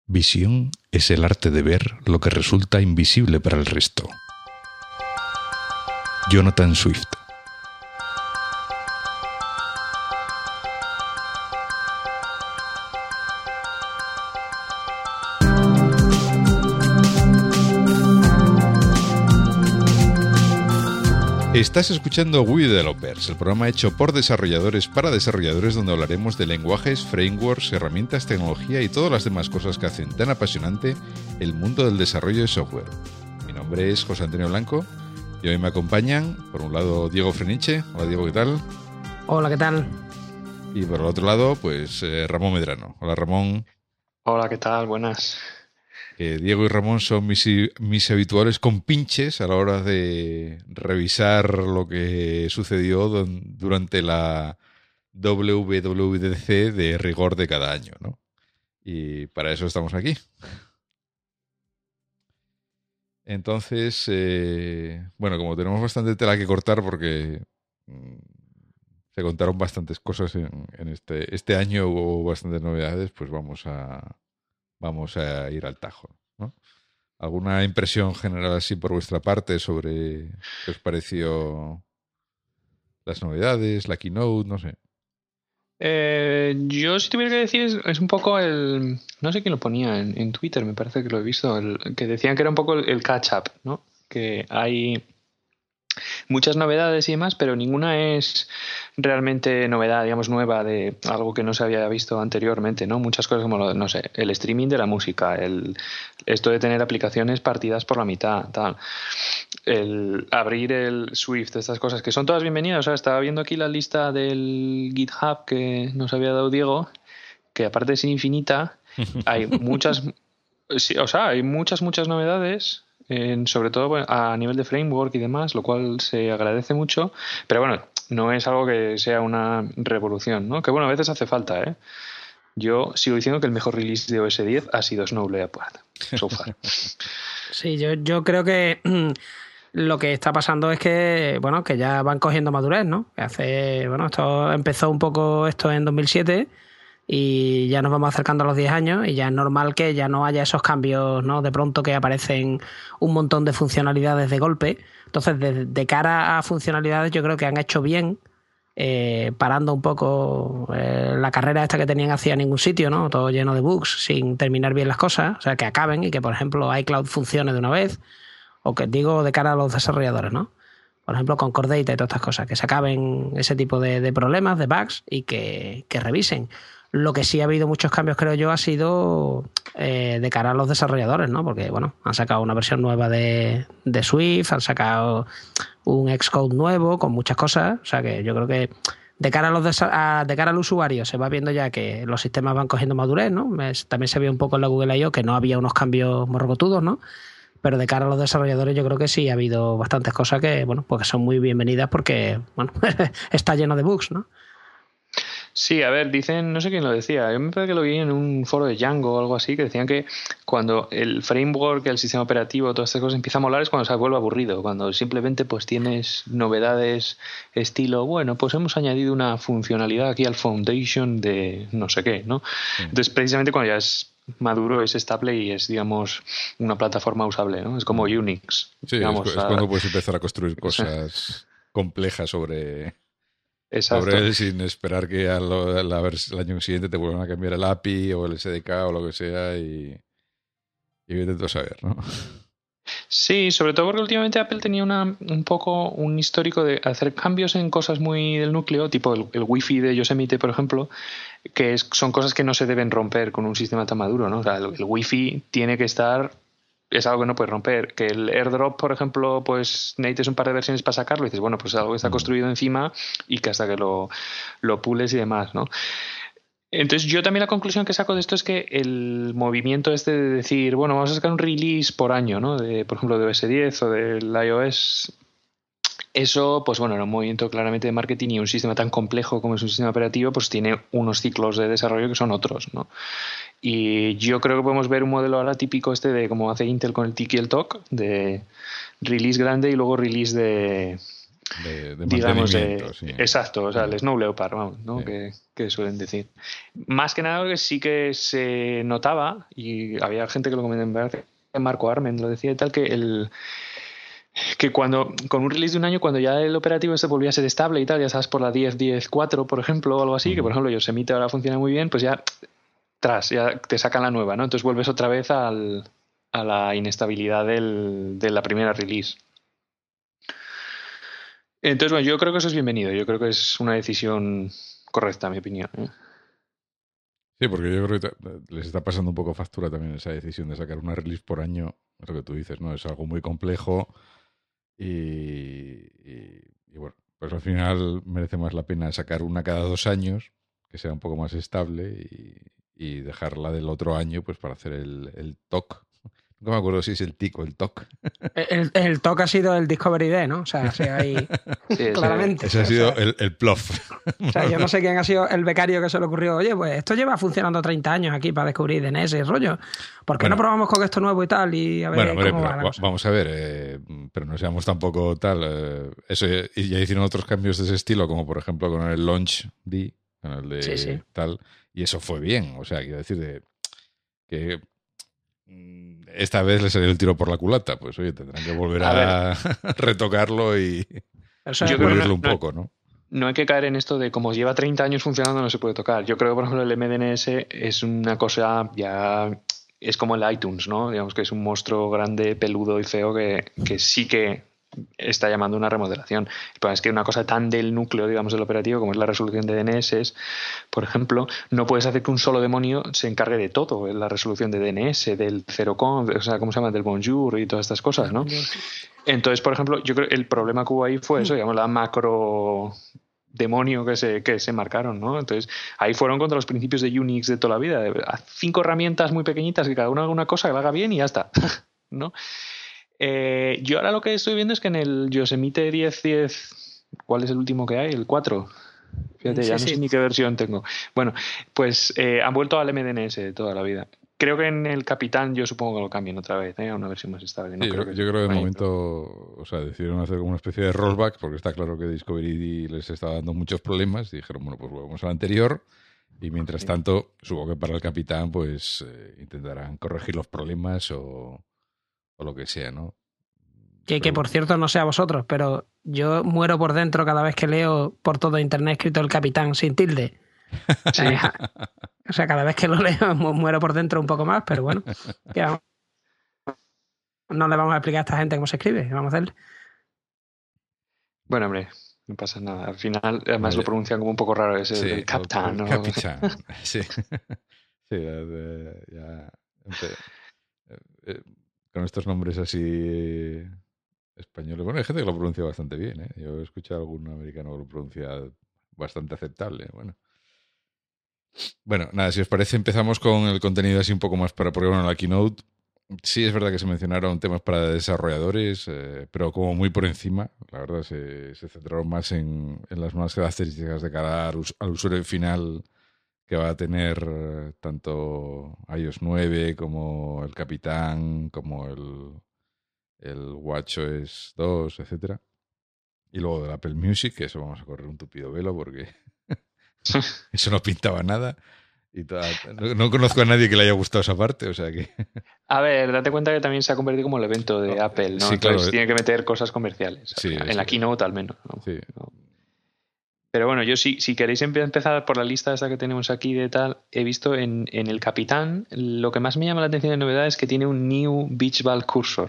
Visión es el arte de ver lo que resulta invisible para el resto. Jonathan Swift. Estás escuchando We Developers, el programa hecho por desarrolladores para desarrolladores, donde hablaremos de lenguajes, frameworks, herramientas, tecnología y todas las demás cosas que hacen tan apasionante el mundo del desarrollo de software. Mi nombre es José Antonio Blanco y hoy me acompañan, por un lado, Diego Freniche. Hola, Diego, ¿qué tal? Hola, ¿qué tal? Y por el otro lado, pues Ramón Medrano. Hola, Ramón. Hola, ¿qué tal? Buenas. Diego y Ramón son mis habituales compinches a la hora de revisar lo que sucedió durante la WWDC de rigor de cada año, ¿no? Y para eso estamos aquí. Entonces, bueno, como tenemos bastante tela que cortar porque se contaron bastantes cosas en este año, hubo bastantes novedades, pues vamos a ir al tajo, ¿no? ¿Alguna impresión general así por vuestra parte sobre qué os pareció las novedades, la keynote, no sé? Yo, si tuviera que decir, es un poco el... No sé quién lo ponía en Twitter, me parece que lo he visto, que decían que era un poco el catch-up, ¿no? Que hay muchas novedades y demás, pero ninguna es realmente novedad, digamos, nueva de algo que no se había visto anteriormente, ¿no? Muchas cosas como, no sé, el streaming de la música, esto de tener aplicaciones partidas por la mitad, tal, el abrir el Swift, estas cosas que son todas bienvenidas. O sea, estaba viendo aquí la lista del GitHub que nos había dado Diego, que aparte es infinita, hay muchas, sí, o sea, hay muchas novedades. Sobre todo a nivel de framework y demás, lo cual se agradece mucho, pero bueno, no es algo que sea una revolución, ¿no? Que bueno, a veces hace falta, ¿eh? Yo sigo diciendo que el mejor release de OS 10 ha sido Snow Leopard, so far. Sí, yo creo que lo que está pasando es que, bueno, que ya van cogiendo madurez, ¿no? Esto empezó un poco esto en 2007 y ya nos vamos acercando a los 10 años y ya es normal que ya no haya esos cambios, ¿no? De pronto que aparecen un montón de funcionalidades de golpe. Entonces, de cara a funcionalidades, yo creo que han hecho bien parando un poco la carrera esta que tenían hacia ningún sitio, ¿no? Todo lleno de bugs, sin terminar bien las cosas. O sea, que acaben y que, por ejemplo, iCloud funcione de una vez. O que digo de cara a los desarrolladores, ¿no? Por ejemplo, con Core Data y todas estas cosas, que se acaben ese tipo de problemas, de bugs y que revisen. Lo que sí ha habido muchos cambios, creo yo, ha sido de cara a los desarrolladores, ¿no? Porque, bueno, han sacado una versión nueva de Swift, han sacado un Xcode nuevo con muchas cosas. O sea que yo creo que de cara al usuario se va viendo ya que los sistemas van cogiendo madurez, ¿no? También se vio un poco en la Google I.O. que no había unos cambios morrocotudos, ¿no? Pero de cara a los desarrolladores yo creo que sí ha habido bastantes cosas que, bueno, pues que son muy bienvenidas porque, bueno, está lleno de bugs, ¿no? Sí, a ver, dicen, no sé quién lo decía, yo me parece que lo vi en un foro de Django o algo así, que decían que cuando el framework, el sistema operativo, todas estas cosas empieza a molar es cuando se vuelve aburrido, cuando simplemente pues tienes novedades estilo, bueno, pues hemos añadido una funcionalidad aquí al foundation de no sé qué, ¿no? Entonces, precisamente cuando ya es maduro, es estable y es, digamos, una plataforma usable, ¿no? Es como Unix. Sí, digamos, es cuando puedes empezar a construir cosas complejas sobre él sin esperar que el año siguiente te vuelvan a cambiar el API o el SDK o lo que sea y vete tú a saber, ¿no? Sí, sobre todo porque últimamente Apple tenía un poco un histórico de hacer cambios en cosas muy del núcleo, tipo el Wi-Fi de Yosemite, por ejemplo, que son cosas que no se deben romper con un sistema tan maduro, ¿no? O sea, el Wi-Fi tiene que estar... Es algo que no puedes romper. Que el AirDrop, por ejemplo, pues necesites un par de versiones para sacarlo y dices, bueno, pues es algo que está construido encima y que hasta que lo pules y demás, ¿no? Entonces yo también la conclusión que saco de esto es que el movimiento este de decir, bueno, vamos a sacar un release por año, ¿no? Por ejemplo, de OS 10 o del iOS... Eso, pues bueno, era un movimiento claramente de marketing y un sistema tan complejo como es un sistema operativo, pues tiene unos ciclos de desarrollo que son otros, ¿no? Y yo creo que podemos ver un modelo ahora típico de como hace Intel con el Tiki y el TOC, de release grande y luego release de digamos, mantenimiento, sí. exacto, o sea, el Snow Leopard, vamos, ¿no? Sí. Que suelen decir. Más que nada que sí que se notaba, y había gente que lo comentaba, Marco Arment lo decía y tal, que cuando, con un release de un año, cuando ya el operativo se volvía a ser estable y tal, ya sabes, por la 10.10.4, por ejemplo, o algo así, que por ejemplo Yosemite ahora funciona muy bien, pues ya ya te sacan la nueva, ¿no? Entonces vuelves otra vez a la inestabilidad de la primera release. Entonces, bueno, yo creo que eso es bienvenido. Yo creo que es una decisión correcta, en mi opinión, ¿eh? Sí, porque yo creo que les está pasando un poco factura también esa decisión de sacar una release por año. Es lo que tú dices, ¿no? Es algo muy complejo y bueno, pues al final merece más la pena sacar una cada 2 años, que sea un poco más estable y dejarla del otro año pues para hacer el TOC. No me acuerdo si es el TIC o el TOC. El TOC ha sido el Discovery D, ¿no? O sea, sí, ahí Sí, claramente. Ese ha O sido sea, el PLOF. o sea, yo no sé quién ha sido el becario que se le ocurrió, oye, pues esto lleva funcionando 30 años aquí para descubrir DNS y rollo. ¿Por qué no Bueno, probamos con esto nuevo y tal? Y a ver hombre, cómo pero va la cosa. vamos a ver, pero no seamos tampoco tal. Eso y ya hicieron otros cambios de ese estilo, como por ejemplo con el Launch D, con el Sí, sí. de tal, y eso fue bien. O sea, quiero decir que esta vez le salió el tiro por la culata. Pues oye, tendrán que volver A ver, a retocarlo y Eso es yo creo que pulirlo no, un no, poco, ¿no? no hay que caer en esto de como lleva 30 años funcionando no se puede tocar. Yo creo que, por ejemplo, el MDNS es una cosa ya... Es como el iTunes, ¿no? Digamos que es un monstruo grande, peludo y feo que sí que está llamando una remodelación. El problema es que una cosa tan del núcleo, digamos, del operativo, como es la resolución de DNS, por ejemplo, no puedes hacer que un solo demonio se encargue de todo, la resolución de DNS, del zerocon, o sea, ¿cómo se llama? Del bonjour y todas estas cosas, ¿no? Entonces, por ejemplo, yo creo que el problema que hubo ahí fue eso, digamos, la macro demonio que se marcaron, ¿no? Entonces, ahí fueron contra los principios de Unix de toda la vida. 5 herramientas muy pequeñitas que cada una haga una cosa, que la haga bien y ya está, ¿no? Yo ahora lo que estoy viendo es que en el Yosemite 10.10, ¿cuál es el último que hay? El 4. Fíjate, Sí, ya no sé sí. ni qué versión tengo. Bueno, pues han vuelto al MDNS de toda la vida. Creo que en el Capitán yo supongo que lo cambien otra vez, ¿eh? A una versión más estable. No Sí, creo que yo creo que de vayan, momento, o sea, decidieron hacer como una especie de rollback, porque está claro que Discovery les estaba dando muchos problemas, y dijeron, bueno, pues volvemos al anterior, y mientras tanto, supongo que para el capitán, pues intentarán corregir los problemas o lo que sea, ¿no? Que Pero por bueno. cierto, no sé a vosotros, pero yo muero por dentro cada vez que leo por todo internet escrito el capitán sin tilde. Sí. O sea, cada vez que lo leo muero por dentro un poco más, pero bueno, ¿qué vamos? No le vamos a explicar a esta gente cómo se escribe, ¿qué vamos a hacer? Bueno, hombre, no pasa nada. Al final, además lo Vaya, pronuncian como un poco raro, es sí, el Capitán, el ¿no? capitán, sí. Sí, ya, eh, eh, con estos nombres así españoles. Bueno, hay gente que lo pronuncia bastante bien, ¿eh? Yo he escuchado a algún americano que lo pronuncia bastante aceptable. Bueno, nada, si os parece, empezamos con el contenido así un poco más porque bueno, la keynote sí es verdad que se mencionaron temas para desarrolladores, pero como muy por encima. La verdad, se centraron más en las nuevas características de cara al usuario final que va a tener tanto iOS 9 como el Capitán, como el WatchOS 2, etcétera. Y luego del Apple Music, que eso vamos a correr un tupido velo porque eso no pintaba nada. No conozco a nadie que le haya gustado esa parte, o sea que... A ver, date cuenta que también se ha convertido como el evento de Apple, ¿no? Sí, claro. Entonces tiene que meter cosas comerciales al Sí, final, en la keynote al menos, ¿no? sí. Pero bueno, yo sí, si queréis empezar por la lista esta que tenemos aquí de tal, he visto en el Capitán, lo que más me llama la atención de novedad es que tiene un New Beach Ball Cursor.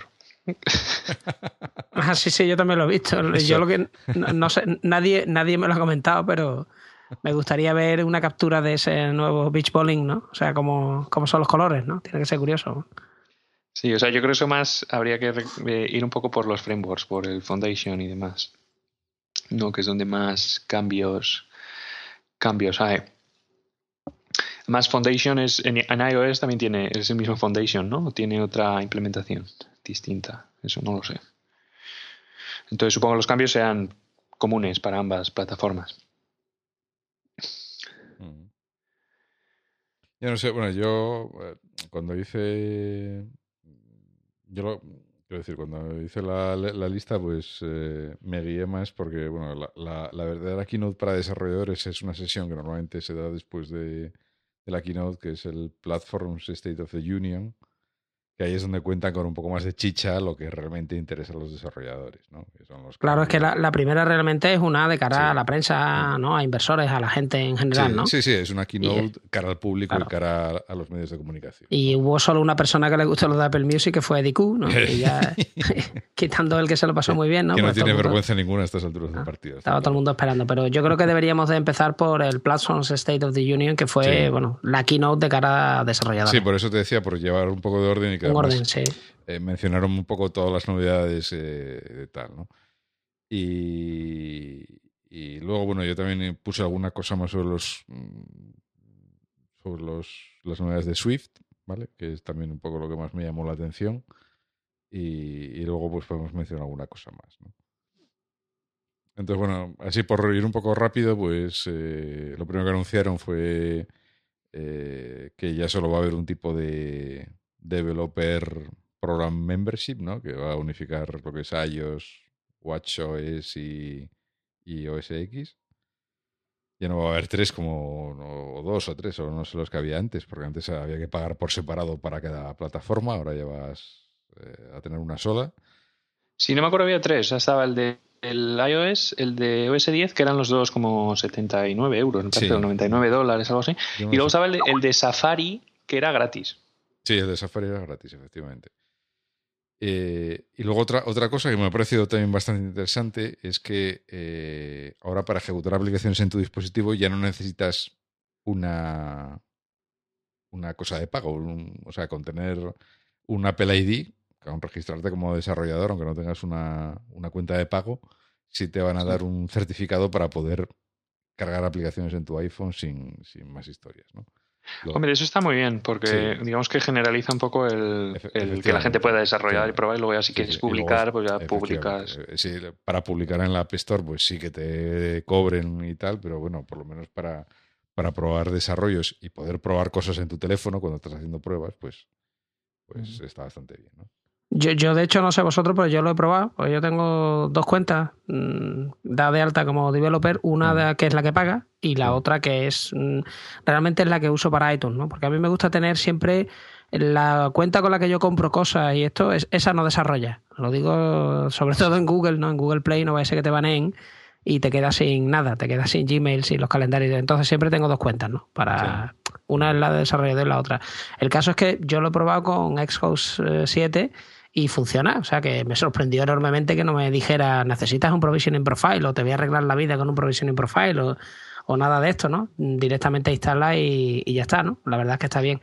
Ah, sí, sí, yo también lo he visto. Yo Eso, lo que no sé, nadie me lo ha comentado, pero me gustaría ver una captura de ese nuevo beach bowling, ¿no? O sea, cómo son los colores, ¿no? Tiene que ser curioso. Sí, o sea, yo creo que eso más habría que ir un poco por los frameworks, por el Foundation y demás, ¿no? Que es donde más cambios hay. Más Foundation es en iOS también es el mismo Foundation, ¿no? O tiene otra implementación distinta. Eso no lo sé. Entonces supongo que los cambios sean comunes para ambas plataformas. yo no sé, bueno, yo cuando hice... Yo Quiero decir, cuando hice la lista, pues me guié más porque, bueno, la verdadera keynote para desarrolladores es una sesión que normalmente se da después de la keynote, que es el Platforms State of the Union, que ahí es donde cuentan con un poco más de chicha lo que realmente interesa a los desarrolladores, ¿no? Que son los Claro, es que cambios. la primera realmente es una de cara a Sí. la prensa, ¿no? A inversores, a la gente en general, ¿no? Sí, es una Y, keynote cara al público claro. y cara a los medios de comunicación. Y hubo solo una persona que le gustó lo de Apple Music, que fue Eddie Q, ¿no? Y ya, quitando el que se lo pasó muy bien, ¿no? Que no Pues todo tiene el mundo- vergüenza ninguna a estas alturas del partido. Estaba todo el mundo esperando, pero yo creo que deberíamos de empezar por el Platforms State of the Union, que fue, Sí. bueno, la keynote de cara a desarrolladores. Sí, por eso te decía, por llevar un poco de orden y que Un además orden, sí. mencionaron un poco todas las novedades de tal, ¿no? Y luego, bueno, yo también puse alguna cosa más sobre las novedades de Swift, ¿vale? Que es también un poco lo que más me llamó la atención. Y luego pues podemos mencionar alguna cosa más, ¿no? Entonces, bueno, así por ir un poco rápido, pues lo primero que anunciaron fue que ya solo va a haber un tipo de Developer Program Membership, ¿no? Que va a unificar lo que es iOS, WatchOS y OS X. Ya no va a haber tres o dos o tres, o no sé los que había antes, porque antes había que pagar por separado para cada plataforma, ahora ya vas a tener una sola. Si no me acuerdo, había tres. Estaba el de el iOS, el de OS 10, que eran los dos como 79 euros, me parece, Sí. o 99 dólares, algo así. Yo no Y luego sé. estaba el de Safari, que era gratis. Sí, el de Safari era gratis, efectivamente. Y luego otra cosa que me ha parecido también bastante interesante es que ahora para ejecutar aplicaciones en tu dispositivo ya no necesitas una cosa de pago. O sea, con tener un Apple ID, con registrarte como desarrollador, aunque no tengas una cuenta de pago, sí te van a dar un certificado para poder cargar aplicaciones en tu iPhone sin más historias, ¿no? Hombre, eso está muy bien, porque Sí. digamos que generaliza un poco el que la gente pueda desarrollar y probar, y luego ya si quieres publicar, pues ya publicas. Sí, para publicar en la App Store, pues sí que te cobren y tal, pero bueno, por lo menos para probar desarrollos y poder probar cosas en tu teléfono cuando estás haciendo pruebas, pues está bastante bien, ¿no? Yo de hecho, no sé vosotros, pero yo lo he probado. Pues yo tengo dos cuentas dadas de alta como developer, una que es la que paga y la otra que es realmente es la que uso para iTunes, ¿no? Porque a mí me gusta tener siempre la cuenta con la que yo compro cosas y esto, esa no desarrolla. Lo digo sobre todo en Google, ¿no? En Google Play no va a ser que te baneen y te quedas sin nada, te quedas sin Gmail, sin los calendarios. Entonces siempre tengo dos cuentas, ¿no? Una es la de desarrollador y la otra. El caso es que yo lo he probado con Xcode 7 y funciona. O sea que me sorprendió enormemente que no me dijera necesitas un provisioning profile o te voy a arreglar la vida con un provisioning profile o nada de esto, ¿no? Directamente instala y ya está, ¿no? La verdad es que está bien.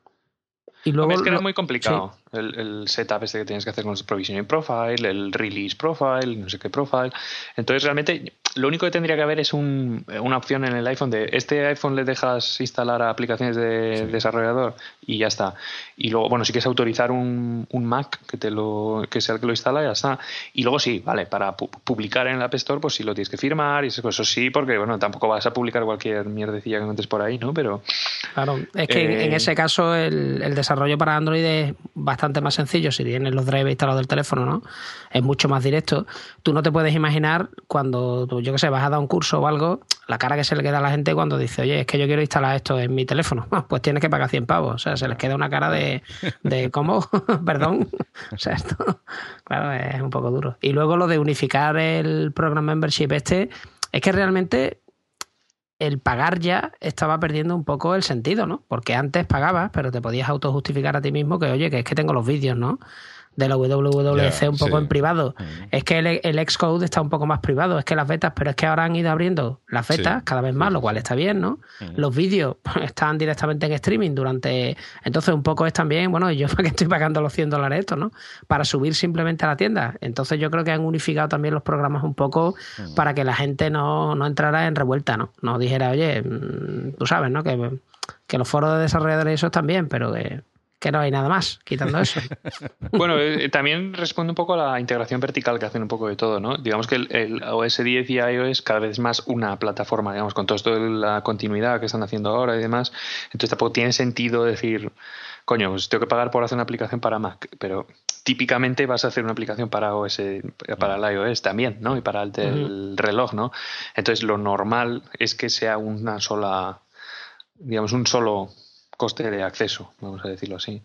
Y luego es que era muy complicado el setup este que tienes que hacer con el provisioning profile, el release profile, no sé qué profile. Entonces realmente lo único que tendría que haber es una opción en el iPhone de este iPhone le dejas instalar aplicaciones de desarrollador y ya está. Y luego, bueno, si quieres autorizar un Mac que sea el que lo instala, ya está. Y luego sí, vale, para publicar en el App Store, pues sí lo tienes que firmar y esas cosas sí, porque bueno, tampoco vas a publicar cualquier mierdecilla que encuentres por ahí, ¿no? Pero claro, es que en ese caso el desarrollo para Android es bastante más sencillo si tienes los drivers instalados del teléfono, ¿no? Es mucho más directo. Tú no te puedes imaginar cuando tú, yo qué sé, vas a dar un curso o algo, la cara que se le queda a la gente cuando dice, oye, es que yo quiero instalar esto en mi teléfono. Pues tienes que pagar 100 pavos. O sea, se les queda una cara de ¿cómo? Perdón. O sea, esto, claro, es un poco duro. Y luego lo de unificar el Program Membership es que realmente el pagar ya estaba perdiendo un poco el sentido, ¿no? Porque antes pagabas, pero te podías autojustificar a ti mismo que, oye, que es que tengo los vídeos, ¿no? De la WWDC un poco en privado. Es que el Xcode está un poco más privado, es que las betas, pero es que ahora han ido abriendo las betas cada vez más, lo cual está bien, ¿no? Los vídeos están directamente en streaming Entonces un poco es también, bueno, yo para qué estoy pagando los $100 esto, ¿no? Para subir simplemente a la tienda. Entonces yo creo que han unificado también los programas un poco para que la gente no entrara en revuelta, ¿no? No dijera, oye, tú sabes, ¿no? Que los foros de desarrolladores eso están bien, pero que no hay nada más, quitando eso. Bueno, también responde un poco a la integración vertical que hacen un poco de todo, ¿no? Digamos que el OS 10 y iOS cada vez es más una plataforma, digamos, con todo esto de la continuidad que están haciendo ahora y demás. Entonces tampoco tiene sentido decir, coño, pues tengo que pagar por hacer una aplicación para Mac, pero típicamente vas a hacer una aplicación para OS, para el iOS también, ¿no? Y para el reloj, ¿no? Entonces lo normal es que sea una sola, digamos, un solo coste de acceso, vamos a decirlo así.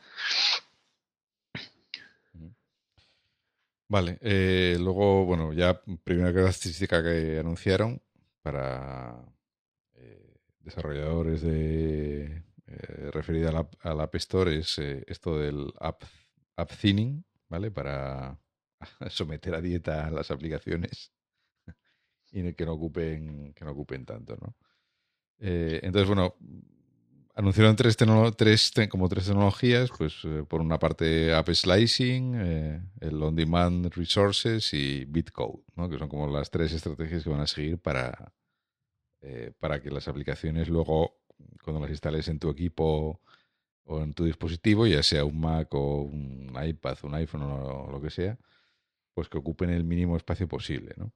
Vale, luego, bueno, ya primera característica que anunciaron para desarrolladores referida al App Store es esto del App Thinning, ¿vale? Para someter a dieta a las aplicaciones y que no ocupen tanto, ¿no? Entonces, bueno, anunciaron tres tecnologías, pues por una parte App Slicing, el On Demand Resources y Bitcode, ¿no? Que son como las tres estrategias que van a seguir para que las aplicaciones luego, cuando las instales en tu equipo o en tu dispositivo, ya sea un Mac o un iPad, un iPhone o lo que sea, pues que ocupen el mínimo espacio posible, ¿no?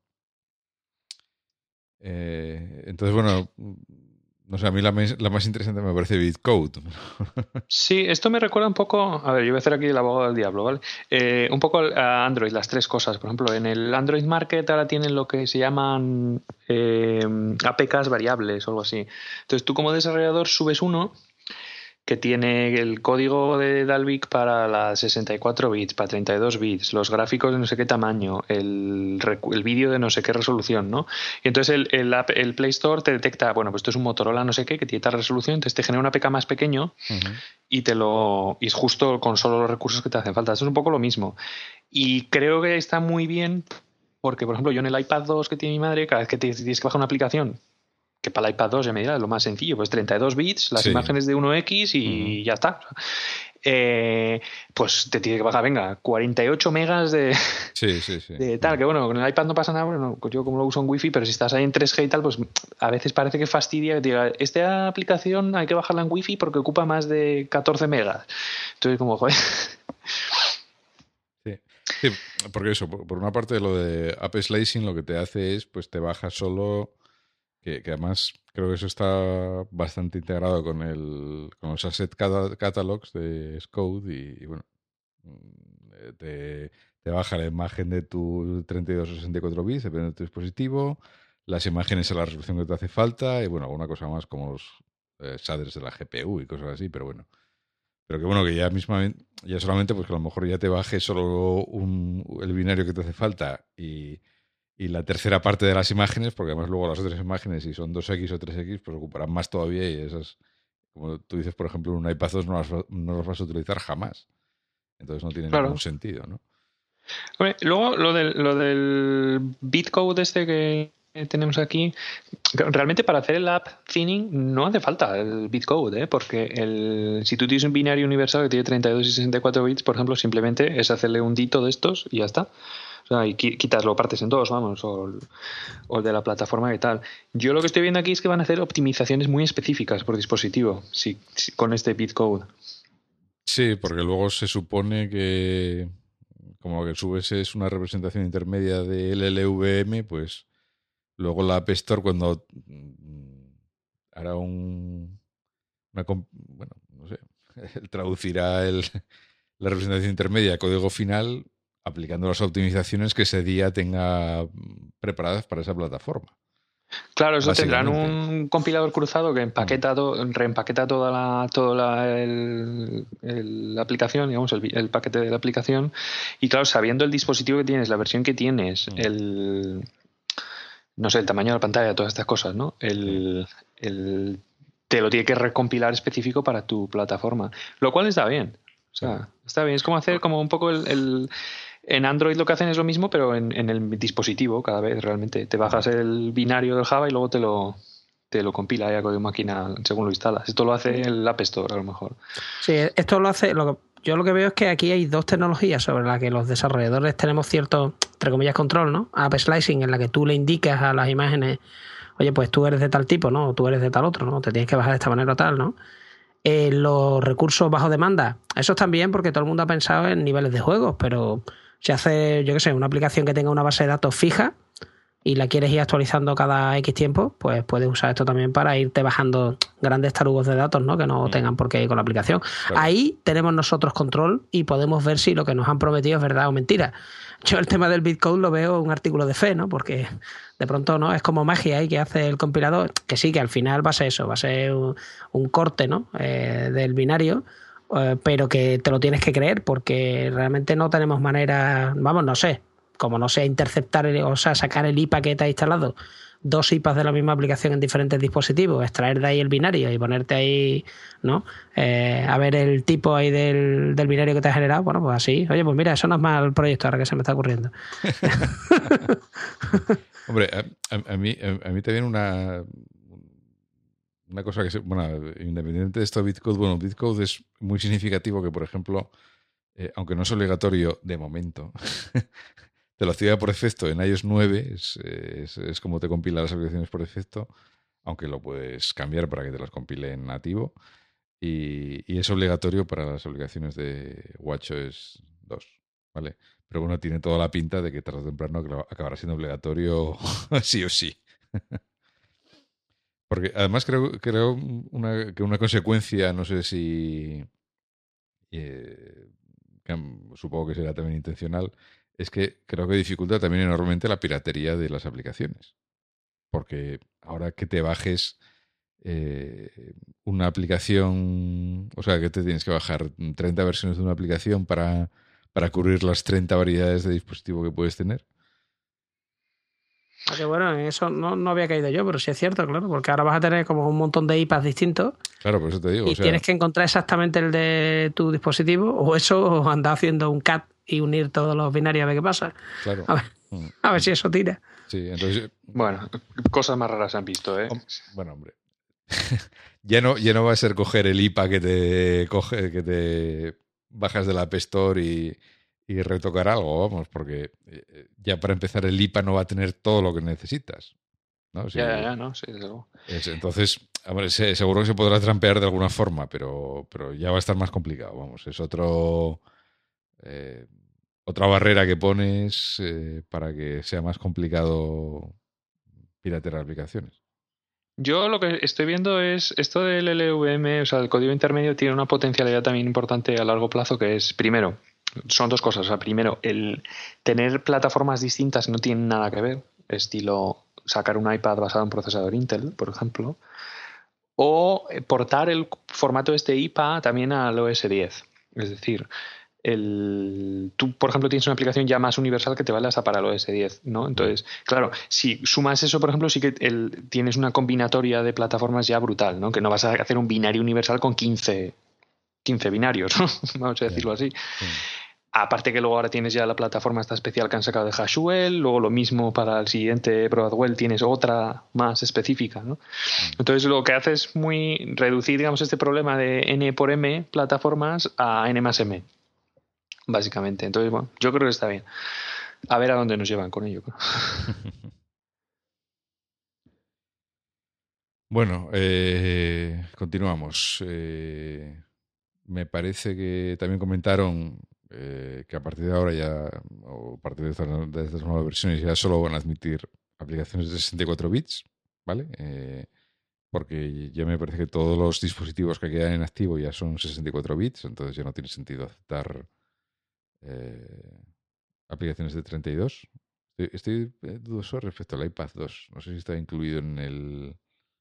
Entonces, bueno, no sé, a mí la más interesante me parece Bitcode. Sí, esto me recuerda un poco, a ver, yo voy a hacer aquí el abogado del diablo, ¿vale? Un poco a Android, las tres cosas. Por ejemplo, en el Android Market ahora tienen lo que se llaman APKs variables o algo así. Entonces tú como desarrollador subes uno que tiene el código de Dalvik para las 64 bits, para 32 bits, los gráficos de no sé qué tamaño, el vídeo de no sé qué resolución, ¿no? Y entonces el Play Store te detecta, bueno, pues esto es un Motorola no sé qué que tiene tal resolución, entonces te genera un APK más pequeño y y es justo con solo los recursos que te hacen falta. Eso es un poco lo mismo. Y creo que está muy bien porque, por ejemplo, yo en el iPad 2 que tiene mi madre, cada vez que tienes que bajar una aplicación, que para el iPad 2 ya me dirá, es lo más sencillo, pues 32 bits, las imágenes de 1x y ya está. Pues te tiene que bajar, venga, 48 megas de tal, que bueno, con el iPad no pasa nada, bueno, yo como lo uso en Wi-Fi, pero si estás ahí en 3G y tal, pues a veces parece que fastidia que te diga, esta aplicación hay que bajarla en Wi-Fi porque ocupa más de 14 megas. Entonces, como, joder. Sí, porque eso, por una parte lo de App Slicing lo que te hace es, pues te baja solo... Que además creo que eso está bastante integrado con los asset catalogs de Xcode y bueno, te baja la imagen de tu 32 o 64 bits, depende de tu dispositivo, las imágenes a la resolución que te hace falta y bueno, alguna cosa más como los shaders de la GPU y cosas así, pero bueno. Pero que bueno, que ya solamente pues que a lo mejor ya te baje solo el binario que te hace falta y la tercera parte de las imágenes, porque además luego las otras imágenes, si son 2X o 3X, pues ocuparán más todavía y esas, como tú dices, por ejemplo, en un iPad 2 no las vas a utilizar jamás. Entonces no tiene ningún sentido, ¿no? Hombre, luego lo del bitcode este que tenemos aquí, realmente para hacer el app thinning no hace falta el bitcode, porque si tú tienes un binario universal que tiene 32 y 64 bits, por ejemplo, simplemente es hacerle un dito de estos y ya está. O sea, y quitarlo partes en dos, vamos, o el de la plataforma y tal. Yo lo que estoy viendo aquí es que van a hacer optimizaciones muy específicas por dispositivo con este bitcode. Sí, porque luego se supone que como que subes es una representación intermedia de LLVM, pues luego la App Store cuando hará bueno, no sé, traducirá la representación intermedia a código final aplicando las optimizaciones que ese día tenga preparadas para esa plataforma. Claro, eso tendrán un compilador cruzado que reempaqueta toda la aplicación, digamos, el paquete de la aplicación. Y claro, sabiendo el dispositivo que tienes, la versión que tienes, no sé, el tamaño de la pantalla, todas estas cosas, ¿no? Te lo tiene que recompilar específico para tu plataforma. Lo cual está bien. O sea, está bien. Es como hacer como un poco en Android lo que hacen es lo mismo, pero en el dispositivo cada vez realmente. Te bajas el binario del Java y luego te lo compila ya con máquina según lo instalas. Esto lo hace el App Store a lo mejor. Sí, esto lo hace... Yo lo que veo es que aquí hay dos tecnologías sobre las que los desarrolladores tenemos cierto, entre comillas, control, ¿no? App Slicing, en la que tú le indicas a las imágenes, oye, pues tú eres de tal tipo, ¿no? O tú eres de tal otro, ¿no? Te tienes que bajar de esta manera o tal, ¿no? Los recursos bajo demanda, eso están bien porque todo el mundo ha pensado en niveles de juegos, pero si hace, yo qué sé, una aplicación que tenga una base de datos fija, y la quieres ir actualizando cada X tiempo, pues puedes usar esto también para irte bajando grandes tarugos de datos, ¿no? Que no tengan por qué ir con la aplicación. Claro. Ahí tenemos nosotros control y podemos ver si lo que nos han prometido es verdad o mentira. Yo el tema del bitcode lo veo un artículo de fe, ¿no? Porque de pronto no es como magia ahí que hace el compilador, que sí, que al final va a ser eso, va a ser un corte, ¿no? Del binario, pero que te lo tienes que creer porque realmente no tenemos manera, vamos, no sé, como no sea interceptar, o sea, sacar el IPA que te ha instalado, 2 IPAs de la misma aplicación en diferentes dispositivos, extraer de ahí el binario y ponerte ahí, ¿no? A ver el tipo ahí del binario que te ha generado. Bueno, pues así. Oye, pues mira, eso no es mal proyecto ahora que se me está ocurriendo. Hombre, a mí también una cosa que, bueno, independientemente de esto de Bitcode, bueno, Bitcode es muy significativo que, por ejemplo, aunque no es obligatorio de momento, te lo hacía por defecto en iOS 9, es como te compila las aplicaciones por defecto, aunque lo puedes cambiar para que te las compile en nativo, y es obligatorio para las aplicaciones de WatchOS 2, ¿vale? Pero bueno, tiene toda la pinta de que tarde o temprano acabará siendo obligatorio sí o sí. Porque además creo que una consecuencia, no sé si supongo que será también intencional, es que creo que dificulta también enormemente la piratería de las aplicaciones. Porque ahora que te bajes una aplicación, o sea, que te tienes que bajar 30 versiones de una aplicación para cubrir las 30 variedades de dispositivo que puedes tener. Que bueno, en eso no había caído yo, pero sí es cierto, claro, porque ahora vas a tener como un montón de IPAs distintos. Claro, por eso te digo. Y tienes que encontrar exactamente el de tu dispositivo, o eso, o andar haciendo un cat y unir todos los binarios a ver qué pasa. Claro. A ver si eso tira. Sí, entonces. Bueno, cosas más raras se han visto, ¿eh? Bueno, hombre. ya no va a ser coger el IPA que te bajas de la App Store y retocar algo, vamos, porque ya para empezar el IPA no va a tener todo lo que necesitas, ¿no? Ya, no, sí, desde luego. Entonces, hombre, seguro que se podrá trampear de alguna forma, pero ya va a estar más complicado, vamos, es otra barrera que pones para que sea más complicado piratear aplicaciones. Yo lo que estoy viendo es esto del LLVM, o sea, el código intermedio tiene una potencialidad también importante a largo plazo, que es, primero, son dos cosas. O sea, primero, el tener plataformas distintas no tiene nada que ver, estilo sacar un iPad basado en procesador Intel, por ejemplo, o portar el formato de este IPA también al OS X. Es decir, tú, por ejemplo, tienes una aplicación ya más universal que te vale hasta para el OS X, ¿no? Entonces, claro, si sumas eso, por ejemplo, sí que tienes una combinatoria de plataformas ya brutal, ¿no? Que no vas a hacer un binario universal con 15 binarios, ¿no? Vamos a decirlo así. Aparte que luego ahora tienes ya la plataforma esta especial que han sacado de Haswell, luego lo mismo para el siguiente Broadwell tienes otra más específica, ¿no? Entonces lo que hace es reducir, digamos, este problema de N por M plataformas a N más M. Básicamente. Entonces, bueno, yo creo que está bien. A ver a dónde nos llevan con ello. Bueno, continuamos. Me parece que también comentaron que a partir de ahora ya, o a partir de estas nuevas versiones, ya solo van a admitir aplicaciones de 64 bits, ¿vale? Porque ya me parece que todos los dispositivos que quedan en activo ya son 64 bits, entonces ya no tiene sentido aceptar aplicaciones de 32. Estoy dudoso respecto al iPad 2. No sé si está incluido en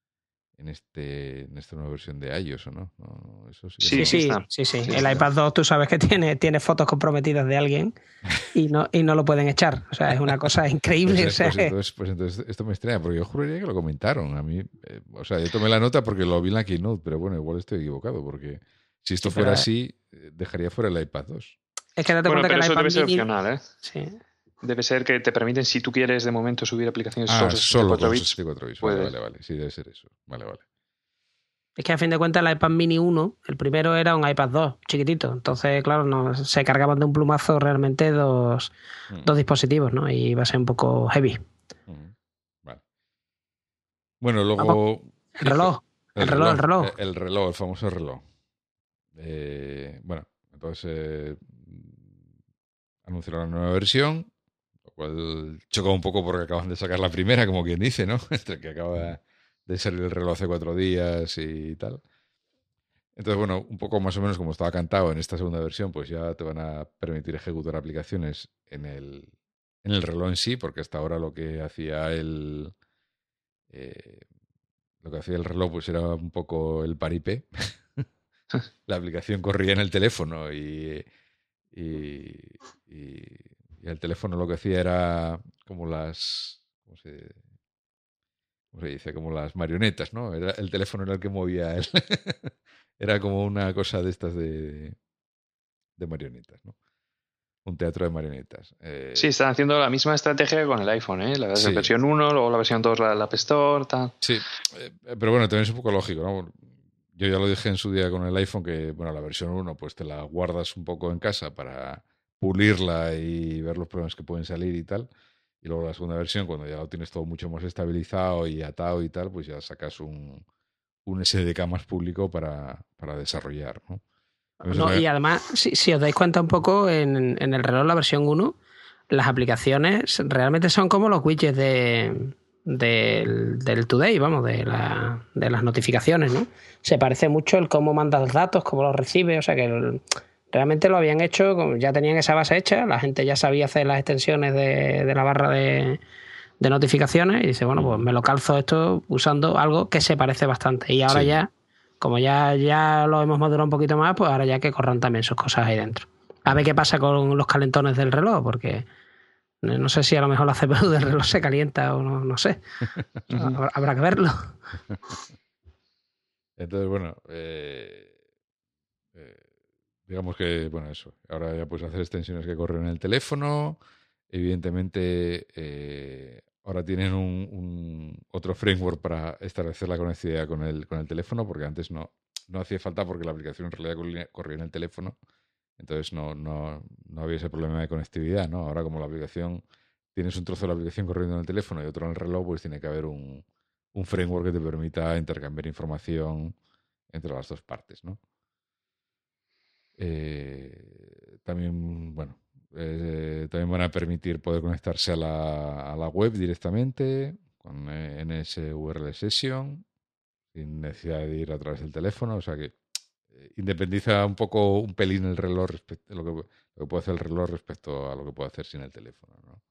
esta nueva versión de iOS o no. Eso sí. El iPad 2 tú sabes que tiene fotos comprometidas de alguien y no lo pueden echar. O sea, es una cosa increíble. Pues entonces esto me extraña, porque yo juraría que lo comentaron. A mí, o sea, yo tomé la nota porque lo vi en la Keynote, pero bueno, igual estoy equivocado, porque si esto fuera así, dejaría fuera el iPad 2. Es que date cuenta que el eso iPad debe ser mini... opcional, ¿eh? Sí. Debe ser que te permiten, si tú quieres de momento subir aplicaciones solo con 64 bits. Vale. Sí, debe ser eso. Vale. Es que a fin de cuentas el iPad mini 1, el primero era un iPad 2, chiquitito. Entonces, claro, se cargaban de un plumazo realmente dos dispositivos, ¿no? Y va a ser un poco heavy. Vale. Bueno, luego... Vamos. El reloj. El famoso reloj. Bueno, entonces anunciaron la nueva versión, lo cual choca un poco porque acaban de sacar la primera, como quien dice, ¿no? Entre que acaba de salir el reloj hace 4 días y tal. Entonces, bueno, un poco más o menos como estaba cantado en esta segunda versión, pues ya te van a permitir ejecutar aplicaciones en el reloj en sí, porque hasta ahora eh, lo que hacía el reloj pues era un poco el paripé. La aplicación corría en el teléfono y, y el teléfono lo que hacía era como ¿cómo se dice? Como las marionetas, ¿no? El teléfono era el que movía él. Era como una cosa de estas de marionetas, ¿no? Un teatro de marionetas. Sí, están haciendo la misma estrategia que con el iPhone, ¿eh? La Sí, versión 1, luego la versión 2, la App Store, tal. sí. Pero bueno, también es un poco lógico, ¿no? Yo ya lo dije en su día con el iPhone que, bueno, la versión 1 pues te la guardas un poco en casa para pulirla y ver los problemas que pueden salir y tal. Y luego la segunda versión, cuando ya lo tienes todo mucho más estabilizado y atado y tal, pues ya sacas un SDK más público para desarrollar, ¿no? A mí eso No, y además, si os dais cuenta un poco, en el reloj, la versión 1, las aplicaciones realmente son como los widgets del Today, vamos, de las notificaciones, ¿no? Se parece mucho el cómo mandas datos, cómo los recibes, o sea que realmente lo habían hecho, ya tenían esa base hecha, la gente ya sabía hacer las extensiones de la barra de notificaciones y dice, bueno, pues me lo calzo esto usando algo que se parece bastante. Y ahora sí, ya, como ya lo hemos madurado un poquito más, pues ahora ya que corran también sus cosas ahí dentro. A ver qué pasa con los calentones del reloj, porque no sé si a lo mejor la CPU del reloj se calienta o no sé. Habrá que verlo. entonces, bueno, eh, digamos que, bueno, eso. Ahora ya puedes hacer extensiones que corren en el teléfono. Evidentemente, ahora tienen otro framework para establecer la conectividad con el teléfono, porque antes no hacía falta porque la aplicación en realidad corría en el teléfono. Entonces no había ese problema de conectividad, ¿no? Ahora como la aplicación, tienes un trozo de la aplicación corriendo en el teléfono y otro en el reloj, pues tiene que haber un framework que te permita intercambiar información entre las dos partes, ¿no? También, bueno, también van a permitir poder conectarse a la web directamente con NSURL Session sin necesidad de ir a través del teléfono. O sea que independiza un poco, un pelín el reloj respecto a lo que puede hacer el reloj respecto a lo que puede hacer sin el teléfono, ¿no?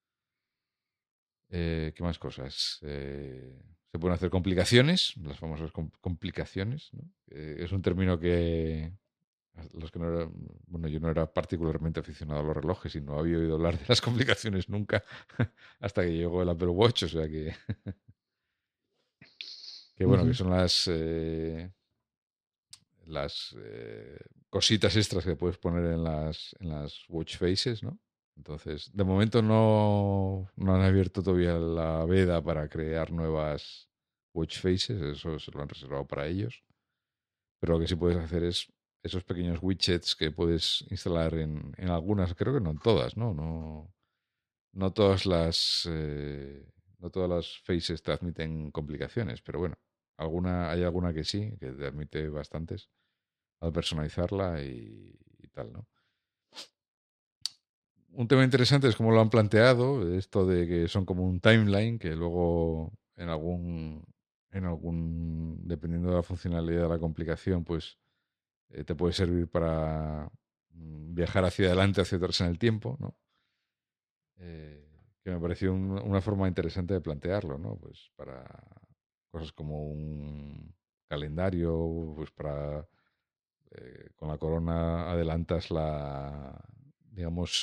¿Qué más cosas? Se pueden hacer complicaciones, las famosas complicaciones, ¿no? Es un término que los que no era, bueno, yo no era particularmente aficionado a los relojes y no había oído hablar de las complicaciones nunca hasta que llegó el Apple Watch, o sea que bueno, que son las cositas extras que puedes poner en las watch faces, ¿no? Entonces, de momento no han abierto todavía la veda para crear nuevas watch faces, eso se lo han reservado para ellos. Pero lo que sí puedes hacer es esos pequeños widgets que puedes instalar en algunas, creo que no en todas, ¿no? No todas no todas las faces te admiten complicaciones, pero bueno, hay alguna que sí, que te admite bastantes al personalizarla y tal, ¿no? Un tema interesante es cómo lo han planteado, esto de que son como un timeline que luego dependiendo de la funcionalidad de la complicación, pues te puede servir para viajar hacia adelante, hacia atrás en el tiempo, ¿no? Que me pareció una forma interesante de plantearlo, ¿no? Pues para cosas como un calendario, pues para con la corona adelantas digamos,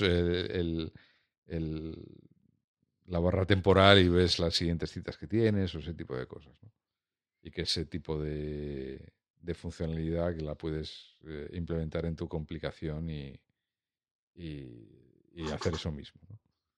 el- la barra temporal y ves las siguientes citas que tienes o ese tipo de cosas, ¿no? Y que ese tipo de funcionalidad que la puedes implementar en tu complicación y hacer eso mismo, ¿no?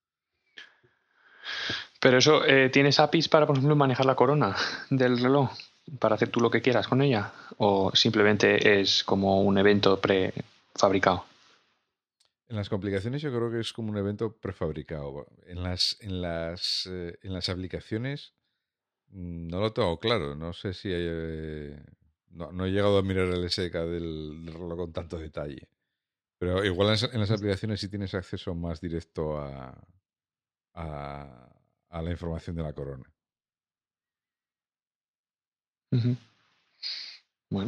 Pero eso, ¿tienes APIs para, por ejemplo, manejar la corona del reloj? Para hacer tú lo que quieras con ella. ¿O simplemente es como un evento prefabricado? En las complicaciones yo creo que es como un evento prefabricado. En las aplicaciones no lo tengo claro. No sé si no he llegado a mirar el SDK del reloj con tanto detalle. Pero igual en las aplicaciones sí tienes acceso más directo a la información de la corona. Uh-huh. Bueno.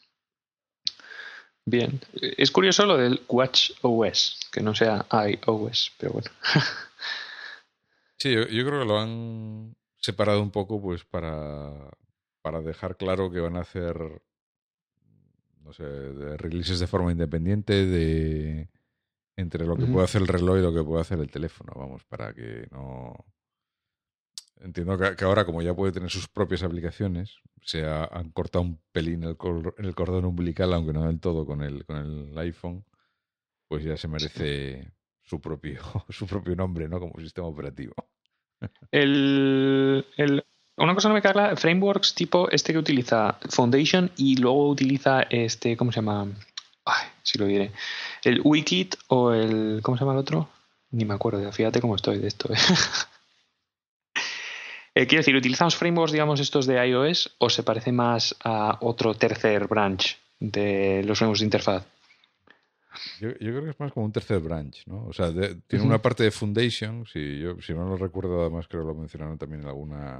Bien. Es curioso lo del Watch OS, que no sea iOS, pero bueno. Sí, yo creo que lo han separado un poco pues para dejar claro que van a hacer, no sé, de releases de forma independiente entre lo que puede hacer el reloj y lo que puede hacer el teléfono, vamos, para que no... Entiendo que ahora, como ya puede tener sus propias aplicaciones, han cortado un pelín el cordón umbilical, aunque no del todo con el iPhone, pues ya se merece su propio nombre, ¿no? Como sistema operativo. Una cosa no me caga, frameworks tipo este que utiliza Foundation y luego utiliza ¿cómo se llama? Ay, si lo diré. El WiKit o el... ¿Cómo se llama el otro? Ni me acuerdo, fíjate cómo estoy de esto. Quiero decir, ¿utilizamos frameworks, digamos, estos de iOS o se parece más a otro tercer branch de los frameworks de interfaz? Yo creo que es más como un tercer branch, ¿no? O sea, tiene una parte de Foundation, si no lo recuerdo, además creo que lo mencionaron también en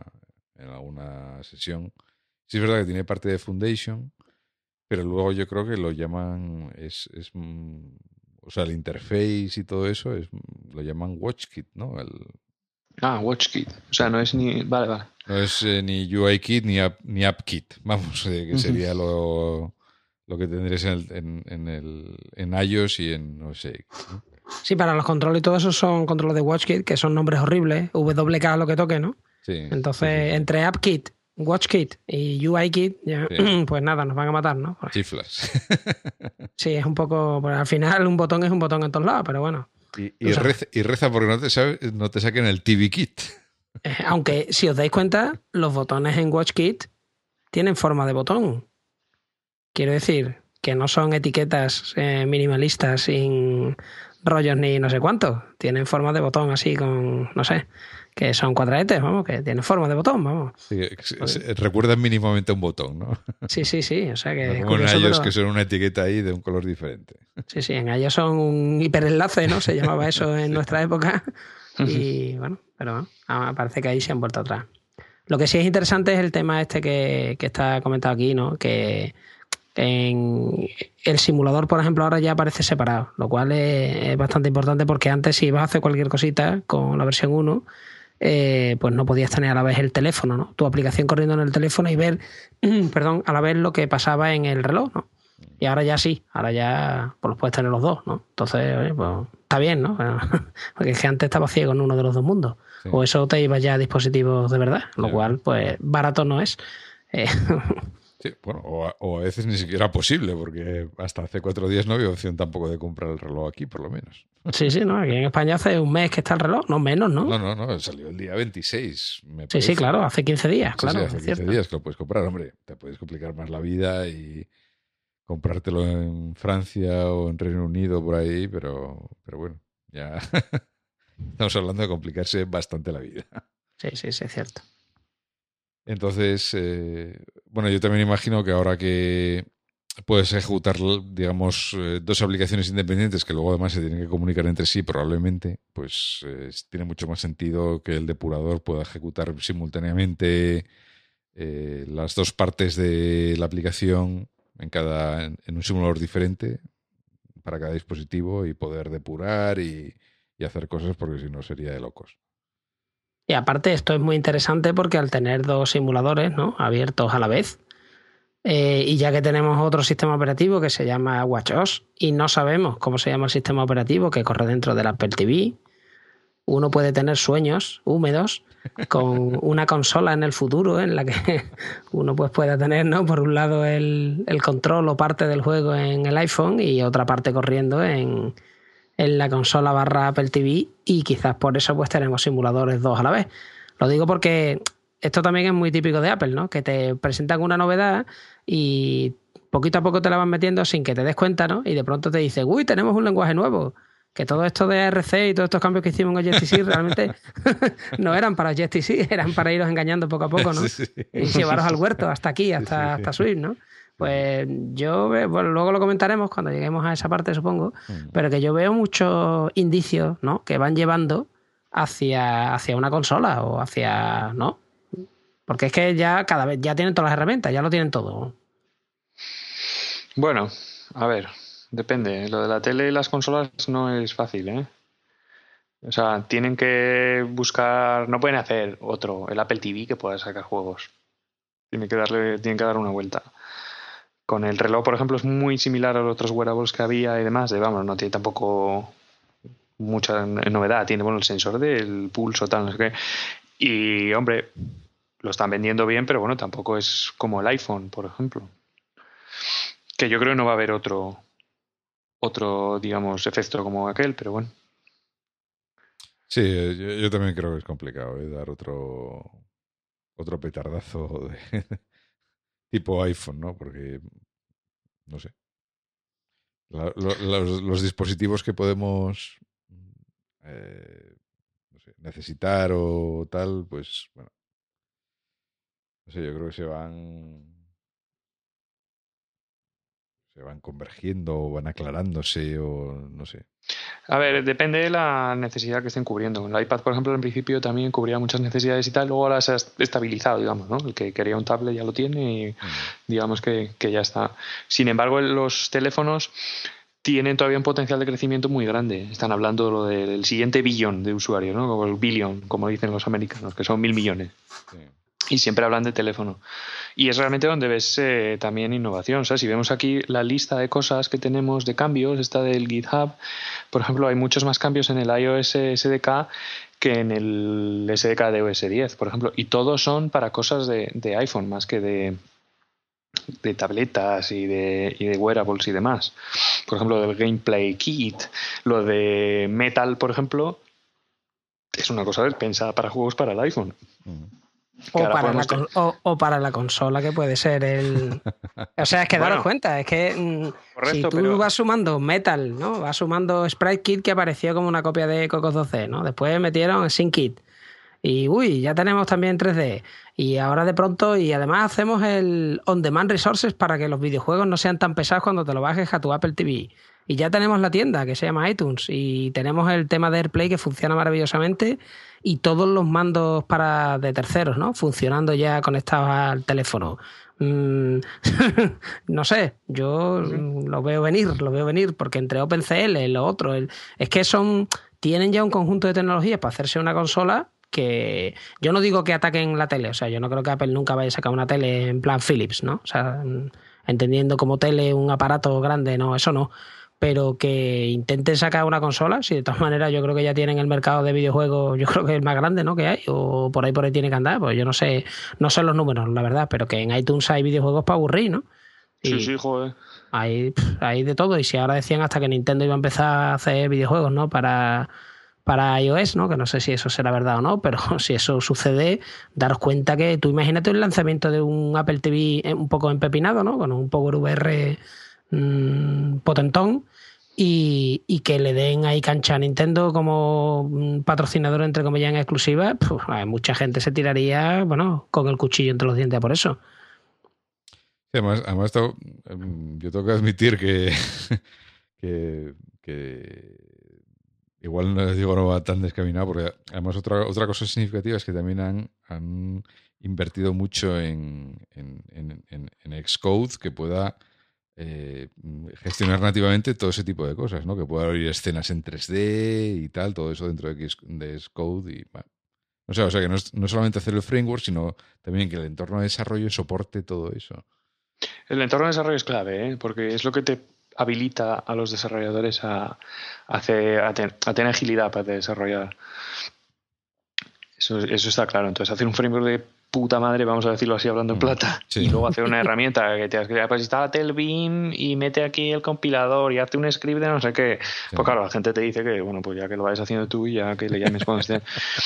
alguna sesión. Sí es verdad que tiene parte de Foundation, pero luego yo creo que lo llaman, o sea, el interface y todo eso lo llaman WatchKit, ¿no? WatchKit. O sea, no es ni... Vale. No es ni UIKit ni AppKit, vamos, que sería lo que tendréis en iOS y en OS X, ¿no? Sí, para los controles y todo eso son controles de WatchKit, que son nombres horribles, WK lo que toque, ¿no? Sí. Entonces, sí. Entre AppKit, WatchKit y UIKit, pues nada, nos van a matar, ¿no? Chiflas. Sí, es un poco... Pues al final un botón es un botón en todos lados, pero bueno. Y reza porque no te saquen el TV Kit. Aunque, si os dais cuenta, los botones en WatchKit tienen forma de botón. Quiero decir, que no son etiquetas minimalistas sin rollos ni no sé cuánto. Tienen forma de botón así con, no sé, que son cuadradetes, vamos, que tienen forma de botón, vamos. Sí, recuerdan mínimamente un botón, ¿no? Sí, o sea que... Como en iOS, que son una etiqueta ahí de un color diferente. Sí, en iOS son un hiperenlace, ¿no? Se llamaba eso en nuestra época. Y bueno, pero parece que ahí se han vuelto atrás. Lo que sí es interesante es el tema este que está comentado aquí, ¿no? Que en el simulador, por ejemplo, ahora ya aparece separado, lo cual es bastante importante porque antes si ibas a hacer cualquier cosita con la versión 1, pues no podías tener a la vez el teléfono, ¿no? Tu aplicación corriendo en el teléfono y ver, a la vez lo que pasaba en el reloj, ¿no? Y ahora ya sí, ahora ya pues los puedes tener los dos, ¿no? Entonces, pues está bien, ¿no? Porque es que antes estaba ciego en uno de los dos mundos. Sí. O eso te iba ya a dispositivos de verdad, lo cual, pues, barato no es. Sí, bueno, o a veces ni siquiera posible, porque hasta hace 4 días no había opción tampoco de comprar el reloj aquí, por lo menos. Sí, ¿no? Aquí en España hace un mes que está el reloj, no menos, ¿no? No, salió el día 26, me parece. Sí, claro, hace 15 días, claro. Sí, hace 15 días que lo puedes comprar, hombre, te puedes complicar más la vida y comprártelo en Francia o en Reino Unido por ahí, pero bueno, ya estamos hablando de complicarse bastante la vida. Sí, es cierto. Entonces, bueno, yo también imagino que ahora que puedes ejecutar, digamos, 2 aplicaciones independientes que luego además se tienen que comunicar entre sí, probablemente, pues tiene mucho más sentido que el depurador pueda ejecutar simultáneamente las 2 partes de la aplicación en un simulador diferente para cada dispositivo y poder depurar y hacer cosas, porque si no sería de locos. Y aparte esto es muy interesante porque al tener 2 simuladores, ¿no?, abiertos a la vez, y ya que tenemos otro sistema operativo que se llama WatchOS y no sabemos cómo se llama el sistema operativo que corre dentro del Apple TV, uno puede tener sueños húmedos con una consola en el futuro en la que uno pues pueda tener, ¿no?, por un lado el control o parte del juego en el iPhone y otra parte corriendo en la consola / Apple TV, y quizás por eso pues tenemos simuladores 2 a la vez. Lo digo porque esto también es muy típico de Apple, ¿no? Que te presentan una novedad y poquito a poco te la van metiendo sin que te des cuenta, ¿no? Y de pronto te dicen, uy, tenemos un lenguaje nuevo. Que todo esto de ARC y todos estos cambios que hicimos en OJTC realmente no eran para OJTC, eran para iros engañando poco a poco, ¿no? Sí. Y llevaros al huerto hasta aquí, hasta Swift, ¿no? Pues yo, bueno, luego lo comentaremos cuando lleguemos a esa parte, supongo, pero que yo veo muchos indicios, ¿no?, que van llevando hacia una consola o hacia... ¿no? Porque es que ya cada vez ya tienen todas las herramientas, ya lo tienen todo. Bueno, a ver, depende. Lo de la tele y las consolas no es fácil, ¿eh? O sea, tienen que buscar... No pueden hacer el Apple TV que pueda sacar juegos. Tienen que dar una vuelta. Con el reloj, por ejemplo, es muy similar a los otros wearables que había y demás. Vamos, no tiene tampoco mucha novedad. Tiene, bueno, el sensor del pulso, tal, no sé qué. Y, hombre, lo están vendiendo bien, pero bueno, tampoco es como el iPhone, por ejemplo. Que yo creo que no va a haber otro, digamos, efecto como aquel, pero bueno. Sí, yo también creo que es complicado, dar otro petardazo tipo iPhone, ¿no? Porque, no sé, los dispositivos que podemos no sé, necesitar o tal, pues, bueno, no sé, yo creo que se van convergiendo o van aclarándose o no sé. A ver, depende de la necesidad que estén cubriendo. El iPad, por ejemplo, en principio también cubría muchas necesidades y tal, luego ahora se ha estabilizado, digamos, ¿no? El que quería un tablet ya lo tiene y digamos que ya está. Sin embargo, los teléfonos tienen todavía un potencial de crecimiento muy grande. Están hablando de lo del siguiente billón de usuarios, ¿no? Como el billion, como dicen los americanos, que son 1.000 millones. Sí. Y siempre hablan de teléfono. Y es realmente donde ves también innovación. O sea, si vemos aquí la lista de cosas que tenemos de cambios, esta del GitHub, por ejemplo, hay muchos más cambios en el iOS SDK que en el SDK de OS 10, por ejemplo. Y todos son para cosas de iPhone, más que de tabletas y de wearables y demás. Por ejemplo, del Gameplay Kit, lo de Metal, por ejemplo, es una cosa pensada para juegos para el iPhone. O para la consola, que puede ser el... O sea, es que daros cuenta, es que correcto, si tú vas sumando Metal, ¿no? Vas sumando Sprite Kit, que apareció como una copia de Cocos 2D, ¿no? Después metieron SyncKit. Y ya tenemos también 3D. Y ahora de pronto, y además hacemos el on-demand resources para que los videojuegos no sean tan pesados cuando te lo bajes a tu Apple TV. Y ya tenemos la tienda que se llama iTunes. Y tenemos el tema de AirPlay que funciona maravillosamente. Y todos los mandos de terceros, ¿no? Funcionando ya conectados al teléfono. No sé, yo lo veo venir, porque entre OpenCL, lo otro, es que tienen ya un conjunto de tecnologías para hacerse una consola que yo no digo que ataquen la tele, o sea, yo no creo que Apple nunca vaya a sacar una tele en plan Philips, ¿no? O sea, entendiendo como tele un aparato grande, no, eso no. Pero que intenten sacar una consola, si de todas maneras yo creo que ya tienen el mercado de videojuegos, yo creo que es el más grande, ¿no? Que hay, o por ahí tiene que andar, pues yo no sé los números, la verdad, pero que en iTunes hay videojuegos para aburrir, ¿no? Y sí, joder. Hay de todo, y si ahora decían hasta que Nintendo iba a empezar a hacer videojuegos, ¿no? Para iOS, ¿no? Que no sé si eso será verdad o no, pero si eso sucede, daros cuenta que tú imagínate el lanzamiento de un Apple TV un poco empepinado, ¿no? Con un Power VR potentón y que le den ahí cancha a Nintendo como patrocinador, entre comillas, en exclusiva, pues, mucha gente se tiraría, bueno, con el cuchillo entre los dientes por eso. Sí, además yo tengo que admitir que igual no va tan descaminado, porque además otra cosa significativa es que también han invertido mucho en Xcode, que pueda gestionar nativamente todo ese tipo de cosas, ¿no? Que pueda abrir escenas en 3D y tal, todo eso dentro de Xcode y bueno. O sea que no solamente hacer el framework, sino también que el entorno de desarrollo soporte todo eso. El entorno de desarrollo es clave, ¿eh? Porque es lo que te habilita a los desarrolladores a tener agilidad para desarrollar. Eso está claro. Entonces, hacer un framework de puta madre, vamos a decirlo así hablando en plata, sí. Y luego hacer una herramienta que te has creado, pues instálate el Vim y mete aquí el compilador y hazte un script de no sé qué. Sí. Pues claro, la gente te dice que, bueno, pues ya que lo vayas haciendo tú y ya que le llames cuando esté.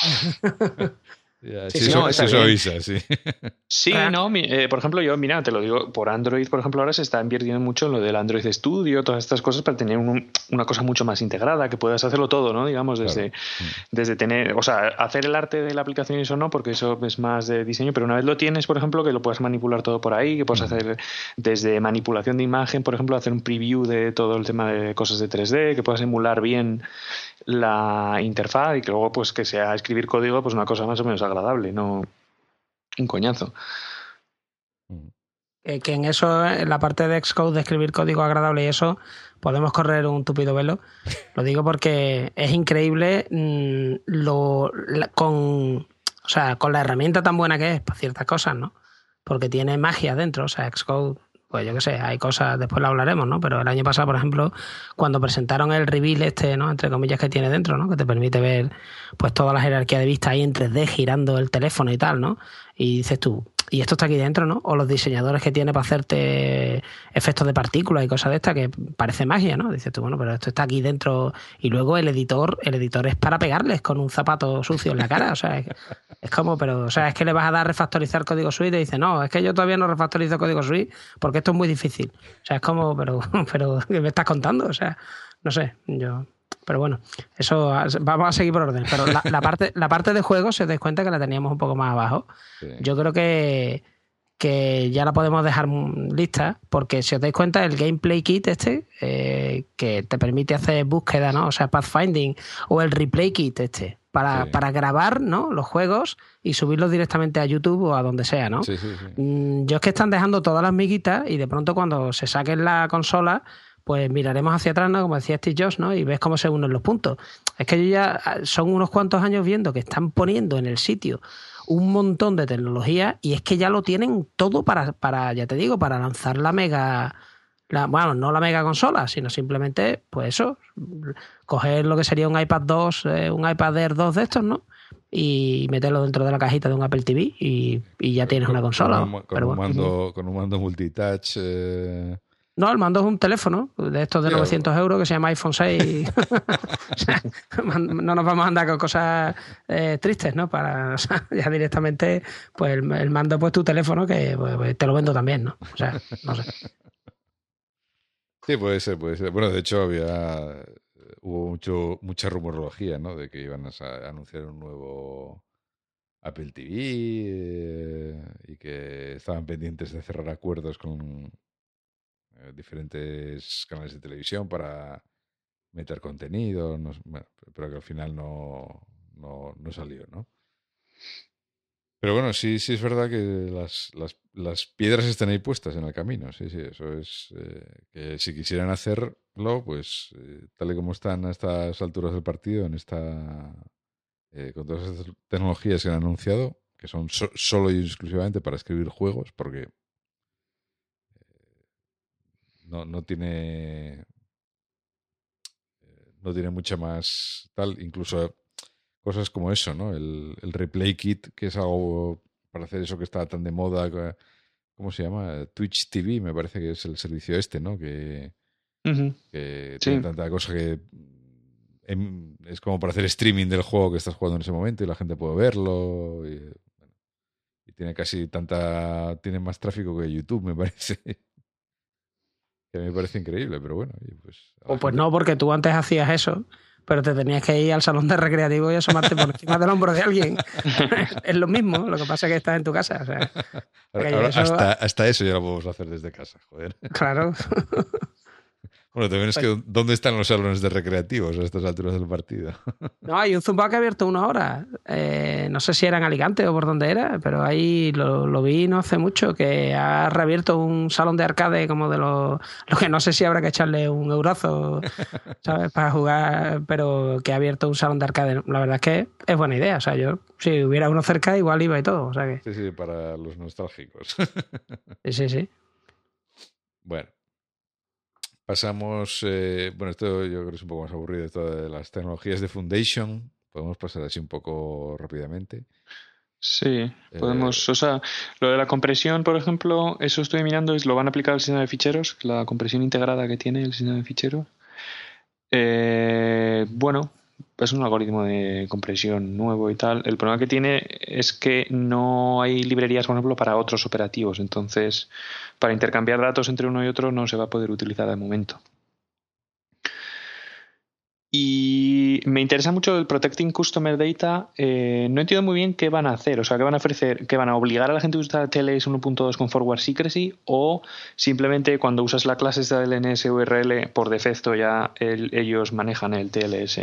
Sí, no, por ejemplo, yo, mira, te lo digo, por Android, por ejemplo, ahora se está invirtiendo mucho en lo del Android Studio, todas estas cosas para tener una cosa mucho más integrada, que puedas hacerlo todo, ¿no? Digamos, desde tener, o sea, hacer el arte de la aplicación y eso no, porque eso es más de diseño, pero una vez lo tienes, por ejemplo, que lo puedas manipular todo por ahí, que puedas hacer desde manipulación de imagen, por ejemplo, hacer un preview de todo el tema de cosas de 3D, que puedas emular bien la interfaz y que luego pues que sea escribir código pues una cosa más o menos agradable, no un coñazo. Que en eso, en la parte de Xcode, de escribir código agradable y eso, podemos correr un tupido velo. Lo digo porque es increíble con la herramienta tan buena que es para ciertas cosas, ¿no? Porque tiene magia dentro, o sea, Xcode, pues yo qué sé, hay cosas, después lo hablaremos, ¿no? Pero el año pasado, por ejemplo, cuando presentaron el reveal ¿no? Entre comillas, que tiene dentro, ¿no? Que te permite ver pues toda la jerarquía de vista ahí en 3D girando el teléfono y tal, ¿no? Y dices tú, y esto está aquí dentro, ¿no? O los diseñadores que tiene para hacerte efectos de partículas y cosas de estas, que parece magia, ¿no? Dices tú, bueno, pero esto está aquí dentro. Y luego el editor es para pegarles con un zapato sucio en la cara, o sea, es como, pero, o sea, es que le vas a dar refactorizar código suite y dice, no, es que yo todavía no refactorizo código suite porque esto es muy difícil. O sea, es como, pero ¿qué me estás contando? O sea, no sé, pero bueno, eso vamos a seguir por orden. Pero la parte de juegos, si os dais cuenta que la teníamos un poco más abajo. Sí. Yo creo que ya la podemos dejar lista, porque si os dais cuenta, el Gameplay Kit que te permite hacer búsqueda, ¿no? O sea, Pathfinding, o el Replay Kit para grabar, ¿no? Los juegos y subirlos directamente a YouTube o a donde sea, ¿no? Sí. Yo es que están dejando todas las miguitas y de pronto cuando se saquen la consola, pues miraremos hacia atrás, ¿no? Como decía Steve Jobs, ¿no? Y ves cómo se unen los puntos. Es que yo ya son unos cuantos años viendo que están poniendo en el sitio un montón de tecnología y es que ya lo tienen todo para ya te digo, para lanzar la mega... bueno, no la mega consola, sino simplemente, pues eso, coger lo que sería un iPad 2, un iPad Air 2 de estos, ¿no? Y meterlo dentro de la cajita de un Apple TV y ya tienes una consola. Con un mando multitouch... No, el mando es un teléfono de estos de 900 euros que se llama iPhone 6. O sea, no nos vamos a andar con cosas tristes, ¿no? O sea, ya directamente, pues el mando, pues tu teléfono, que pues, te lo vendo también, ¿no? O sea, no sé. Sí, puede ser. Bueno, de hecho hubo mucha rumorología, ¿no? De que iban a anunciar un nuevo Apple TV y que estaban pendientes de cerrar acuerdos con diferentes canales de televisión para meter contenido, bueno, pero que al final no salió, ¿no? Pero bueno, sí es verdad que las piedras están ahí puestas en el camino, sí, eso es que si quisieran hacerlo, pues tal y como están a estas alturas del partido, con todas estas tecnologías que han anunciado, que son solo y exclusivamente para escribir juegos, porque no tiene mucha más tal, incluso cosas como eso, ¿no? El Replay Kit, que es algo para hacer eso que está tan de moda, ¿cómo se llama? Twitch TV, me parece que es el servicio ¿no? Que tiene tanta cosa que es como para hacer streaming del juego que estás jugando en ese momento y la gente puede verlo y tiene tiene más tráfico que YouTube, me parece. Que a mí me parece increíble, pero bueno. Pues, pues no, porque tú antes hacías eso, pero te tenías que ir al salón de recreativo y asomarte por encima del hombro de alguien. Es lo mismo, lo que pasa es que estás en tu casa. O sea, ahora hasta eso ya lo podemos hacer desde casa, joder. Claro. Bueno, también es que ¿dónde están los salones de recreativos a estas alturas del partido? No, hay un Zumba que ha abierto una hora. No sé si era en Alicante o por dónde era, pero ahí lo vi no hace mucho, que ha reabierto un salón de arcade como de lo que no sé si habrá que echarle un eurazo, ¿sabes? Para jugar, pero que ha abierto un salón de arcade. La verdad es que es buena idea. O sea, yo, si hubiera uno cerca, igual iba y todo. O sea que... Sí, para los nostálgicos. Sí. Bueno. Pasamos, bueno, esto yo creo que es un poco más aburrido, esto de las tecnologías de Foundation. Podemos pasar así un poco rápidamente. Sí, podemos, o sea, lo de la compresión, por ejemplo, eso estoy mirando, lo van a aplicar al sistema de ficheros, la compresión integrada que tiene el sistema de ficheros. Bueno, es un algoritmo de compresión nuevo y tal. El problema que tiene es que no hay librerías, por ejemplo, para otros operativos. Entonces, para intercambiar datos entre uno y otro no se va a poder utilizar de momento. Y Me interesa mucho el Protecting Customer Data. No entiendo muy bien qué van a hacer. O sea, qué van a ofrecer, que van a obligar a la gente a usar TLS 1.2 con Forward Secrecy, o simplemente cuando usas la clase esta del NSURL, por defecto ya ellos manejan el TLS.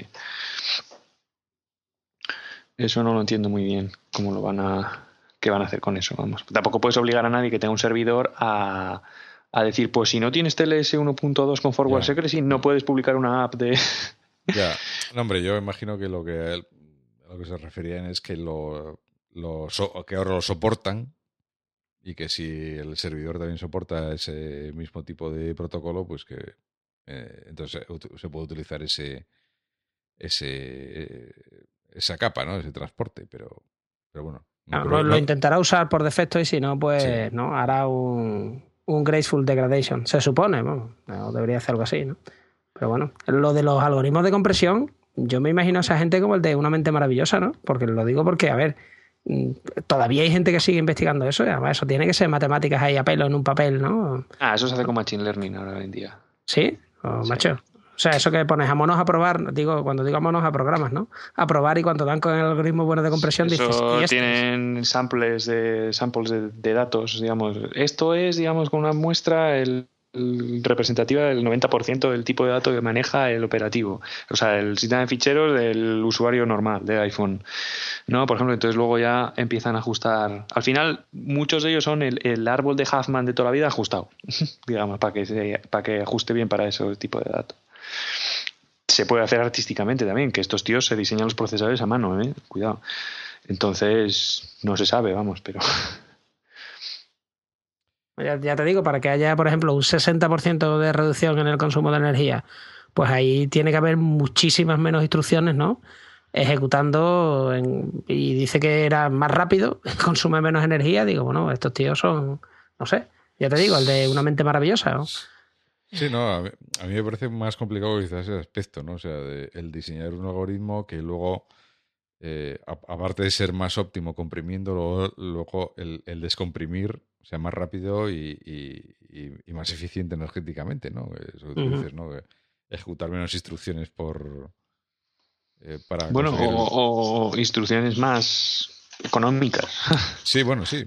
Eso no lo entiendo muy bien. ¿Cómo lo van a... ¿Qué van a hacer con eso? Vamos. Tampoco puedes obligar a nadie que tenga un servidor a decir, pues si no tienes TLS 1.2 con Forward Secrecy, no puedes publicar una app de... Ya, no, hombre, yo imagino que a lo que se referían es que que ahora lo soportan, y que si el servidor también soporta ese mismo tipo de protocolo, pues que entonces se puede utilizar esa capa, ¿no? Ese transporte, pero bueno. Lo intentará usar por defecto, y si no, pues sí. no hará un graceful degradation. Se supone, bueno, no, debería hacer algo así, ¿no? Pero bueno, lo de los algoritmos de compresión, yo me imagino a esa gente como el de Una mente maravillosa, ¿no? Porque lo digo porque, a ver, todavía hay gente que sigue investigando eso, y además eso tiene que ser matemáticas ahí a pelo en un papel, ¿no? Eso se hace con Machine Learning ahora en día. ¿Sí? Sí. Macho. O sea, eso que pones a monos a probar, cuando digo a monos a programas, ¿no? A probar, y cuando dan con el algoritmo bueno de compresión dices... Eso tienen samples de datos, digamos. Esto es, digamos, con una muestra representativa del 90% del tipo de datos que maneja el operativo. O sea, el sistema de ficheros del usuario normal, de iPhone. ¿No? Por ejemplo, entonces luego ya empiezan a ajustar. Al final, muchos de ellos son el árbol de Huffman de toda la vida ajustado, digamos, para que ajuste bien para ese tipo de datos. Se puede hacer artísticamente también, que estos tíos se diseñan los procesadores a mano, cuidado. Entonces, no se sabe, vamos, pero... Ya te digo, para que haya, por ejemplo, un 60% de reducción en el consumo de energía, pues ahí tiene que haber muchísimas menos instrucciones, ¿no? Ejecutando, y dice que era más rápido, consume menos energía. Digo, bueno, estos tíos son, no sé, ya te digo, el de Una mente maravillosa, ¿no? Sí, no, a mí me parece más complicado quizás ese aspecto, ¿no? O sea, el diseñar un algoritmo que luego, aparte de ser más óptimo comprimiendo, luego el descomprimir sea más rápido y más eficiente energéticamente, ¿no? Eso que tú dices, ¿no? Ejecutar menos instrucciones para bueno, conseguir... o instrucciones más económicas. Sí, bueno, sí.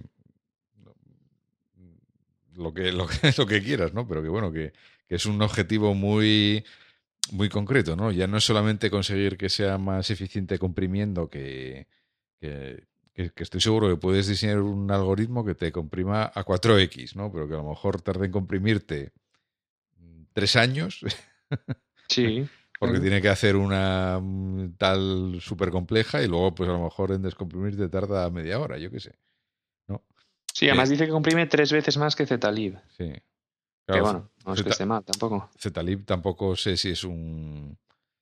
Lo que quieras, ¿no? Pero que bueno, que es un objetivo muy, muy concreto, ¿no? Ya no es solamente conseguir que sea más eficiente comprimiendo, que estoy seguro que puedes diseñar un algoritmo que te comprima a 4x, ¿no? Pero que a lo mejor tarde en comprimirte 3 años. Sí. Porque tiene que hacer una tal súper compleja, y luego pues a lo mejor en descomprimirte tarda media hora, yo qué sé, ¿no? Sí, además dice que comprime 3 veces más que Zlib. Sí. Claro, que bueno, no es que esté mal tampoco. Zlib tampoco sé si es un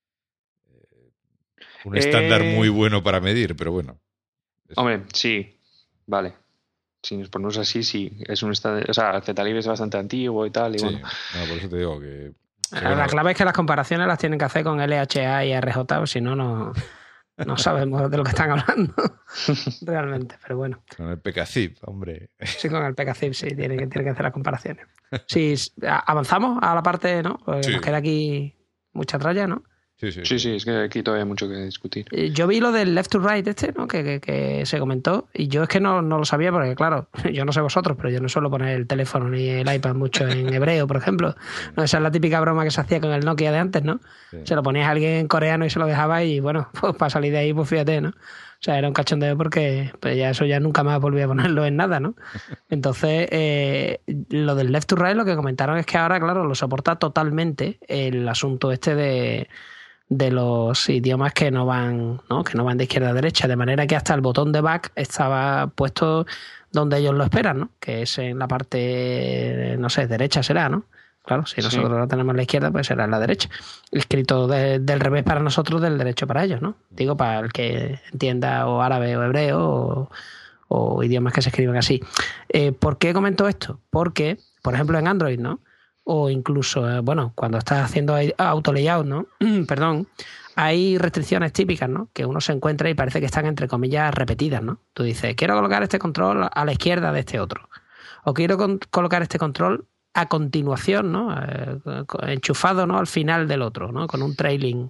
estándar muy bueno para medir, pero bueno. Hombre, sí, vale. Si nos ponemos así, sí. Es un estándar. O sea, Zlib es bastante antiguo y tal. Y sí, bueno. no, por eso te digo que... La clave es que las comparaciones las tienen que hacer con LHA y RJ, o si no, no sabemos de lo que están hablando realmente, pero bueno. Con el PKZIP, hombre. Sí, con el PKZIP, sí, tiene que hacer las comparaciones. Sí, avanzamos a la parte, ¿no? Porque nos queda aquí mucha tralla, ¿no? Sí, es que aquí todavía hay mucho que discutir. Yo vi lo del left to right ¿no? Que se comentó, y yo es que no lo sabía, porque claro, yo no sé vosotros, pero yo no suelo poner el teléfono ni el iPad mucho en hebreo, por ejemplo. No, esa es la típica broma que se hacía con el Nokia de antes, ¿no? Sí. Se lo ponías a alguien en coreano y se lo dejaba, y bueno, pues para salir de ahí, pues fíjate, ¿no? O sea, era un cachondeo, porque pues ya nunca más volví a ponerlo en nada, ¿no? Entonces, lo del left to right, lo que comentaron es que ahora, claro, lo soporta totalmente el asunto este de los idiomas que no van de izquierda a derecha, de manera que hasta el botón de back estaba puesto donde ellos lo esperan, ¿no? Que es en la parte, no sé, derecha será, ¿no? Claro, si nosotros lo tenemos en la izquierda, pues será en la derecha. Escrito del revés para nosotros, del derecho para ellos, ¿no? Digo, para el que entienda o árabe o hebreo o idiomas que se escriben así. ¿Por qué comento esto? Porque, por ejemplo, en Android, ¿no? O incluso, bueno, cuando estás haciendo auto layout, ¿no? Perdón, hay restricciones típicas, ¿no? Que uno se encuentra y parece que están, entre comillas, repetidas, ¿no? Tú dices, quiero colocar este control a la izquierda de este otro. O quiero colocar este control a continuación, ¿no? Enchufado, ¿no? Al final del otro, ¿no? Con un trailing. O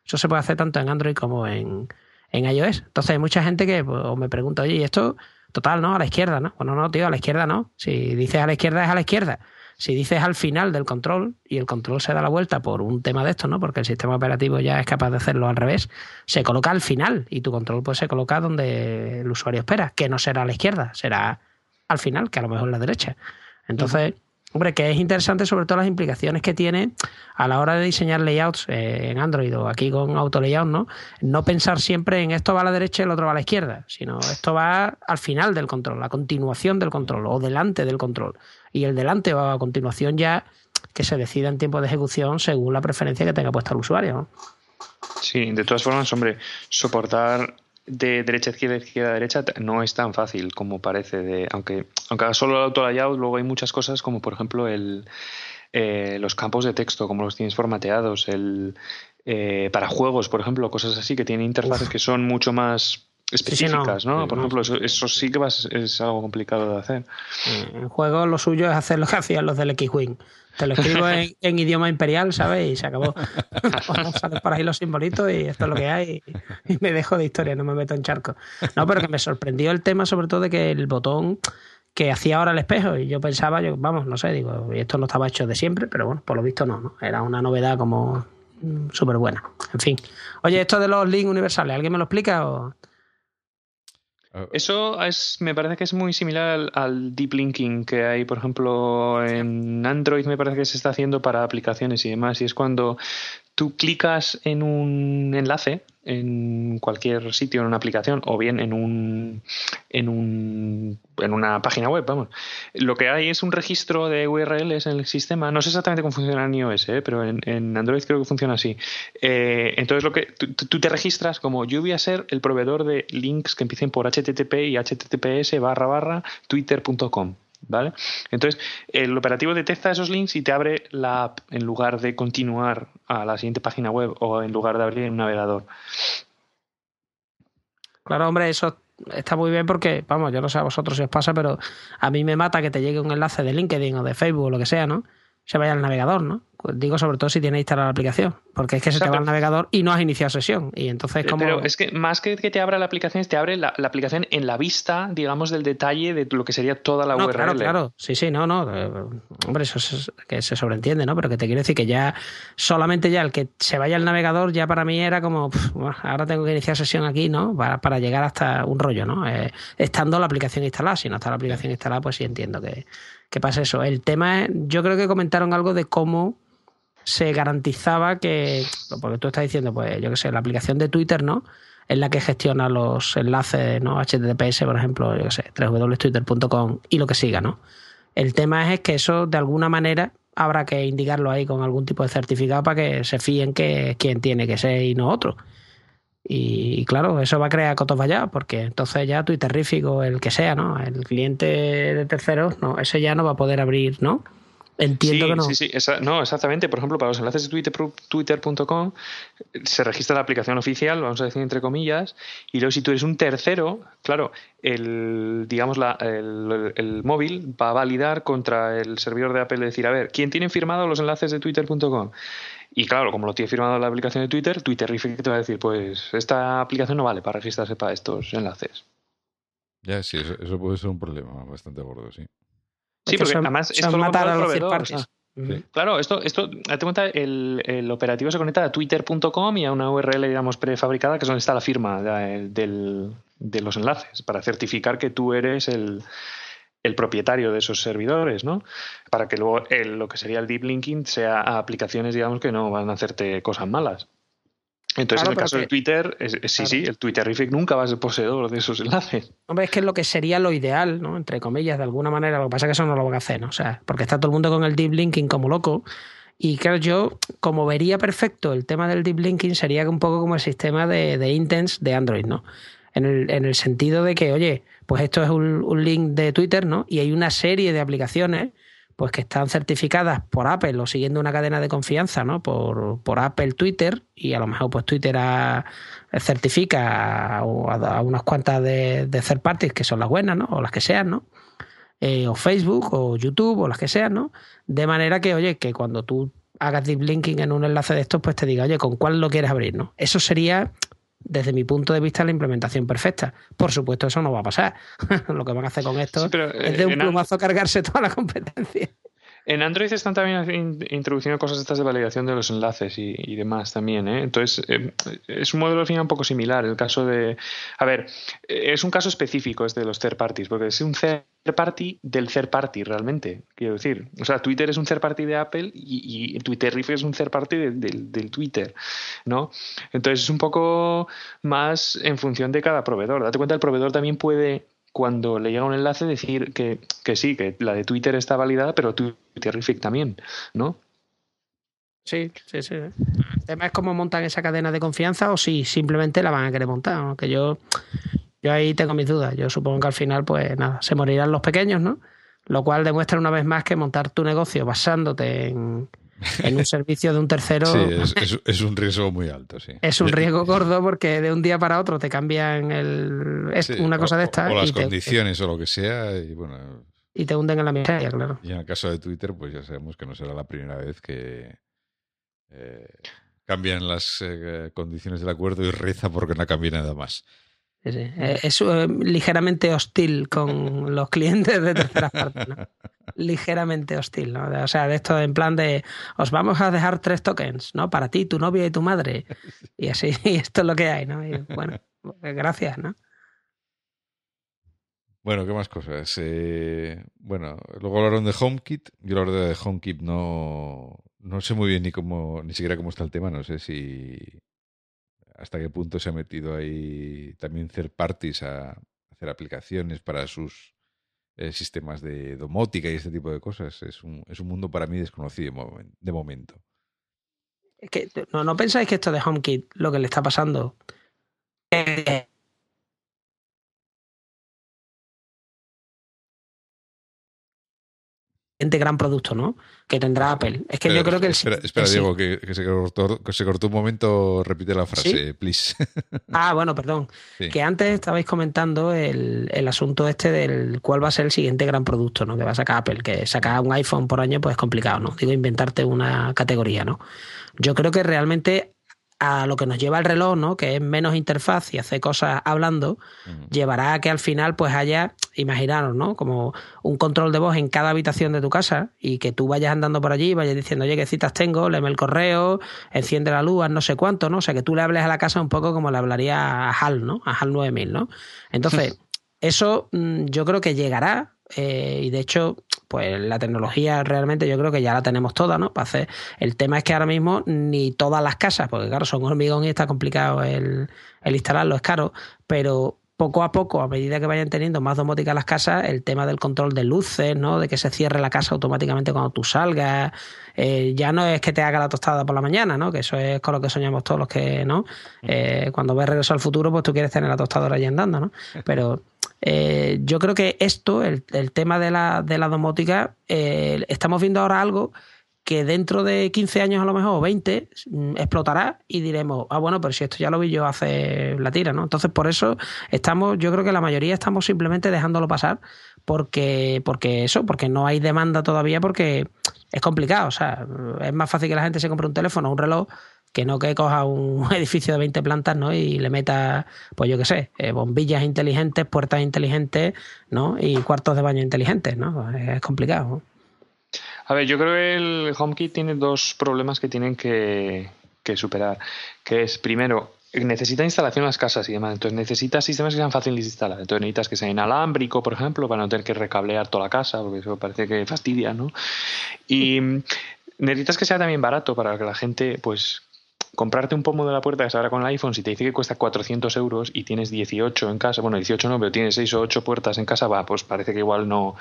Eso se puede hacer tanto en Android como en iOS. Entonces hay mucha gente que pues, me pregunta, oye, ¿y esto? Total, ¿no? A la izquierda, ¿no? Bueno, no, tío, a la izquierda no. Si dices a la izquierda, es a la izquierda. Si dices al final del control y el control se da la vuelta por un tema de esto, ¿no? Porque el sistema operativo ya es capaz de hacerlo al revés, se coloca al final y tu control pues se coloca donde el usuario espera, que no será a la izquierda, será al final, que a lo mejor a la derecha. Entonces, hombre, que es interesante sobre todo las implicaciones que tiene a la hora de diseñar layouts en Android o aquí con Auto Layout, ¿no? No pensar siempre en esto va a la derecha y el otro va a la izquierda, sino esto va al final del control, a continuación del control o delante del control. Y el delante va a continuación ya que se decida en tiempo de ejecución según la preferencia que tenga puesta el usuario, ¿no? Sí, de todas formas, hombre, soportar de derecha a izquierda, izquierda a derecha no es tan fácil como parece. Aunque haga solo el auto layout, luego hay muchas cosas como por ejemplo los campos de texto, como los tienes formateados, para juegos, por ejemplo, cosas así que tienen interfaces que son mucho más específicas, ¿no? Por ejemplo, eso sí que es algo complicado de hacer. En juegos lo suyo es hacer lo que hacían los del X-Wing. Te lo escribo en idioma imperial, ¿sabes? Y se acabó. Salen por ahí los simbolitos y esto es lo que hay. Y me dejo de historia, no me meto en charco. No, pero que me sorprendió el tema, sobre todo de que el botón que hacía ahora el espejo, y yo pensaba, vamos, no sé, digo, esto no estaba hecho de siempre, pero bueno, por lo visto no. Era una novedad como súper buena. En fin. Oye, esto de los links universales, ¿alguien me lo explica o...? Eso me parece que es muy similar al deep linking que hay, por ejemplo, en Android. Me parece que se está haciendo para aplicaciones y demás. Y es cuando tú clicas en un enlace en cualquier sitio, en una aplicación, o bien en una página web, vamos. Lo que hay es un registro de URLs en el sistema. No sé exactamente cómo funciona en iOS, pero en Android creo que funciona así. Entonces lo que tú te registras como yo voy a ser el proveedor de links que empiecen por HTTP y https://twitter.com. ¿Vale? Entonces, el operativo detecta esos links y te abre la app en lugar de continuar a la siguiente página web o en lugar de abrir un navegador. Claro, hombre, eso está muy bien porque, vamos, yo no sé a vosotros si os pasa, pero a mí me mata que te llegue un enlace de LinkedIn o de Facebook o lo que sea, ¿no? Se vaya al navegador, ¿no? Digo sobre todo si tienes instalada la aplicación, porque es que se te va al navegador y no has iniciado sesión y entonces como... Pero es que más que te abra la aplicación, te abre la aplicación en la vista, digamos, del detalle de lo que sería toda la URL. Claro, sí, no, hombre, eso es que se sobreentiende, ¿no? Pero que te quiero decir que ya solamente ya el que se vaya al navegador ya para mí era como, bueno, ahora tengo que iniciar sesión aquí, ¿no? Para llegar hasta un rollo, ¿no? Estando la aplicación instalada, si no está la aplicación instalada, pues sí entiendo que pasa eso. El tema es, yo creo que comentaron algo de cómo se garantizaba que, porque tú estás diciendo, pues yo qué sé, la aplicación de Twitter, ¿no? Es la que gestiona los enlaces, ¿no? HTTPS, por ejemplo, yo qué sé, www.twitter.com y lo que siga, ¿no? El tema es que eso, de alguna manera, habrá que indicarlo ahí con algún tipo de certificado para que se fíen que quien tiene que ser y no otro. Y claro, eso va a crear cotos vallados, porque entonces ya Twitterrific o el que sea, ¿no? El cliente de terceros, no, ese ya no va a poder abrir, ¿no? Entiendo que no. Sí, no, exactamente. Por ejemplo, para los enlaces de twitter.com se registra la aplicación oficial, vamos a decir entre comillas, y luego si tú eres un tercero, claro, el móvil va a validar contra el servidor de Apple, decir, a ver, ¿quién tiene firmado los enlaces de twitter.com? Y claro, como lo tiene firmado la aplicación de Twitter, Twitterrific te va a decir, pues esta aplicación no vale para registrarse para estos enlaces. Ya, sí, eso puede ser un problema bastante gordo, sí. Sí, porque además esto lo controla el proveedor. O sea, sí. Claro, esto, date cuenta, el operativo se conecta a twitter.com y a una URL, digamos, prefabricada, que es donde está la firma de los enlaces, para certificar que tú eres el propietario de esos servidores, ¿no? Para que luego lo que sería el deep linking sea a aplicaciones, digamos, que no van a hacerte cosas malas. Entonces, claro, en el caso de Twitter, sí, el Twitterrific nunca va a ser poseedor de esos enlaces. Hombre, es que es lo que sería lo ideal, ¿no? Entre comillas, de alguna manera. Lo que pasa es que eso no lo van a hacer, ¿no? O sea, porque está todo el mundo con el deep linking como loco. Y claro, yo, como vería perfecto el tema del deep linking, sería un poco como el sistema de intents de Android, ¿no? En el sentido de que, oye, pues esto es un link de Twitter, ¿no? Y hay una serie de aplicaciones pues que están certificadas por Apple o siguiendo una cadena de confianza, ¿no? Por Apple Twitter, y a lo mejor pues Twitter certifica a unas cuantas de third parties que son las buenas, ¿no? O las que sean, ¿no? O Facebook o YouTube o las que sean, ¿no? De manera que, oye, que cuando tú hagas deep linking en un enlace de estos, pues te diga, oye, ¿con cuál lo quieres abrir? ¿No? Eso sería, desde mi punto de vista, la implementación perfecta. Por supuesto, eso no va a pasar. Lo que van a hacer con esto es de un plumazo cargarse toda la competencia. En Android están también introduciendo cosas estas de validación de los enlaces y demás también, ¿eh? Entonces, es un modelo al final un poco similar. El caso de... A ver, es un caso específico este de los third parties, porque es un third party del third party realmente, quiero decir. O sea, Twitter es un third party de Apple y Twitterrific es un third party del Twitter, ¿no? Entonces, es un poco más en función de cada proveedor. Date cuenta, el proveedor también puede... cuando le llega un enlace decir que sí, que la de Twitter está validada, pero Twitterrific también, ¿no? Sí. El tema es cómo montan esa cadena de confianza o si simplemente la van a querer montar, ¿no? Que yo ahí tengo mis dudas. Yo supongo que al final, pues nada, se morirán los pequeños, ¿no? Lo cual demuestra una vez más que montar tu negocio basándote en un servicio de un tercero... Sí, es un riesgo muy alto, sí. Es un riesgo gordo porque de un día para otro te cambian una cosa de estas. O las condiciones o lo que sea, y bueno... Y te hunden en la miseria, claro. Y en el caso de Twitter, pues ya sabemos que no será la primera vez que cambian las condiciones del acuerdo y reza porque no cambie nada más. Sí. Es ligeramente hostil con los clientes de terceras partes, ¿no? Ligeramente hostil, ¿no? O sea, de esto en plan de os vamos a dejar 3 tokens, ¿no? Para ti, tu novia y tu madre. Y así, y esto es lo que hay, ¿no? Y bueno, gracias, ¿no? Bueno, ¿qué más cosas? Bueno, luego hablaron de HomeKit. Yo la verdad de HomeKit no sé muy bien ni siquiera cómo está el tema. No sé si hasta qué punto se ha metido ahí también third parties a hacer aplicaciones para sus sistemas de domótica y este tipo de cosas. Es un mundo para mí desconocido de momento. Es que ¿no pensáis que esto de HomeKit, lo que le está pasando gran producto, ¿no? Que tendrá Apple. Es que yo creo que Espera, Diego, que se cortó un momento. Repite la frase, ¿sí? Please. Bueno, perdón. Sí. Que antes estabais comentando el asunto este del cuál va a ser el siguiente gran producto, ¿no? Que va a sacar Apple. Que sacar un iPhone por año pues es complicado, ¿no? Digo, inventarte una categoría, ¿no? Yo creo que realmente a lo que nos lleva el reloj, ¿no? Que es menos interfaz y hacer cosas hablando, llevará a que al final pues haya, imaginaros, ¿no? Como un control de voz en cada habitación de tu casa y que tú vayas andando por allí y vayas diciendo, oye, qué citas tengo, léeme el correo, enciende la luz, haz no sé cuánto, ¿no? O sea, que tú le hables a la casa un poco como le hablaría a HAL, ¿no? A HAL 9000, ¿no? Entonces, eso yo creo que llegará y de hecho pues la tecnología realmente yo creo que ya la tenemos toda, ¿no? Para hacer. El tema es que ahora mismo ni todas las casas, porque claro, son hormigón y está complicado el instalarlo, es caro, pero poco a poco, a medida que vayan teniendo más domótica las casas, el tema del control de luces, ¿no? De que se cierre la casa automáticamente cuando tú salgas, ya no es que te haga la tostada por la mañana, ¿no? Que eso es con lo que soñamos todos los que, ¿no? Cuando ves Regreso al Futuro, pues tú quieres tener la tostadora allí andando, ¿no? Pero yo creo que esto, el tema de la domótica, estamos viendo ahora algo que dentro de 15 años a lo mejor, o 20, explotará y diremos, bueno, pero si esto ya lo vi yo hace la tira, ¿no? Entonces, por eso yo creo que la mayoría estamos simplemente dejándolo pasar porque no hay demanda todavía, porque es complicado, o sea, es más fácil que la gente se compre un teléfono o un reloj que no que coja un edificio de 20 plantas, ¿no? Y le meta, pues yo qué sé, bombillas inteligentes, puertas inteligentes, ¿no? Y cuartos de baño inteligentes, ¿no? Es complicado, ¿no? A ver, yo creo que el HomeKit tiene 2 problemas que tienen que superar. Que es, primero, necesita instalación en las casas y demás. Entonces necesitas sistemas que sean fáciles de instalar. Entonces necesitas que sea inalámbrico, por ejemplo, para no tener que recablear toda la casa, porque eso parece que fastidia, ¿no? Y necesitas que sea también barato para que la gente, pues, comprarte un pomo de la puerta que se abra con el iPhone, si te dice que cuesta 400 euros y tienes 18 en casa, bueno, 18 no, pero tienes 6 o 8 puertas en casa, pues parece que igual no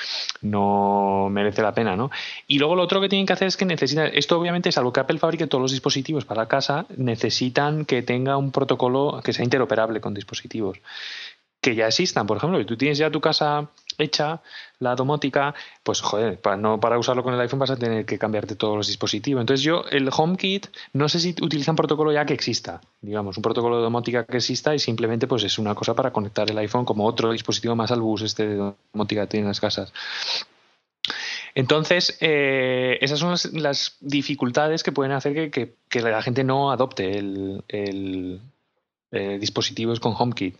merece la pena, ¿no? Y luego lo otro que tienen que hacer es que necesitan, esto obviamente, salvo que Apple fabrique todos los dispositivos para la casa, necesitan que tenga un protocolo que sea interoperable con dispositivos que ya existan. Por ejemplo, si tú tienes ya tu casa hecha, la domótica, pues joder, para usarlo con el iPhone vas a tener que cambiarte todos los dispositivos. Entonces el HomeKit, no sé si utilizan un protocolo ya que exista, digamos, un protocolo de domótica que exista y simplemente pues es una cosa para conectar el iPhone como otro dispositivo más al bus de domótica que tienen las casas. Entonces, esas son las dificultades que pueden hacer que la gente no adopte el dispositivos con HomeKit,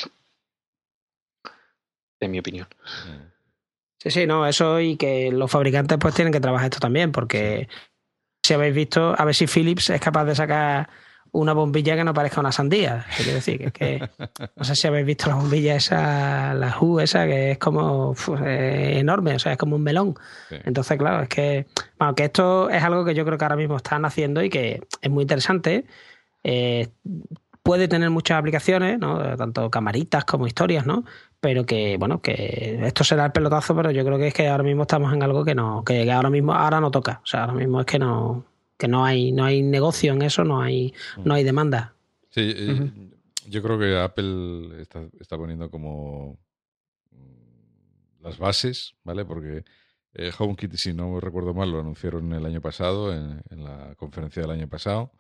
en mi opinión. Sí, no, eso, y que los fabricantes pues tienen que trabajar esto también, porque si habéis visto, a ver si Philips es capaz de sacar una bombilla que no parezca una sandía. Quiero decir, que no sé si habéis visto la bombilla esa, la Hue esa, que es como enorme, o sea, es como un melón. Sí. Entonces, claro, es que, bueno, que esto es algo que yo creo que ahora mismo están haciendo y que es muy interesante. Puede tener muchas aplicaciones, ¿no? Tanto camaritas como historias, ¿no? Pero que, bueno, que esto será el pelotazo, pero yo creo que es que ahora mismo estamos en algo que ahora no toca. O sea, ahora mismo es que no hay negocio en eso, no hay demanda. Sí, yo creo que Apple está poniendo como las bases, ¿vale? Porque HomeKit, si no recuerdo mal, lo anunciaron el año pasado, en la conferencia del año pasado.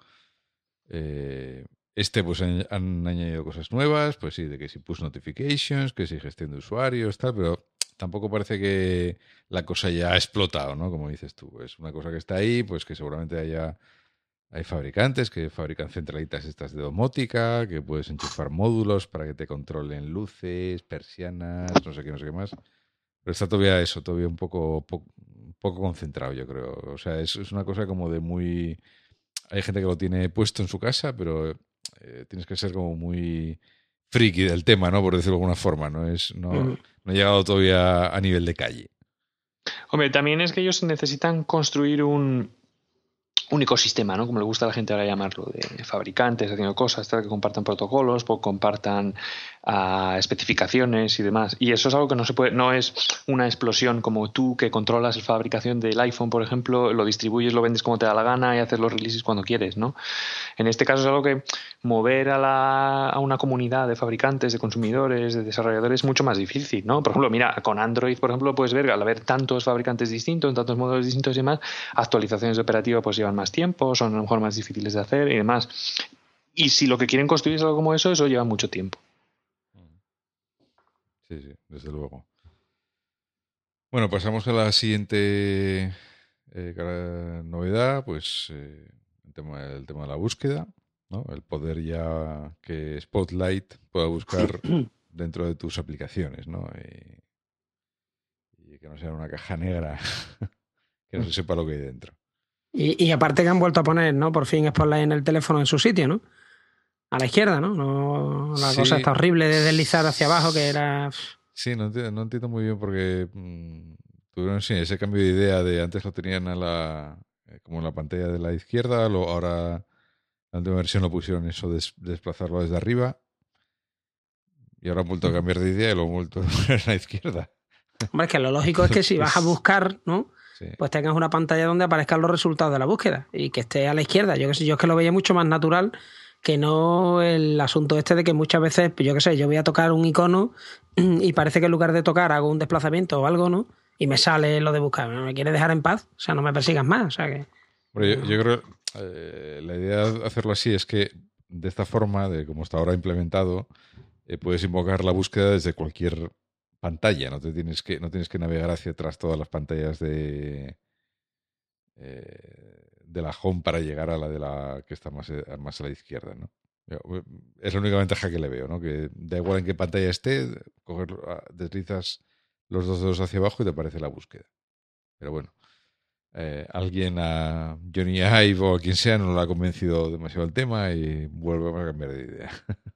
Pues han añadido cosas nuevas, pues sí, de que si push notifications, que si gestión de usuarios, tal, pero tampoco parece que la cosa ya ha explotado, ¿no? Como dices tú, es una cosa que está ahí, pues que seguramente hay fabricantes que fabrican centralitas estas de domótica, que puedes enchufar módulos para que te controlen luces, persianas, no sé qué más. Pero está todavía un poco concentrado, yo creo. O sea, es una cosa como de muy... Hay gente que lo tiene puesto en su casa, pero tienes que ser como muy friki del tema, ¿no? Por decirlo de alguna forma. No ha llegado todavía a nivel de calle. Hombre, también es que ellos necesitan construir un ecosistema, ¿no? Como le gusta a la gente ahora llamarlo, de fabricantes haciendo cosas, que compartan protocolos, compartan especificaciones y demás. Y eso es algo que no es una explosión como tú, que controlas la fabricación del iPhone, por ejemplo, lo distribuyes, lo vendes como te da la gana y haces los releases cuando quieres, ¿no? En este caso es algo que mover a una comunidad de fabricantes, de consumidores, de desarrolladores es mucho más difícil, ¿no? Por ejemplo, mira, con Android, por ejemplo, puedes ver, al haber tantos fabricantes distintos, tantos modelos distintos y demás, actualizaciones de operativa pues llevan más tiempo, son a lo mejor más difíciles de hacer y demás. Y si lo que quieren construir es algo como eso lleva mucho tiempo. Sí, desde luego. Bueno, pasamos a la siguiente novedad, pues el tema de la búsqueda, ¿no? El poder ya que Spotlight pueda buscar dentro de tus aplicaciones, ¿no? Y que no sea una caja negra que no se sepa lo que hay dentro. Y aparte que han vuelto a poner, ¿no? Por fin Spotlight en el teléfono en su sitio, ¿no? A la izquierda, ¿no? La cosa está horrible de deslizar hacia abajo, que era... Sí, no entiendo muy bien porque tuvieron ese cambio de idea de antes lo tenían como en la pantalla de la izquierda, ahora la última versión lo pusieron eso de desplazarlo desde arriba y ahora han vuelto a cambiar de idea y lo han vuelto a poner a la izquierda. Hombre, es que lo lógico es que si vas a buscar, ¿no? Sí. Pues tengas una pantalla donde aparezcan los resultados de la búsqueda y que esté a la izquierda. Yo es que lo veía mucho más natural que no el asunto este de que muchas veces, yo voy a tocar un icono y parece que en lugar de tocar hago un desplazamiento o algo, ¿no? Y me sale lo de buscar. ¿Me quieres dejar en paz? O sea, no me persigas más. O sea que... Bueno, yo creo la idea de hacerlo así es que de esta forma, de como está ahora implementado, puedes invocar la búsqueda desde cualquier pantalla. No tienes que navegar hacia atrás todas las pantallas de la home para llegar a la de la que está más a la izquierda, ¿no? Es la única ventaja que le veo, ¿no? Que da igual en qué pantalla esté, deslizas los dos dedos hacia abajo y te aparece la búsqueda. Pero bueno, alguien, a Johnny Ive o a quien sea, no lo ha convencido demasiado el tema y vuelve a cambiar de idea.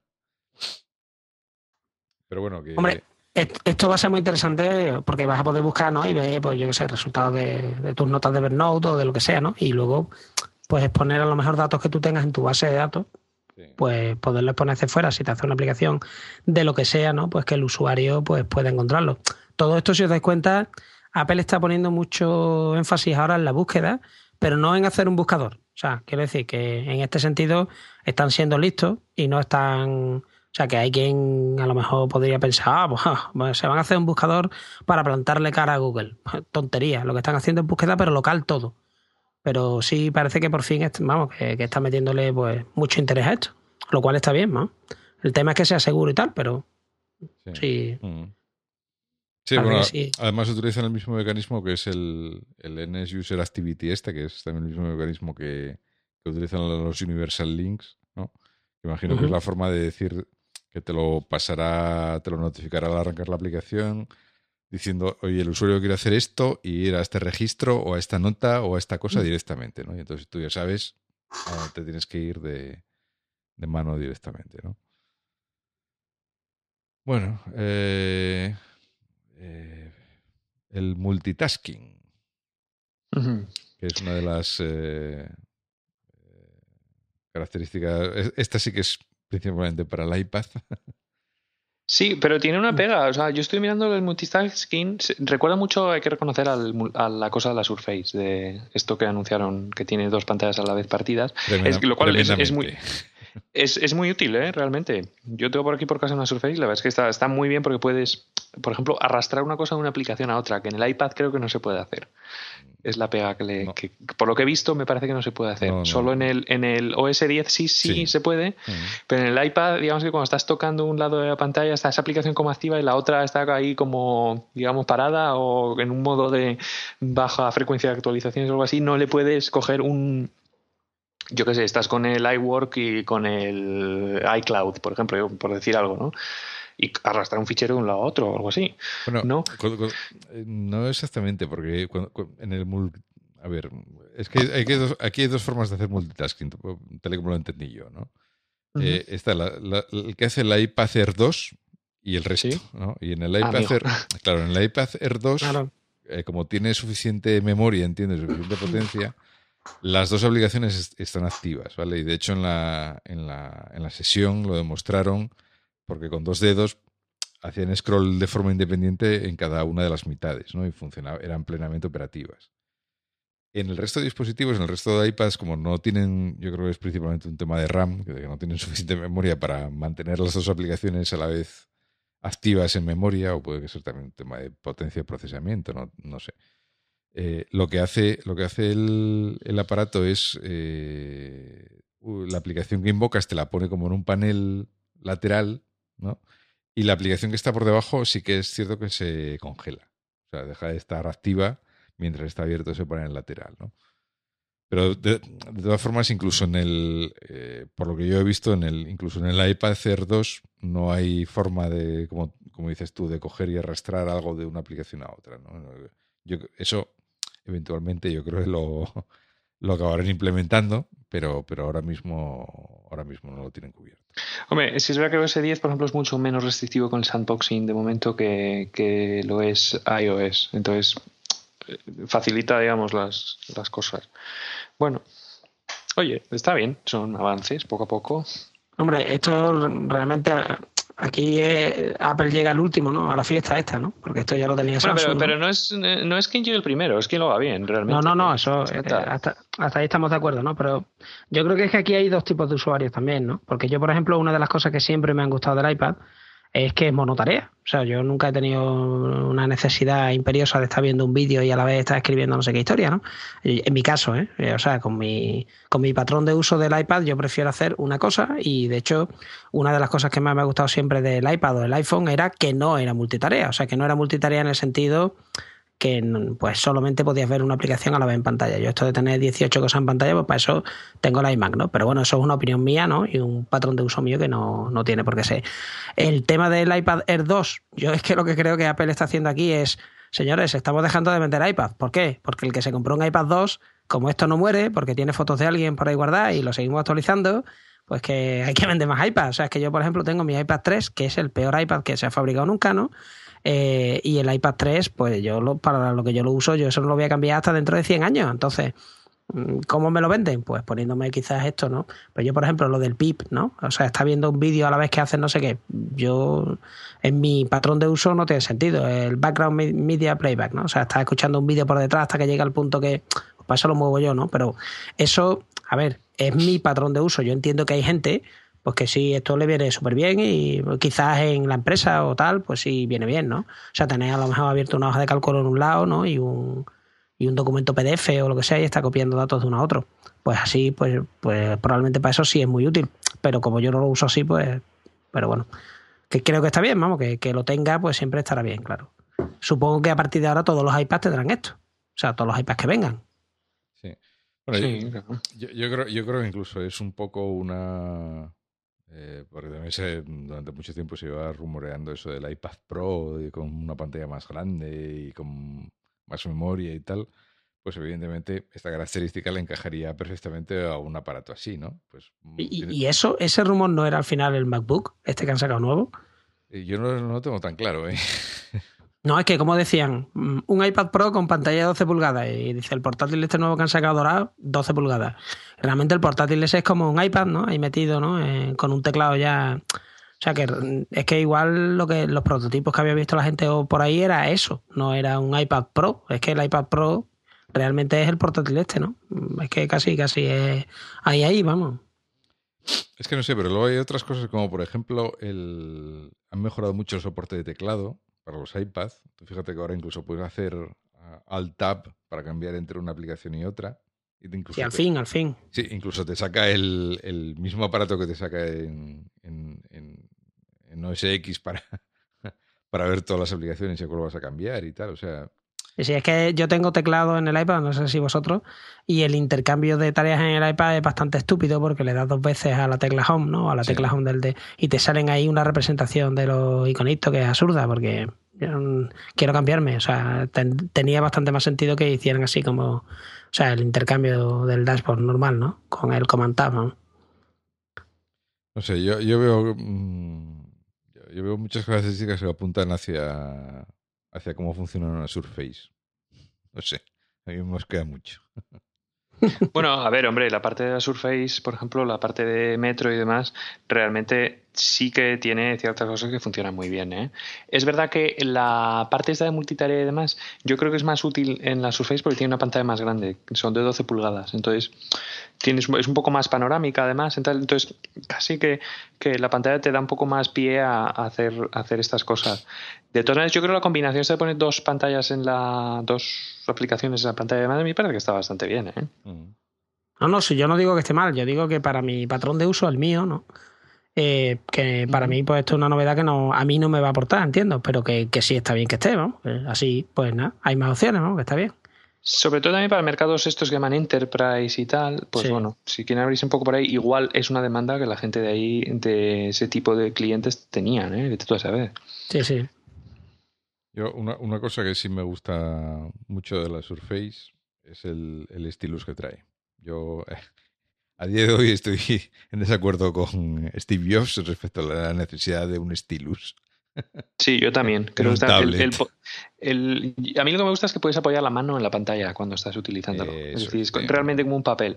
Pero bueno, que... Hombre, esto va a ser muy interesante porque vas a poder buscar, ¿no? Y ver, pues yo qué sé, resultados de tus notas de Evernote o de lo que sea, ¿no? Y luego, pues exponer a lo mejor datos que tú tengas en tu base de datos, sí. Pues poderlo exponer hacia fuera. Si te hace una aplicación de lo que sea, ¿no? Pues que el usuario pues pueda encontrarlo. Todo esto, si os dais cuenta, Apple está poniendo mucho énfasis ahora en la búsqueda, pero no en hacer un buscador. O sea, quiero decir que en este sentido están siendo listos y no están... O sea, que hay quien a lo mejor podría pensar, pues se van a hacer un buscador para plantarle cara a Google. Tontería, lo que están haciendo es búsqueda, pero local todo. Pero sí parece que por fin, que está metiéndole pues mucho interés a esto, lo cual está bien, ¿no? El tema es que sea seguro y tal, pero sí. Sí, Parece bueno, que sí. además utilizan el mismo mecanismo que es el NS User Activity que es también el mismo mecanismo que utilizan los Universal Links, ¿no? Imagino que es Ujú. la forma de decir que te lo pasará, te lo notificará al arrancar la aplicación, diciendo, oye, el usuario quiere hacer esto y ir a este registro o a esta nota o a esta cosa directamente, ¿no? Y entonces tú ya sabes a dónde te tienes que ir de mano directamente, ¿no? Bueno, eh, el multitasking, Ujú. que es una de las características. Esta sí que es principalmente para el iPad. Sí, pero tiene una pega. O sea, yo estoy mirando el multitasking. Recuerda mucho, hay que reconocer a la cosa de la Surface, de esto que anunciaron que tiene dos pantallas a la vez partidas. Lo cual es muy, Tremendamente. es muy útil, realmente. Yo tengo por aquí por casa una Surface, la verdad es que está muy bien porque puedes, por ejemplo, arrastrar una cosa de una aplicación a otra, que en el iPad creo que no se puede hacer. Es la pega No, que por lo que he visto, me parece que no se puede hacer. no, no. Solo en el OS 10 sí Sí. se puede, pero en el iPad, digamos que cuando estás tocando un lado de la pantalla está esa aplicación como activa y la otra está ahí como, digamos, parada o en un modo de baja frecuencia de actualizaciones o algo así, no le puedes coger yo qué sé, estás con el iWork y con el iCloud, por ejemplo, por decir algo, ¿no? Y arrastrar un fichero de un lado a otro o algo así, Bueno, ¿no? no exactamente, porque en el a ver, es que aquí hay dos formas de hacer multitasking, tal y como lo entendí yo, ¿no? Uh-huh. Está el que hace el iPad Air 2 y el resto, Sí, ¿no? Y en el iPad amigo. Air, claro, en el iPad Air 2, Claro. como tiene suficiente memoria, entiende, suficiente potencia, las dos aplicaciones están activas, ¿vale? Y de hecho en la sesión lo demostraron porque con dos dedos hacían scroll de forma independiente en cada una de las mitades, ¿no? Y eran plenamente operativas. En el resto de dispositivos, en el resto de iPads, como no tienen, yo creo que es principalmente un tema de RAM, que no tienen suficiente memoria para mantener las dos aplicaciones a la vez activas en memoria, o puede ser también un tema de potencia de procesamiento, no sé. Lo que hace el aparato es la aplicación que invocas te la pone como en un panel lateral, ¿no? Y la aplicación que está por debajo sí que es cierto que se congela. O sea, deja de estar activa mientras está abierto ese panel lateral, ¿no? Pero de todas formas, incluso por lo que yo he visto, incluso en el iPad Air 2 no hay forma de, como dices tú, de coger y arrastrar algo de una aplicación a otra, ¿no? Eso eventualmente yo creo que lo acabarán implementando, pero ahora mismo no lo tienen cubierto. Hombre, si es verdad que OS 10, por ejemplo, es mucho menos restrictivo con el sandboxing de momento que lo es iOS. Entonces, facilita, digamos, las cosas. Bueno, oye, está bien, son avances poco a poco. Hombre, esto realmente aquí Apple llega al último, ¿no? A la fiesta esta, ¿no? Porque esto ya lo tenía Bueno, Samsung, pero ¿no? no es quien llegue el primero, es quien lo va bien, realmente. No, eso, Se trata. hasta ahí estamos de acuerdo, ¿no? Pero yo creo que es que aquí hay dos tipos de usuarios también, ¿no? Porque yo, por ejemplo, una de las cosas que siempre me han gustado del iPad es que es monotarea. O sea, yo nunca he tenido una necesidad imperiosa de estar viendo un vídeo y a la vez estar escribiendo no sé qué historia, ¿no? En mi caso, ¿eh? O sea, con mi patrón de uso del iPad yo prefiero hacer una cosa y, de hecho, una de las cosas que más me ha gustado siempre del iPad o del iPhone era que no era multitarea. O sea, que no era multitarea en el sentido que pues solamente podías ver una aplicación a la vez en pantalla. Yo esto de tener 18 cosas en pantalla, pues para eso tengo la iMac, ¿no? Pero bueno, eso es una opinión mía, ¿no? Y un patrón de uso mío que no tiene por qué ser. El tema del iPad Air 2, yo es que lo que creo que Apple está haciendo aquí es, señores, estamos dejando de vender iPad. ¿Por qué? Porque el que se compró un iPad 2, como esto no muere, porque tiene fotos de alguien por ahí guardadas y lo seguimos actualizando, pues que hay que vender más iPad. O sea, es que yo, por ejemplo, tengo mi iPad 3, que es el peor iPad que se ha fabricado nunca, ¿no? Y el iPad 3, pues para lo que yo lo uso, yo eso no lo voy a cambiar hasta dentro de 100 años. Entonces, ¿cómo me lo venden? Pues poniéndome quizás esto, ¿no? Pues yo, por ejemplo, lo del PIP, ¿no? O sea, está viendo un vídeo a la vez que hacen no sé qué. Yo, en mi patrón de uso no tiene sentido. El background media playback, ¿no? O sea, está escuchando un vídeo por detrás hasta que llega al punto que, pues para eso lo muevo yo, ¿no? Pero eso, a ver, es mi patrón de uso. Yo entiendo que hay gente pues que sí, esto le viene súper bien y quizás en la empresa o tal, pues sí viene bien, ¿no? O sea, tener a lo mejor abierto una hoja de cálculo en un lado, ¿no? Y un documento PDF o lo que sea y está copiando datos de uno a otro. Pues así, pues probablemente para eso sí es muy útil. Pero como yo no lo uso así, pues, pero bueno, que creo que está bien, vamos, que lo tenga, pues siempre estará bien, claro. supongo que a partir de ahora todos los iPads tendrán esto. O sea, todos los iPads que vengan. Sí. Bueno, Sí, claro. yo creo que incluso es un poco una... porque también durante mucho tiempo se iba rumoreando eso del iPad Pro y con una pantalla más grande y con más memoria y tal. Pues evidentemente esta característica le encajaría perfectamente a un aparato así, ¿no? Pues ¿Y eso, ese rumor no era al final el MacBook, este que han sacado nuevo? yo no lo tengo tan claro, ¿eh? No, es que como decían, un iPad Pro con pantalla de 12 pulgadas y dice el portátil este nuevo que han sacado dorado, 12 pulgadas. Realmente el portátil ese es como un iPad, ¿no? Ahí metido, ¿no? Con un teclado ya... O sea que es que igual lo que los prototipos que había visto la gente por ahí era eso, no era un iPad Pro. Es que el iPad Pro realmente es el portátil este, ¿no? Es que casi es ahí, vamos. Es que no sé, pero luego hay otras cosas como, por ejemplo, han mejorado mucho el soporte de teclado para los iPads. Tú fíjate que ahora incluso puedes hacer Alt-Tab para cambiar entre una aplicación y otra. Sí, al fin. Sí, incluso te saca el mismo aparato que te saca en OS X para ver todas las aplicaciones y a cuál vas a cambiar y tal. O sea, Sí, es que yo tengo teclado en el iPad, no sé si vosotros, y el intercambio de tareas en el iPad es bastante estúpido porque le das 2 veces a la tecla Home, ¿no? A la tecla Home y te salen ahí una representación de los iconitos que es absurda porque yo quiero cambiarme. O sea, tenía bastante más sentido que hicieran así como, o sea, el intercambio del dashboard normal, ¿no? Con el Command Tab, ¿no? No sé, yo veo muchas características que apuntan hacia cómo funciona una Surface. No sé, a mí me mosquea mucho. Bueno, a ver, hombre, la parte de la Surface, por ejemplo, la parte de Metro y demás, realmente sí que tiene ciertas cosas que funcionan muy bien, ¿eh? Es verdad que la parte esta de multitarea y demás, yo creo que es más útil en la Surface porque tiene una pantalla más grande, son de 12 pulgadas, entonces es un poco más panorámica además, entonces casi que la pantalla te da un poco más pie a hacer estas cosas. De todas maneras, yo creo que la combinación esta de poner dos pantallas dos aplicaciones en la pantalla de madre me parece que está bastante bien, ¿eh? No, si yo no digo que esté mal, yo digo que para mi patrón de uso, el mío, ¿no? Que para mí pues esto es una novedad que a mí no me va a aportar, entiendo, pero que sí está bien que esté, ¿no? Así, pues nada, hay más opciones, ¿no? Que está bien. Sobre todo también para mercados estos que llaman Enterprise y tal, pues sí. Bueno, si quieren abrirse un poco por ahí, igual es una demanda que la gente de ahí, de ese tipo de clientes tenían, ¿eh? Vete tú a saber. Sí. Yo, una cosa que sí me gusta mucho de la Surface es el stylus que trae. Yo a día de hoy estoy en desacuerdo con Steve Jobs respecto a la necesidad de un stylus. Sí, yo también. Creo un que tablet. A mí lo que me gusta es que puedes apoyar la mano en la pantalla cuando estás utilizándolo. Es decir, es realmente como un papel.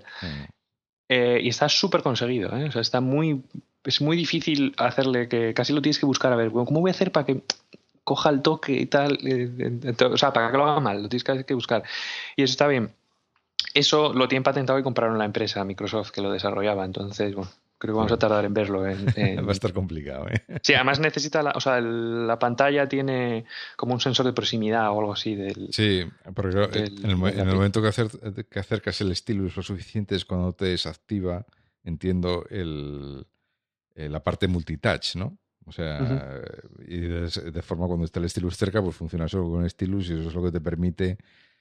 Y está súper conseguido, ¿eh? O sea, es muy difícil hacerle que casi lo tienes que buscar a ver, ¿cómo voy a hacer para que coja el toque y tal? O sea, para que lo haga mal, lo tienes que buscar. Y eso está bien. Eso lo tienen patentado y compraron la empresa Microsoft que lo desarrollaba. Entonces, bueno, creo que vamos a tardar en verlo. Va a estar complicado, ¿eh? Sí, además necesita la pantalla tiene como un sensor de proximidad o algo así. Sí, porque en el momento que acercas el stylus lo suficiente es cuando te desactiva, entiendo, la parte multitouch, ¿no? O sea, y de forma cuando está el stylus cerca, pues funciona solo con el stylus y eso es lo que te permite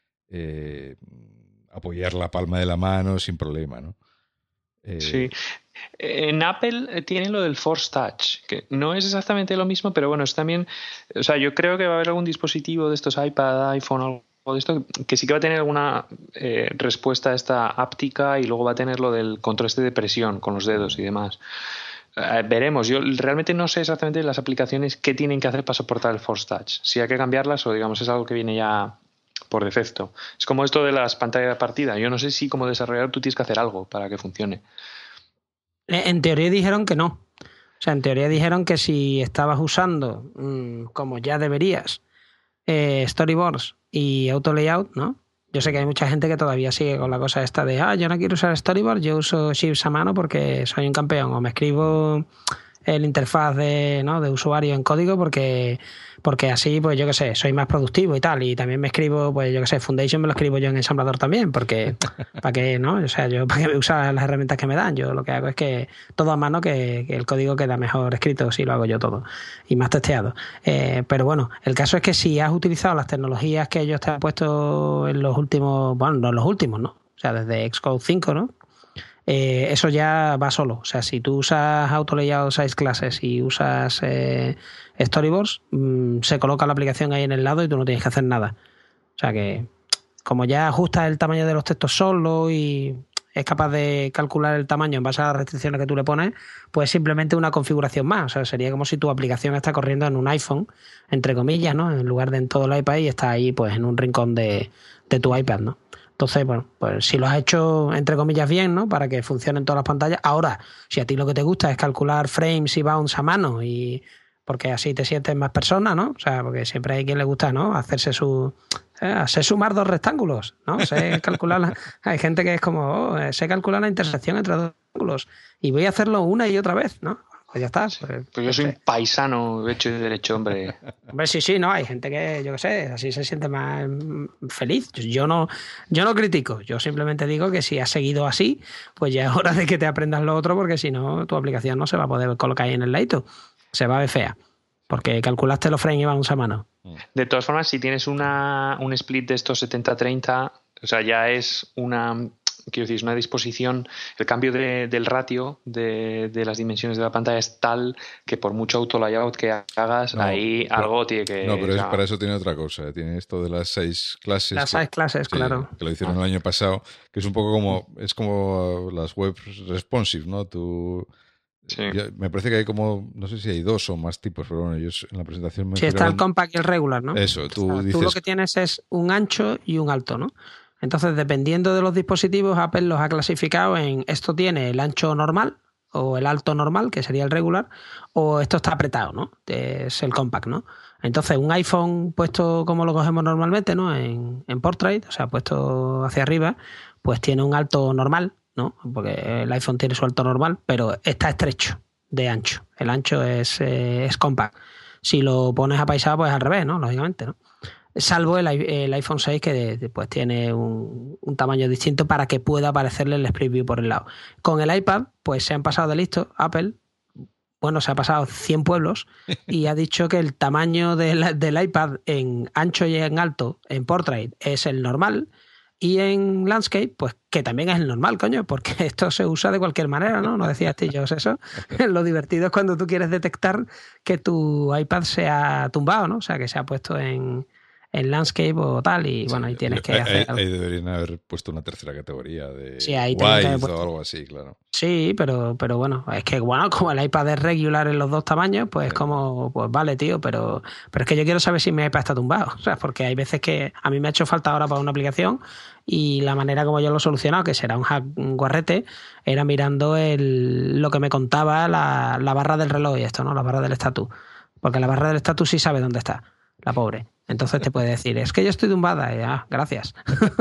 apoyar la palma de la mano sin problema, ¿no? Sí. En Apple tienen lo del Force Touch, que no es exactamente lo mismo, pero bueno, es también, o sea, yo creo que va a haber algún dispositivo de estos iPad, iPhone o algo de esto que sí que va a tener alguna respuesta a esta áptica y luego va a tener lo del control de presión con los dedos y demás. Veremos, yo realmente no sé exactamente las aplicaciones qué tienen que hacer para soportar el Force Touch, si hay que cambiarlas o digamos es algo que viene ya por defecto. Es como esto de las pantallas de partida, yo no sé si como desarrollador tú tienes que hacer algo para que funcione. En teoría dijeron que no. O sea, en teoría dijeron que si estabas usando, como ya deberías, Storyboards y Auto Layout, ¿no? Yo sé que hay mucha gente que todavía sigue con la cosa esta de yo no quiero usar Storyboard, yo uso Shapes a mano porque soy un campeón, o me escribo el interfaz de usuario en código porque así, pues yo qué sé, soy más productivo y tal. Y también me escribo, pues yo qué sé, Foundation me lo escribo yo en ensamblador también, porque para qué, ¿no? O sea, yo para qué voy a usar las herramientas que me dan. Yo lo que hago es que todo a mano, que el código queda mejor escrito si lo hago yo todo y más testeado. Pero bueno, el caso es que si has utilizado las tecnologías que ellos te han puesto en los últimos, bueno, no en los últimos, ¿no? O sea, desde Xcode 5, ¿no? Eso ya va solo. O sea, si tú usas Auto Layout Size Classes y usas Storyboards, se coloca la aplicación ahí en el lado y tú no tienes que hacer nada. O sea que, como ya ajustas el tamaño de los textos solo y es capaz de calcular el tamaño en base a las restricciones que tú le pones, pues simplemente una configuración más. O sea, sería como si tu aplicación está corriendo en un iPhone, entre comillas, ¿no? En lugar de en todo el iPad, y está ahí pues en un rincón de tu iPad, ¿no? Entonces, bueno, pues si lo has hecho, entre comillas, bien, ¿no? Para que funcionen todas las pantallas. Ahora, si a ti lo que te gusta es calcular frames y bounds a mano, y porque así te sientes más persona, ¿no? O sea, porque siempre hay quien le gusta, ¿no? Hacerse sé sumar dos rectángulos, ¿no? Sé calcular. Hay gente que es como, sé calcular la intersección entre dos rectángulos y voy a hacerlo una y otra vez, ¿no? Pues ya está. Pues yo soy un paisano hecho y derecho, hombre. Hombre, sí, no, hay gente que, yo qué sé, así se siente más feliz. Yo no critico, yo simplemente digo que si has seguido así, pues ya es hora de que te aprendas lo otro, porque si no, tu aplicación no se va a poder colocar ahí en el ladito. Se va a ver fea, porque calculaste los frames y vamos a mano. De todas formas, si tienes un split de estos 70-30, o sea, ya es quiero decir, es una disposición, el cambio del ratio de las dimensiones de la pantalla es tal que por mucho auto layout que hagas, ahí algo tiene que... No, pero para eso tiene otra cosa. Tiene esto de las 6 clases. Las 6 clases, sí, claro. Que lo hicieron el año pasado, que es un poco como... Es como las webs responsive, ¿no? Sí. Me parece que hay como... No sé si hay 2 o más tipos, pero bueno, ellos en la presentación me... Sí, está el compact y el regular, ¿no? Eso, tú dices... Tú lo que tienes es un ancho y un alto, ¿no? Entonces, dependiendo de los dispositivos, Apple los ha clasificado en esto tiene el ancho normal o el alto normal, que sería el regular, o esto está apretado, ¿no? Es el compact, ¿no? Entonces, un iPhone puesto como lo cogemos normalmente, ¿no? En portrait, o sea, puesto hacia arriba, pues tiene un alto normal, ¿no? Porque el iPhone tiene su alto normal, pero está estrecho de ancho. El ancho es compact. Si lo pones apaisado, pues al revés, ¿no? Lógicamente, ¿no? Salvo el iPhone 6 que pues tiene un tamaño distinto para que pueda aparecerle el Split View por el lado. Con el iPad, pues se han pasado de listo. Apple, bueno, se ha pasado 100 pueblos y ha dicho que el tamaño del iPad en ancho y en alto, en portrait, es el normal, y en landscape, pues que también es el normal, coño, porque esto se usa de cualquier manera, ¿no? ¿No decías Tillos eso? Lo divertido es cuando tú quieres detectar que tu iPad se ha tumbado, ¿no? O sea, que se ha puesto en landscape o tal, y bueno, ahí tienes que hacer ahí deberían haber puesto una tercera categoría de ahí wide o algo así, claro. Sí, pero bueno, es que bueno, como el iPad es regular en los dos tamaños, pues como, pues vale, tío, pero es que yo quiero saber si mi iPad está tumbado, o sea, porque hay veces que a mí me ha hecho falta ahora para una aplicación y la manera como yo lo he solucionado, que será un guarrete, era mirando lo que me contaba la barra del reloj y esto, ¿no? La barra del estatus, porque la barra del estatus sí sabe dónde está, la pobre. Entonces te puede decir, es que yo estoy tumbada. Y, gracias.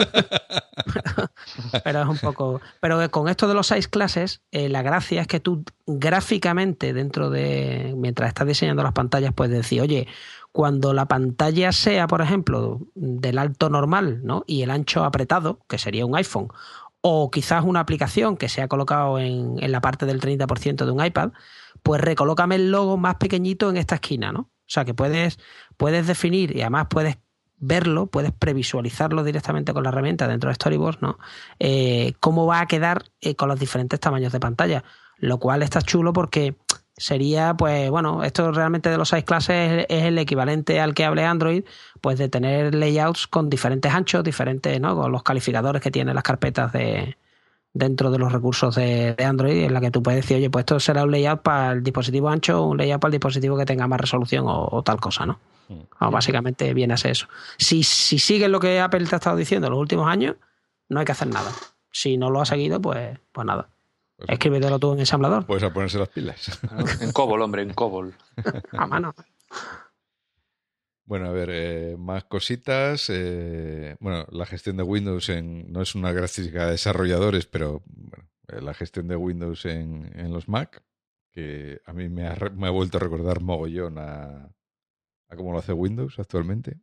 Pero es un poco... Pero con esto de los 6 clases, la gracia es que tú gráficamente mientras estás diseñando las pantallas, puedes decir, oye, cuando la pantalla sea, por ejemplo, del alto normal, ¿no? Y el ancho apretado, que sería un iPhone, o quizás una aplicación que se ha colocado en la parte del 30% de un iPad, pues recolócame el logo más pequeñito en esta esquina, ¿no? O sea, que puedes definir y además puedes verlo, puedes previsualizarlo directamente con la herramienta dentro de Storyboards, ¿no? Cómo va a quedar con los diferentes tamaños de pantalla, lo cual está chulo porque sería, pues bueno, esto realmente de los 6 clases es el equivalente al que hable Android, pues de tener layouts con diferentes anchos, diferentes, ¿no? Con los calificadores que tienen las carpetas dentro de los recursos de Android, en la que tú puedes decir, oye, pues esto será un layout para el dispositivo ancho o un layout para el dispositivo que tenga más resolución o tal cosa, ¿no? Básicamente viene a ser eso. Si sigues lo que Apple te ha estado diciendo en los últimos años, no hay que hacer nada. Si no lo has seguido, pues nada. Pues escríbetelo tú en ensamblador. Pues a ponerse las pilas. En COBOL, hombre, en COBOL. A mano. Bueno, a ver, más cositas. Bueno, la gestión de Windows no es una característica de desarrolladores, pero bueno, la gestión de Windows en los Mac, que a mí me ha vuelto a recordar mogollón a cómo lo hace Windows actualmente.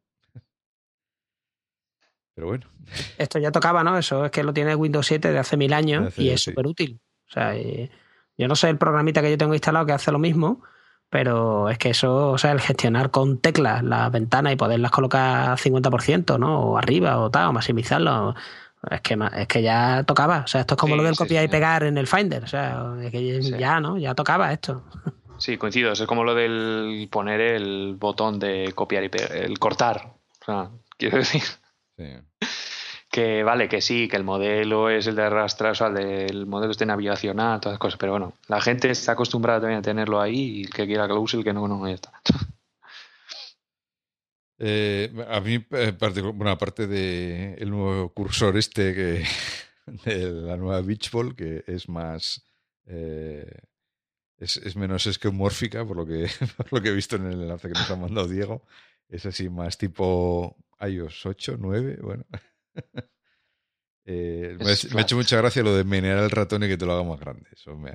Pero bueno. Esto ya tocaba, ¿no? Eso es que lo tiene Windows 7 de hace 1000 años y es súper útil. O sea, yo no sé el programita que yo tengo instalado que hace lo mismo, pero es que eso, o sea, el gestionar con teclas las ventanas y poderlas colocar 50%, ¿no? O arriba o tal, o maximizarlo. Es que ya tocaba. O sea, esto es como lo del copiar y pegar en el Finder. O sea, es que ya, ¿no? Ya tocaba esto. Sí, coincido. Es como lo del poner el botón de copiar y pegar, el cortar. O sea, quiero decir. Sí. Que vale, que sí, que el modelo es el de arrastrar, o sea, el modelo este navigacional, todas las cosas, pero bueno, la gente está acostumbrada también a tenerlo ahí y el que quiera que lo use, el que no, ya está. A mí, bueno, aparte del nuevo cursor de la nueva Beach Ball, que es más... es menos esquemórfica, por lo que he visto en el enlace que nos ha mandado Diego. Es así más tipo iOS 8, 9, bueno. Me ha hecho mucha gracia lo de menear el ratón y que te lo haga más grande. Eso me...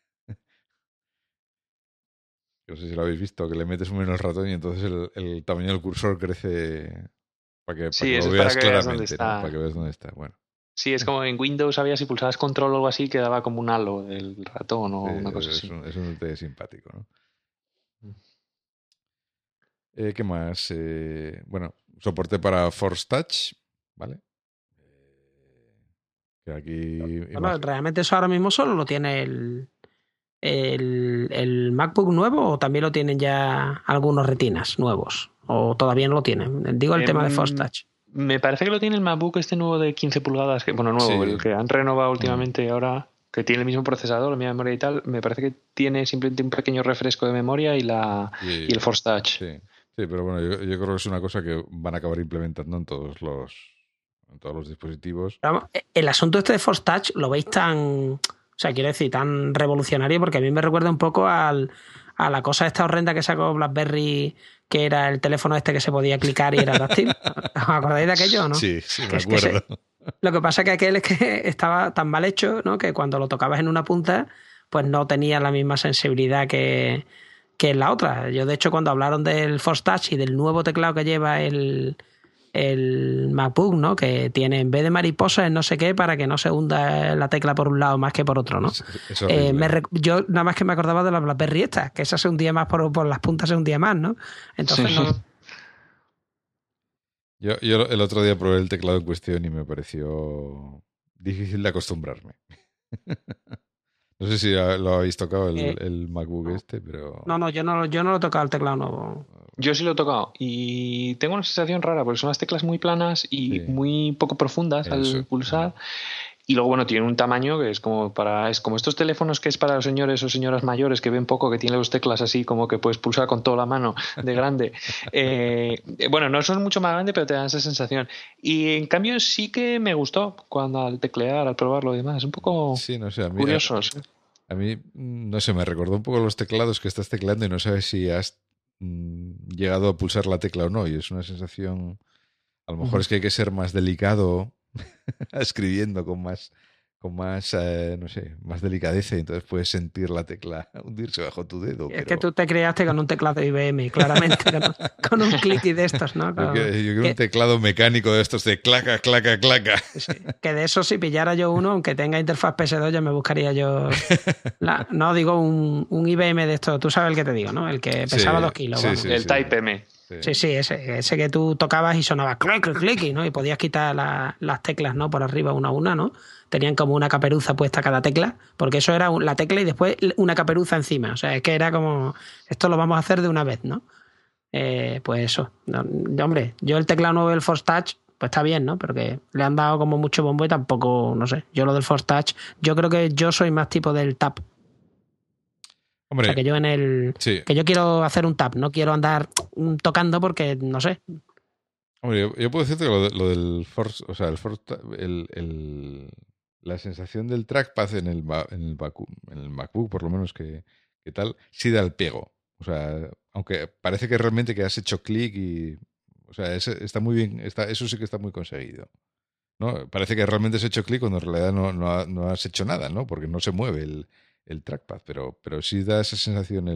No sé si lo habéis visto, que le metes un menú al ratón y entonces el tamaño del cursor crece para que lo veas claramente, ¿no? Para que veas dónde está. Bueno. Sí, es como en Windows había si pulsabas control o algo así, quedaba como un halo del ratón o una cosa así. Es un detalle simpático, ¿no? ¿Qué más? Bueno, soporte para Force Touch, ¿vale? Que aquí... Bueno, realmente eso ahora mismo solo lo tiene el MacBook nuevo, o también lo tienen ya algunos retinas nuevos, o todavía no lo tienen. Digo el tema de Force Touch. Me parece que lo tiene el MacBook este nuevo de 15 pulgadas, el que han renovado últimamente ahora, que tiene el mismo procesador, la misma memoria y tal. Me parece que tiene simplemente un pequeño refresco de memoria y el Force Touch. Sí, pero bueno, yo creo que es una cosa que van a acabar implementando en todos los dispositivos. Vamos, el asunto este de Force Touch lo veis tan... O sea, quiero decir, tan revolucionario, porque a mí me recuerda un poco a la cosa esta horrenda que sacó BlackBerry, que era el teléfono este que se podía clicar y era táctil. ¿Os acordáis de aquello, no? Sí, me acuerdo. Lo que pasa es que aquel es que estaba tan mal hecho, ¿no? Que cuando lo tocabas en una punta, pues no tenía la misma sensibilidad que en la otra. Yo, de hecho, cuando hablaron del Force Touch y del nuevo teclado que lleva el MacBook, ¿no? Que tiene, en vez de mariposas, no sé qué, para que no se hunda la tecla por un lado más que por otro, ¿no? Yo nada más que me acordaba de la BlackBerry esta, que esa se hundía más por las puntas, se hundía más, ¿no? Entonces no... Yo el otro día probé el teclado en cuestión y me pareció difícil de acostumbrarme. No sé si lo habéis tocado el MacBook pero... No, yo no lo he tocado el teclado nuevo. Yo sí lo he tocado y tengo una sensación rara porque son las teclas muy planas y muy poco profundas al pulsar. Y luego, bueno, tiene un tamaño que es como estos teléfonos que es para los señores o señoras mayores que ven poco, que tienen las teclas así como que puedes pulsar con toda la mano de grande. Bueno, no son mucho más grandes, pero te dan esa sensación. Y en cambio sí que me gustó cuando al teclear, al probarlo y demás. Es un poco curioso. A mí, no sé, me recordó un poco los teclados que estás tecleando y no sabes si has llegado a pulsar la tecla o no. Y es una sensación... A lo mejor es que hay que ser más delicado escribiendo con más no sé, más delicadeza, y entonces puedes sentir la tecla hundirse bajo tu dedo. Es que tú te creaste con un teclado de IBM, claramente, con un clic y de estos, ¿no? Yo quiero un teclado mecánico de estos de claca, claca, claca. Sí, que de eso, si pillara yo uno, aunque tenga interfaz PS2, ya me buscaría yo... no, digo un IBM de estos, tú sabes el que te digo, ¿no? El que pesaba 2 kilos. El Type M. Sí, ese que tú tocabas y sonaba clic, clic, clic, ¿no? Y podías quitar las teclas, ¿no? Por arriba una a una, ¿no? Tenían como una caperuza puesta cada tecla, porque eso era la tecla y después una caperuza encima. O sea, es que era como, esto lo vamos a hacer de una vez, ¿no? Pues eso. No, hombre, yo el teclado nuevo del Force Touch, pues está bien, ¿no? Pero que le han dado como mucho bombo y tampoco, no sé. Yo lo del Force Touch, yo creo que yo soy más tipo del tap. Hombre, o sea, que yo que yo quiero hacer un tap, no quiero andar tocando porque, no sé. Hombre, yo puedo decirte que lo del Force, o sea, la sensación del trackpad en el MacBook, por lo menos que tal, sí da el pego. O sea, aunque parece que realmente que has hecho clic y... O sea, está muy bien, eso sí que está muy conseguido, ¿no? Parece que realmente has hecho clic cuando en realidad no has hecho nada, ¿no? Porque no se mueve el trackpad, pero sí da esa sensación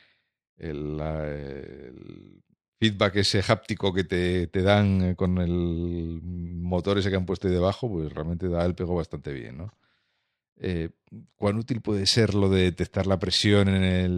el feedback ese háptico que te dan con el motor ese que han puesto ahí debajo, pues realmente da el pego bastante bien, ¿no? ¿Cuán útil puede ser lo de detectar la presión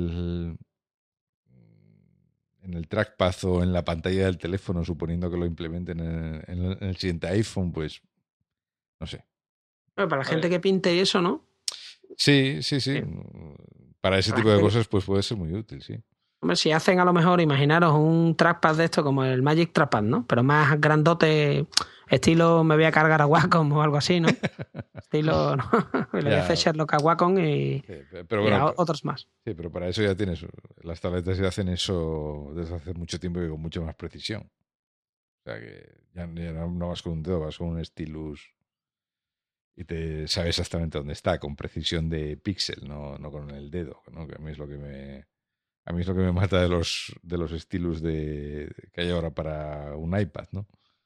en el trackpad o en la pantalla del teléfono, suponiendo que lo implementen en el siguiente iPhone? Pues no sé. Bueno, para la gente que pinte y eso, ¿no? Sí. Sí. Para ese Para tipo la de gente cosas, pues puede ser muy útil, sí. Hombre, si hacen a lo mejor, imaginaros un trackpad de esto como el Magic Trackpad, ¿no? Pero más grandote, estilo me voy a cargar a Wacom o algo así, ¿no? Estilo, ¿no? Le voy a hacer Ya, Sherlock a Wacom pero y bueno, a otros más. sí, pero para eso ya tienes, las tabletas ya hacen eso desde hace mucho tiempo y con mucha más precisión. O sea que ya no vas con un dedo, vas con un stylus y te sabe exactamente dónde está, con precisión de píxel, no con el dedo, ¿no? Que a mí es lo que me mata de los stylus que hay ahora para un iPad, ¿no?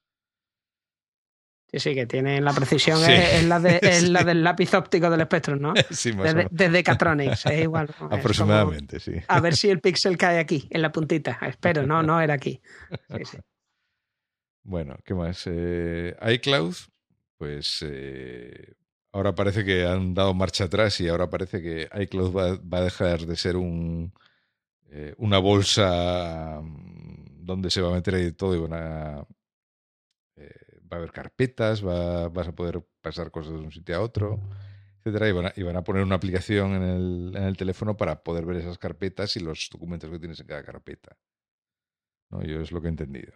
Sí, que tienen la precisión, Sí, es sí, la del lápiz óptico del Spectrum, ¿no? sí, más o menos. Desde Catronics, es igual, ¿no? Es como Aproximadamente, sí. a ver si el píxel cae aquí, en la puntita. Espero, no era aquí. Sí. Bueno, ¿qué más? iCloud, pues ahora parece que han dado marcha atrás y ahora parece que iCloud va a dejar de ser una bolsa donde se va a meter ahí todo y va a haber carpetas, vas a poder pasar cosas de un sitio a otro, etcétera, y van a poner una aplicación en el teléfono para poder ver esas carpetas y los documentos que tienes en cada carpeta, ¿no? Yo es lo que he entendido.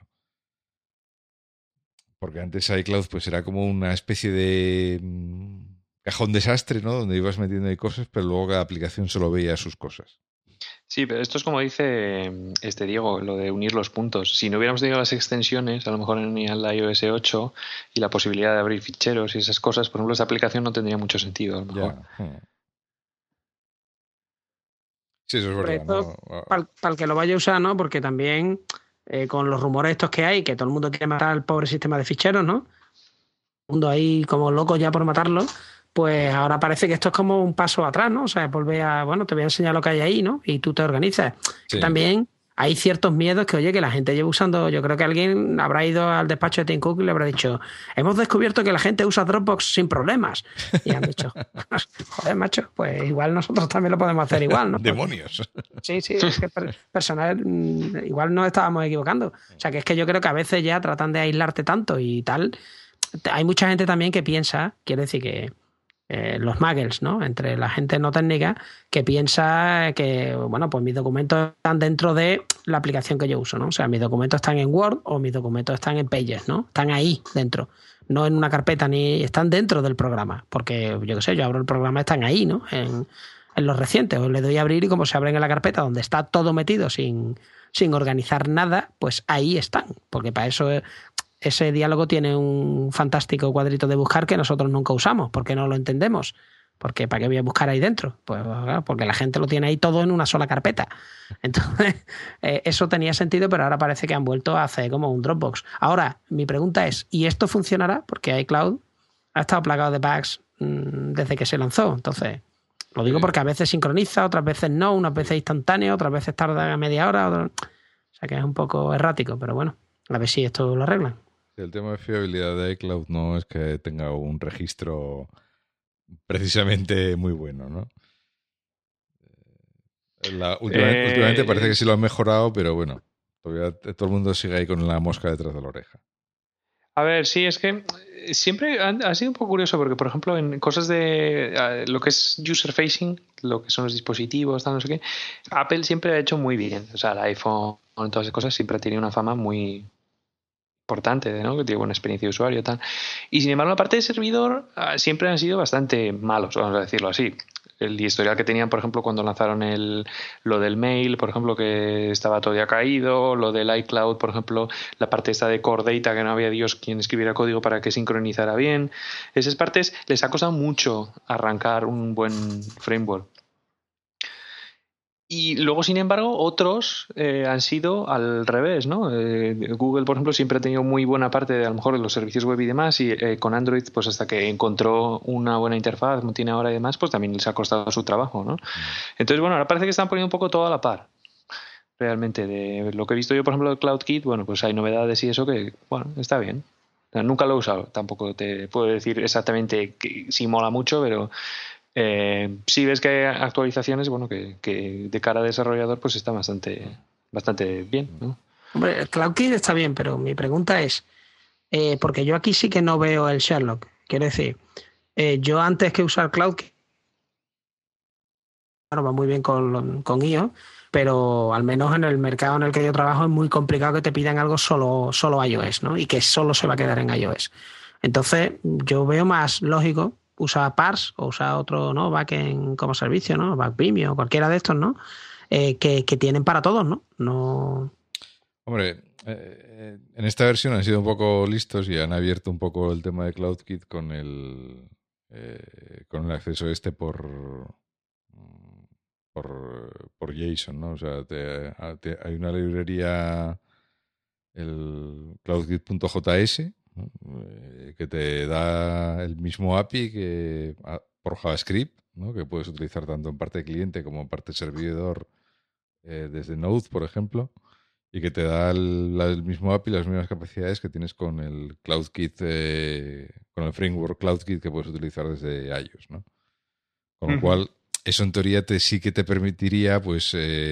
Porque antes iCloud pues era como una especie de cajón desastre, ¿no? Donde ibas metiendo ahí cosas, pero luego cada aplicación solo veía sus cosas. Sí, pero esto es como dice este Diego, lo de unir los puntos. Si no hubiéramos tenido las extensiones, a lo mejor en el iOS 8 y la posibilidad de abrir ficheros y esas cosas, por ejemplo, esa aplicación no tendría mucho sentido, a lo mejor. Ya. Sí, eso es Hombre, verdad, esto ¿no? para el que lo vaya a usar, ¿no? Porque también con los rumores estos que hay, que todo el mundo quiere matar al pobre sistema de ficheros, ¿no? Mundo ahí como loco ya por matarlo, pues ahora parece que esto es como un paso atrás, ¿no? O sea, volver a, bueno, te voy a enseñar lo que hay ahí, ¿no? Y tú te organizas. Que Sí. también hay ciertos miedos que, oye, que la gente lleva usando, yo creo que alguien habrá ido al despacho de Tim Cook y le habrá dicho, hemos descubierto que la gente usa Dropbox sin problemas. Y han dicho, joder, macho, pues igual nosotros también lo podemos hacer igual, ¿no? Porque, Demonios. sí, es que personal, igual nos estábamos equivocando. O sea, que es que yo creo que a veces ya tratan de aislarte tanto y tal. Hay mucha gente también que piensa, quiero decir que los muggles, ¿no? Entre la gente no técnica, que piensa que, bueno, pues mis documentos están dentro de la aplicación que yo uso, ¿no? O sea, mis documentos están en Word o mis documentos están en Pages, ¿no? Están ahí dentro, no en una carpeta ni están dentro del programa, porque yo qué sé, yo abro el programa, están ahí, ¿no? En los recientes, o le doy a abrir y como se abren en la carpeta donde está todo metido sin organizar nada, pues ahí están, porque para eso ese diálogo tiene un fantástico cuadrito de buscar que nosotros nunca usamos, porque no lo entendemos. Porque ¿para qué voy a buscar ahí dentro? Pues claro, porque la gente lo tiene ahí todo en una sola carpeta. Entonces, eso tenía sentido, pero ahora parece que han vuelto a hacer como un Dropbox. Ahora, mi pregunta es, ¿y esto funcionará? Porque iCloud ha estado plagado de bugs desde que se lanzó. Entonces, lo digo porque a veces sincroniza, otras veces no, unas veces instantáneo, otras veces tarda media hora. O sea que es un poco errático, pero bueno, a ver si esto lo arreglan. El tema de fiabilidad de iCloud no es que tenga un registro precisamente muy bueno, ¿no? Últimamente parece que sí lo han mejorado, pero bueno, todavía todo el mundo sigue ahí con la mosca detrás de la oreja. A ver, sí, es que siempre ha sido un poco curioso porque, por ejemplo, en cosas de lo que es user facing, lo que son los dispositivos, tal, no sé qué, Apple siempre ha hecho muy bien. O sea, el iPhone, todas esas cosas siempre ha tenido una fama muy importante, ¿no? Que tiene buena experiencia de usuario y tal. Y sin embargo, la parte de servidor siempre han sido bastante malos, vamos a decirlo así. El historial que tenían, por ejemplo, cuando lanzaron lo del mail, por ejemplo, que estaba todo ya caído, lo del iCloud, por ejemplo, la parte esta de Core Data, que no había Dios quien escribiera código para que sincronizara bien. Esas partes les ha costado mucho arrancar un buen framework. Y luego, sin embargo, otros han sido al revés, ¿no? Google, por ejemplo, siempre ha tenido muy buena parte de, a lo mejor, de los servicios web y demás, y con Android, pues hasta que encontró una buena interfaz, como tiene ahora y demás, pues también les ha costado su trabajo, ¿no? Entonces, bueno, ahora parece que están poniendo un poco todo a la par, realmente. De lo que he visto yo, por ejemplo, de CloudKit, bueno, pues hay novedades y eso que, bueno, está bien. O sea, nunca lo he usado, tampoco te puedo decir exactamente que si mola mucho, pero sí ves que hay actualizaciones, bueno, que de cara a desarrollador pues está bastante bien, ¿no? Hombre, el CloudKit está bien, pero mi pregunta es, porque yo aquí sí que no veo el Sherlock. Quiero decir, yo antes que usar CloudKit, bueno, va muy bien con iOS, pero al menos en el mercado en el que yo trabajo es muy complicado que te pidan algo solo iOS, ¿no? Y que solo se va a quedar en iOS. Entonces, yo veo más lógico usar Parse o usar otro, ¿no? Backend como servicio, ¿no? Backvimeo o cualquiera de estos, ¿no? Que tienen para todos, ¿no? No. Hombre, en esta versión han sido un poco listos y han abierto un poco el tema de CloudKit con el acceso este por JSON, ¿no? O sea, hay una librería, el CloudKit.js, ¿no? Que te da el mismo API por JavaScript, ¿no? Que puedes utilizar tanto en parte cliente como en parte servidor desde Node, por ejemplo, y que te da el mismo API, las mismas capacidades que tienes con el CloudKit, con el framework CloudKit que puedes utilizar desde iOS, ¿no? Con lo Ujú. cual, eso en teoría sí que te permitiría, pues,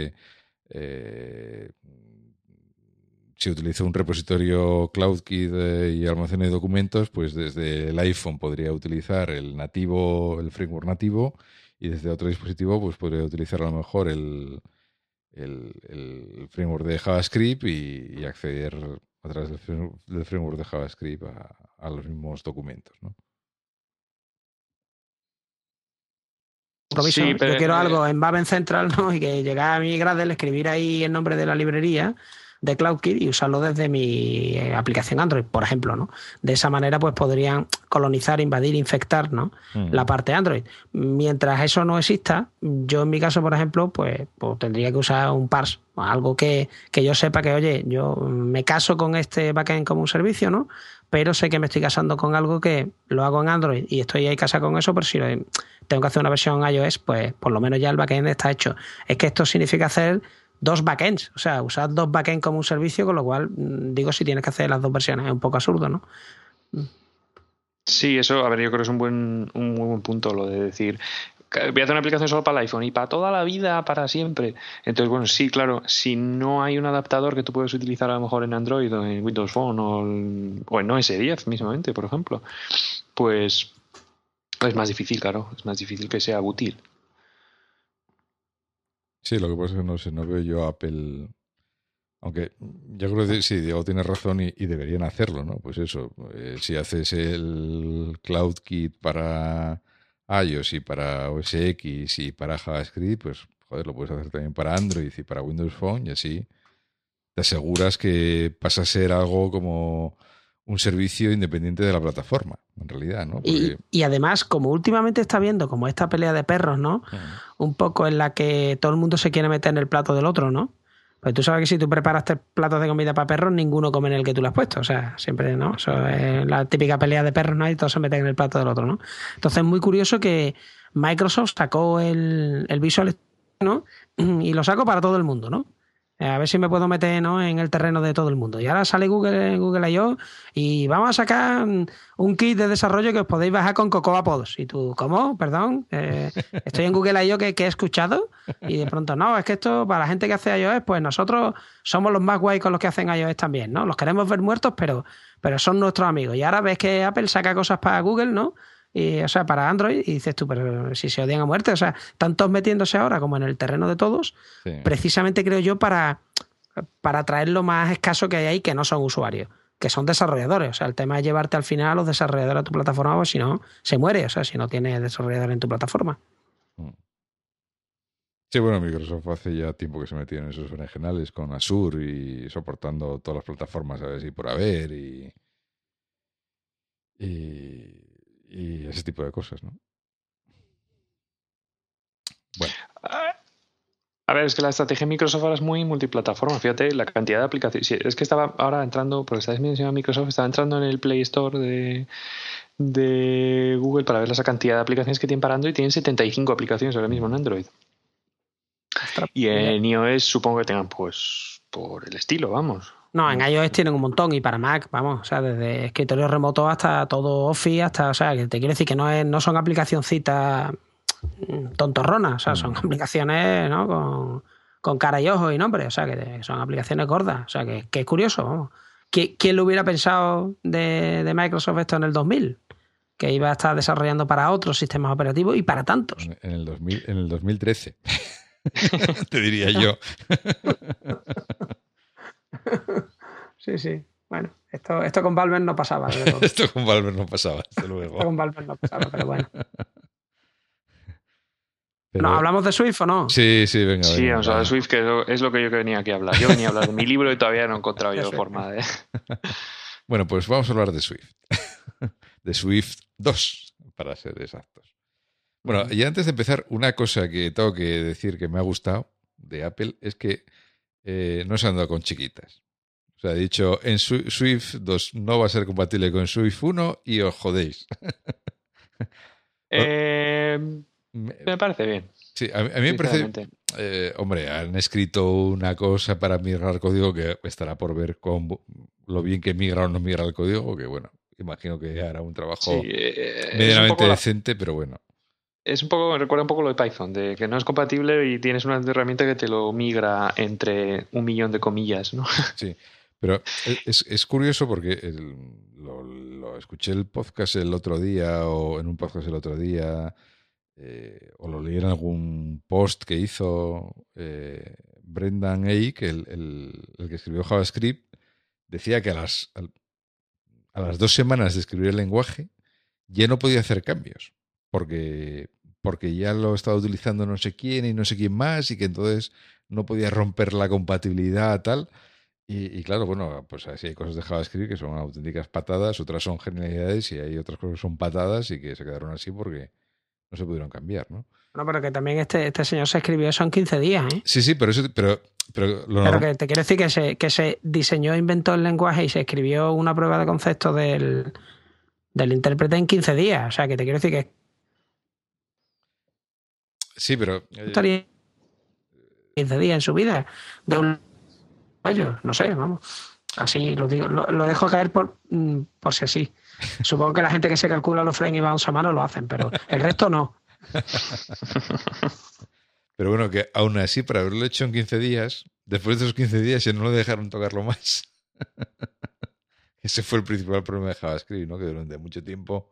eh, si utilizo un repositorio CloudKit y almacene documentos, pues desde el iPhone podría utilizar el framework nativo, y desde otro dispositivo, pues podría utilizar a lo mejor el framework de JavaScript y acceder a través del framework de JavaScript a los mismos documentos, ¿no? Sí, Compromiso. Yo pero quiero algo en Maven Central, ¿no? Y que llegara a mi Gradle, escribir ahí el nombre de la librería de CloudKit y usarlo desde mi aplicación Android, por ejemplo, ¿no? De esa manera, pues podrían colonizar, invadir, infectar, ¿no? La Mm. parte Android. Mientras eso no exista, yo en mi caso, por ejemplo, pues tendría que usar un parse, algo que yo sepa que, oye, yo me caso con este backend como un servicio, ¿no? Pero sé que me estoy casando con algo que lo hago en Android y estoy ahí casado con eso, pero si tengo que hacer una versión iOS, pues por lo menos ya el backend está hecho. Es que esto significa hacer dos backends, o sea, usar dos backends como un servicio, con lo cual, digo, si tienes que hacer las dos versiones, es un poco absurdo, ¿no? sí, eso, a ver, yo creo que es un muy buen punto lo de decir, voy a hacer una aplicación solo para el iPhone y para toda la vida, para siempre. Entonces, bueno, sí, claro, si no hay un adaptador que tú puedes utilizar a lo mejor en Android o en Windows Phone o en OS 10 mismamente, por ejemplo, pues es más difícil, claro, es más difícil que sea útil. Sí, lo que pasa es que no sé, no veo yo a Apple. Aunque yo creo que sí, Diego tiene razón y deberían hacerlo, ¿no? Pues eso, si haces el CloudKit para iOS y para OS X y para JavaScript, pues joder, lo puedes hacer también para Android y para Windows Phone, y así te aseguras que pasa a ser algo como un servicio independiente de la plataforma, en realidad, ¿no? Porque Y además, como últimamente está viendo como esta pelea de perros, ¿no? mm, Un poco en la que todo el mundo se quiere meter en el plato del otro, ¿no? Pues tú sabes que si tú preparas tres platos de comida para perros, ninguno come en el que tú le has puesto. O sea, siempre, ¿no? Eso es la típica pelea de perros, ¿no? Y todos se meten en el plato del otro, ¿no? Entonces es muy curioso que Microsoft sacó el Visual Studio, ¿no? Y lo sacó para todo el mundo, ¿no? A ver si me puedo meter, ¿no? En el terreno de todo el mundo. Y ahora sale Google I.O. y vamos a sacar un kit de desarrollo que os podéis bajar con Cocoa Pods. Y tú, ¿cómo? Perdón. Estoy en Google I.O. que he escuchado. Y de pronto, no, es que esto, para la gente que hace iOS, pues nosotros somos los más guay con los que hacen iOS también, ¿no? Los queremos ver muertos, pero son nuestros amigos. Y ahora ves que Apple saca cosas para Google, ¿no? Y, o sea, para Android, y dices tú, pero si se odian a muerte, o sea, están todos metiéndose ahora como en el terreno de todos, sí. precisamente creo yo para traer lo más escaso que hay ahí, que no son usuarios, que son desarrolladores. O sea, el tema es llevarte al final a los desarrolladores a tu plataforma, o si no, se muere. O sea, si no tienes desarrolladores en tu plataforma. Mm. Sí, bueno, Microsoft hace ya tiempo que se metió en esos berenjenales con Azure y soportando todas las plataformas, a ver si por haber y ese tipo de cosas, ¿no? Bueno, A ver, es que la estrategia de Microsoft ahora es muy multiplataforma. Fíjate la cantidad de aplicaciones. Sí, es que estaba ahora entrando, porque estáis mencionando Microsoft, estaba entrando en el Play Store de Google para ver esa cantidad de aplicaciones que tienen parando y tienen 75 aplicaciones ahora mismo en Android. Ostras, Y en iOS supongo que tengan pues por el estilo, vamos. No, en iOS tienen un montón y para Mac, vamos, o sea, desde escritorio remoto hasta todo Office, hasta, o sea, que te quiero decir que no son aplicacioncitas tontorronas, o sea, son aplicaciones, ¿no? Con cara y ojo y nombre, o sea, que son aplicaciones gordas, o sea, que es curioso, vamos. ¿Quién lo hubiera pensado de Microsoft esto en el 2000? Que iba a estar desarrollando para otros sistemas operativos y para tantos. En el 2013, te diría yo. Sí. Bueno, esto con Valve no pasaba. Esto con Valve no pasaba, desde luego. Esto con Valve no pasaba, pero bueno. ¿No hablamos de Swift o no? Sí, venga. Sí, vamos a hablar de Swift, que es lo que yo venía aquí a hablar. Yo venía a hablar de mi libro y todavía no he encontrado yo forma de... Bueno, pues vamos a hablar de Swift. De Swift 2, para ser exactos. Bueno, y antes de empezar, una cosa que tengo que decir que me ha gustado de Apple es que no se han dado con chiquitas. O sea, ha dicho, en Swift 2 no va a ser compatible con Swift 1 y os jodéis. Me parece bien. Sí, a mí me parece... hombre, han escrito una cosa para migrar código que estará por ver con lo bien que migra o no migra el código, que bueno, imagino que hará un trabajo medianamente decente, pero bueno. Recuerda un poco lo de Python, de que no es compatible y tienes una herramienta que te lo migra entre 1.000.000 de comillas, ¿no? Sí, pero es curioso porque lo escuché el podcast el otro día o en un podcast el otro día o lo leí en algún post que hizo Brendan Eich, el que escribió JavaScript, decía que a las 2 semanas de escribir el lenguaje ya no podía hacer cambios porque ya lo estaba utilizando no sé quién y no sé quién más y que entonces no podía romper la compatibilidad tal. Y claro, bueno, pues así hay cosas de JavaScript que son auténticas patadas, otras son genialidades y hay otras cosas que son patadas y que se quedaron así porque no se pudieron cambiar, ¿no? Bueno, pero que también este señor se escribió eso en 15 días, ¿eh? Sí, pero que te quiero decir que se diseñó, inventó el lenguaje y se escribió una prueba de concepto del intérprete en 15 días. O sea, que te quiero decir que... Sí, pero... estaría 15 días en su vida de un... no sé, vamos. Así lo digo, lo dejo caer por si así. Supongo que la gente que se calcula los frames y bounds a mano lo hacen, pero el resto no. Pero bueno, que aún así, para haberlo hecho en 15 días, después de esos 15 días ya no lo dejaron tocarlo más. Ese fue el principal problema de JavaScript, ¿no? Que durante mucho tiempo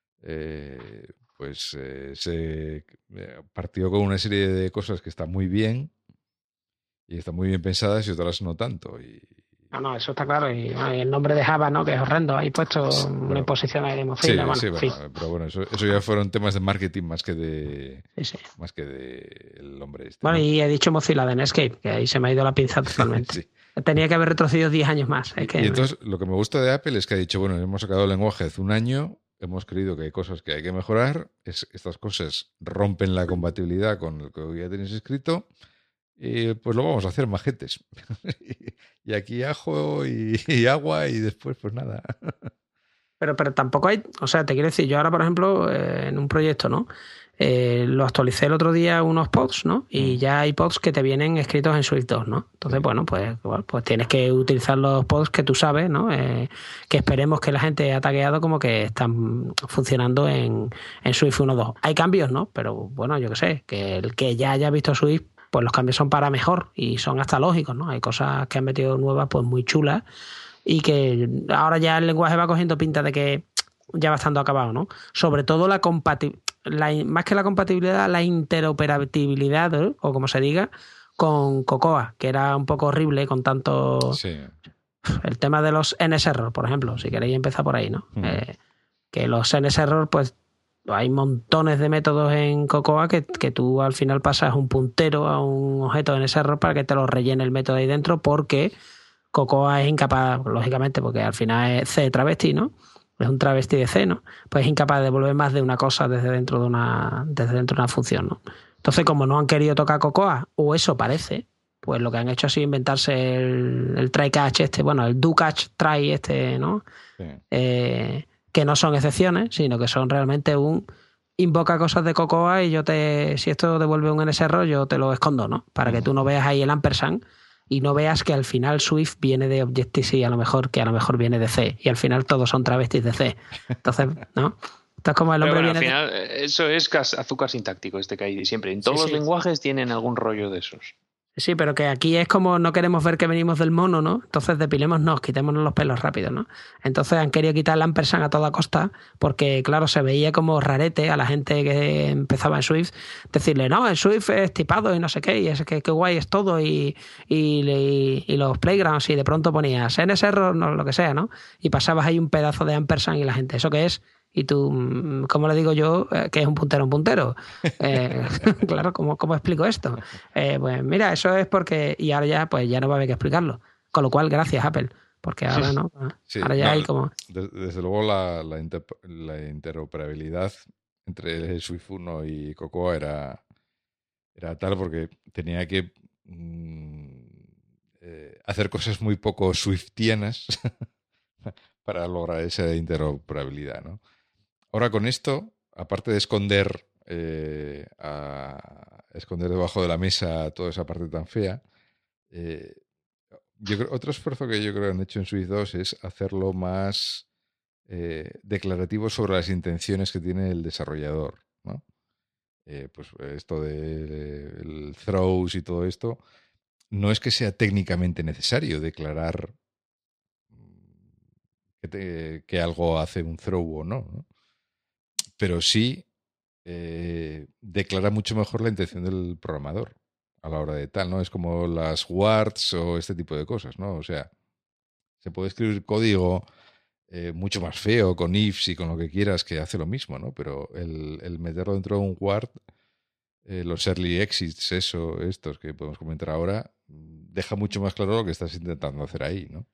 se partió con una serie de cosas que están muy bien y están muy bien pensadas y otras no tanto. No, eso está claro. Y el nombre de Java, ¿no? Que es horrendo. Ahí puesto una imposición ahí de Mozilla. Sí, pero bueno, eso ya fueron temas de marketing más que de el hombre este. Bueno, ¿no? Y he dicho Mozilla de Netscape, que ahí se me ha ido la pinza totalmente. Sí. Tenía que haber retrocedido 10 años más. Y entonces, lo que me gusta de Apple es que ha dicho, bueno, hemos sacado el lenguaje hace un año, hemos creído que hay cosas que hay que mejorar, estas cosas rompen la compatibilidad con el que ya tenéis escrito, y pues lo vamos a hacer majetes. Y aquí ajo y agua y después pues nada. Pero tampoco hay, o sea, te quiero decir, yo ahora por ejemplo en un proyecto, ¿no? Lo actualicé el otro día unos pods, ¿no? Y ya hay pods que te vienen escritos en Swift 2, ¿no? Entonces, bueno, pues tienes que utilizar los pods que tú sabes, ¿no? Que esperemos que la gente ha tagueado como que están funcionando en Swift 1.2. Hay cambios, ¿no? Pero bueno, yo qué sé, que el que ya haya visto Swift, pues los cambios son para mejor y son hasta lógicos, ¿no? Hay cosas que han metido nuevas, pues muy chulas y que ahora ya el lenguaje va cogiendo pinta de que ya va estando acabado, ¿no? Sobre todo más que la compatibilidad, la interoperabilidad, ¿eh? O como se diga, con Cocoa, que era un poco horrible con tanto... Sí. El tema de los NSError, por ejemplo, si queréis empezar por ahí, ¿no? Que los NSError, pues hay montones de métodos en Cocoa que tú al final pasas un puntero a un objeto de NSError para que te lo rellene el método ahí dentro, porque Cocoa es incapaz, lógicamente, porque al final es C travesti, ¿no? Es un travesti de C, ¿no? Pues es incapaz de devolver más de una cosa desde dentro de una función, ¿no? Entonces, como no han querido tocar Cocoa, o eso parece, pues lo que han hecho ha sido inventarse el try catch el do catch try ¿no? Sí. Que no son excepciones, sino que son realmente un invoca cosas de Cocoa y si esto devuelve un NSError, yo te lo escondo, ¿no? Para que tú no veas ahí el ampersand y no veas que al final Swift viene de Objective-C, a lo mejor viene de C, y al final todos son travestis de C. Entonces, ¿no? Esto es como el hombre viene. Al final, eso es azúcar sintáctico, que hay siempre. En todos los lenguajes tienen algún rollo de esos. Sí, pero que aquí es como no queremos ver que venimos del mono, ¿no? Entonces depilémonos, quitémonos los pelos rápido, ¿no? Entonces han querido quitar el ampersand a toda costa porque, claro, se veía como rarete a la gente que empezaba en Swift decirle, no, el Swift es tipado y no sé qué, y es que guay es todo y los playgrounds y de pronto ponías NSError, no, lo que sea, ¿no? Y pasabas ahí un pedazo de ampersand y la gente, ¿eso qué es? Y tú, ¿cómo le digo yo que es un puntero un puntero? Claro, ¿cómo explico esto? Pues mira, eso es porque... Y ahora ya no va a haber que explicarlo. Con lo cual, gracias, Apple. Porque ahora no. Sí, ahora ya hay como... Desde luego la interoperabilidad entre Swift 1 y Cocoa era tal porque tenía que hacer cosas muy poco swiftianas para lograr esa interoperabilidad, ¿no? Ahora con esto, aparte de esconder debajo de la mesa toda esa parte tan fea, otro esfuerzo que yo creo que han hecho en Swift 2 es hacerlo más declarativo sobre las intenciones que tiene el desarrollador, ¿no? Pues esto del throws y todo esto, no es que sea técnicamente necesario declarar que algo hace un throw o no, ¿no? Pero sí declara mucho mejor la intención del programador a la hora de tal, ¿no? Es como las warts o este tipo de cosas, ¿no? O sea, se puede escribir código mucho más feo con ifs y con lo que quieras que hace lo mismo, ¿no? Pero el meterlo dentro de un wart, los early exits, estos que podemos comentar ahora, deja mucho más claro lo que estás intentando hacer ahí, ¿no?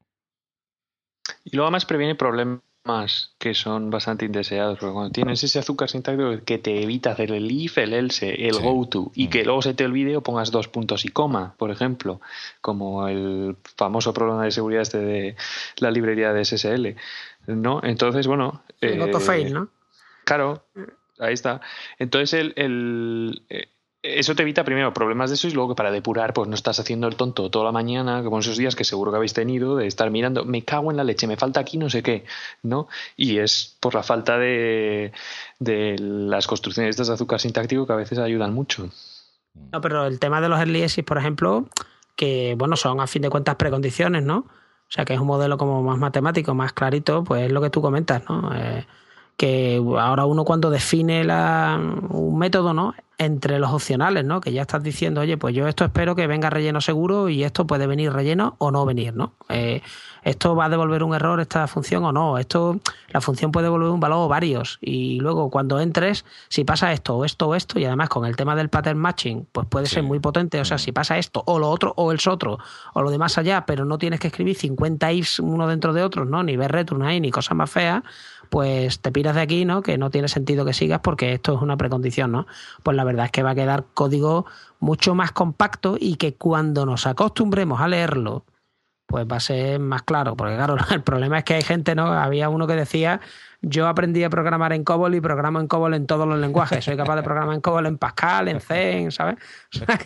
Y luego además previene problemas que son bastante indeseados, porque cuando tienes ese azúcar sintáctico que te evita hacer el if, el else, el goto, y que luego se te olvide o pongas 2 puntos y coma, por ejemplo, como el famoso problema de seguridad de la librería de SSL, ¿no? Entonces, bueno... El autofail, ¿no? Claro, ahí está. Entonces eso te evita primero problemas de eso y luego que para depurar pues no estás haciendo el tonto toda la mañana, como esos días que seguro que habéis tenido, de estar mirando, me cago en la leche, me falta aquí no sé qué, ¿no? Y es por la falta de las construcciones estas de azúcar sintáctico que a veces ayudan mucho. No, pero el tema de los early exits, por ejemplo, que bueno, son a fin de cuentas precondiciones, ¿no? O sea, que es un modelo como más matemático, más clarito, pues es lo que tú comentas, ¿no? Que ahora uno cuando define un método, ¿no? Entre los opcionales, ¿no? Que ya estás diciendo, oye, pues yo esto espero que venga relleno seguro y esto puede venir relleno o no venir, ¿no? Esto va a devolver un error esta función o no. La función puede devolver un valor o varios. Y luego cuando entres, si pasa esto o esto o esto, y además con el tema del pattern matching, pues puede ser muy potente. O sea, si pasa esto o lo otro o el otro o lo de más allá, pero no tienes que escribir 50 ifs uno dentro de otros, ¿no? Ni ver return ahí, ni cosas más feas, pues te piras de aquí, ¿no? Que no tiene sentido que sigas porque esto es una precondición, ¿no? Pues la verdad es que va a quedar código mucho más compacto y que cuando nos acostumbremos a leerlo, pues va a ser más claro. Porque claro, el problema es que hay gente, ¿no? Había uno que decía, yo aprendí a programar en COBOL y programo en COBOL en todos los lenguajes. Soy capaz de programar en COBOL, en Pascal, en C, ¿sabes? O sea,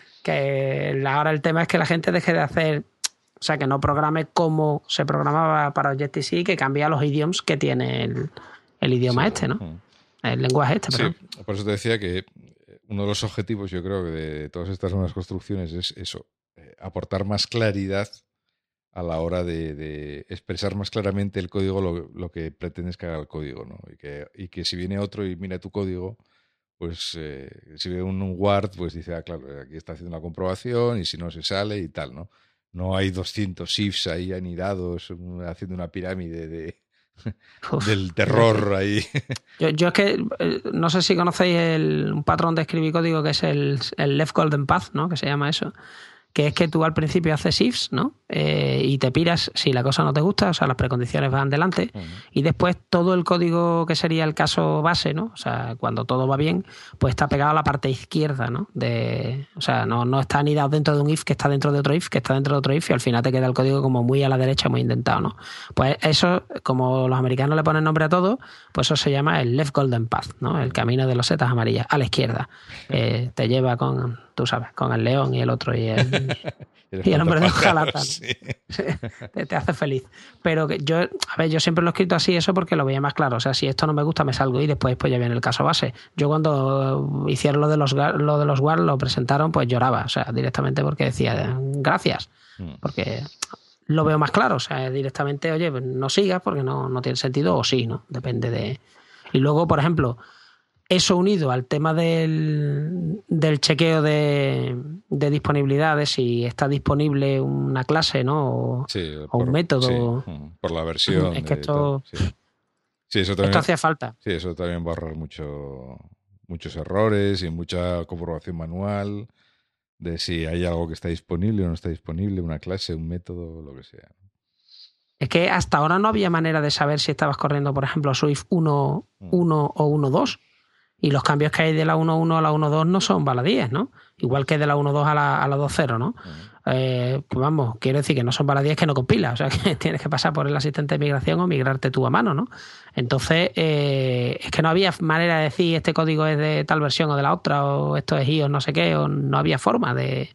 que ahora el tema es que la gente deje de hacer... O sea, que no programe como se programaba para Objective-C, que cambia los idioms que tiene el idioma ¿no? El lenguaje perdón. Sí, por eso te decía que uno de los objetivos, yo creo, que de todas estas nuevas construcciones es eso, aportar más claridad a la hora de expresar más claramente el código, lo que pretendes que haga el código, ¿no? Y que si viene otro y mira tu código, pues si ve un word, pues dice, claro, aquí está haciendo una comprobación y si no se sale y tal, ¿no? No hay 200 ifs ahí anidados haciendo una pirámide del terror ahí. Yo es que no sé si conocéis un patrón de escribir código que es el left golden path, ¿no? Que se llama eso. que es que tú al principio haces ifs, ¿no? Y te piras si la cosa no te gusta, o sea, las precondiciones van delante, y después todo el código que sería el caso base, ¿no? O sea, cuando todo va bien, pues está pegado a la parte izquierda, ¿no? O sea, no está anidado dentro de un if que está dentro de otro if, que está dentro de otro if, y al final te queda el código como muy a la derecha, muy indentado, ¿no? Pues eso, como los americanos le ponen nombre a todo, pues eso se llama el left golden path, ¿no? El camino de los setas amarillas, a la izquierda. Te lleva con, tú sabes, con el león y el otro y el hombre de hojalata, ¿no? Sí. Te hace feliz. Pero que yo siempre lo he escrito así, eso porque lo veía más claro. O sea, si esto no me gusta, me salgo y después pues ya viene el caso base. Yo cuando hicieron lo de los WAR, lo presentaron, pues lloraba. O sea, directamente porque decía, gracias. Porque lo veo más claro. O sea, directamente, oye, no sigas porque no tiene sentido, o sí, ¿no? Depende de... Y luego, por ejemplo, eso unido al tema del chequeo de disponibilidad, de si está disponible una clase, ¿no? O un método. Sí, por la versión. Es que esto, sí, eso también, esto hacía falta. Sí, eso también va a ahorrar muchos errores y mucha comprobación manual de si hay algo que está disponible o no está disponible, una clase, un método, lo que sea. Es que hasta ahora no había manera de saber si estabas corriendo, por ejemplo, Swift 1.1 o 1.2. Y los cambios que hay de la 1.1 a la 1.2 no son baladíes, ¿no? Igual que de la 1.2 a la 2.0, ¿no? Pues vamos, quiero decir que no son baladíes que no compila, o sea que tienes que pasar por el asistente de migración o migrarte tú a mano, ¿no? Entonces, es que no había manera de decir este código es de tal versión o de la otra, o esto es iOS no sé qué, o no había forma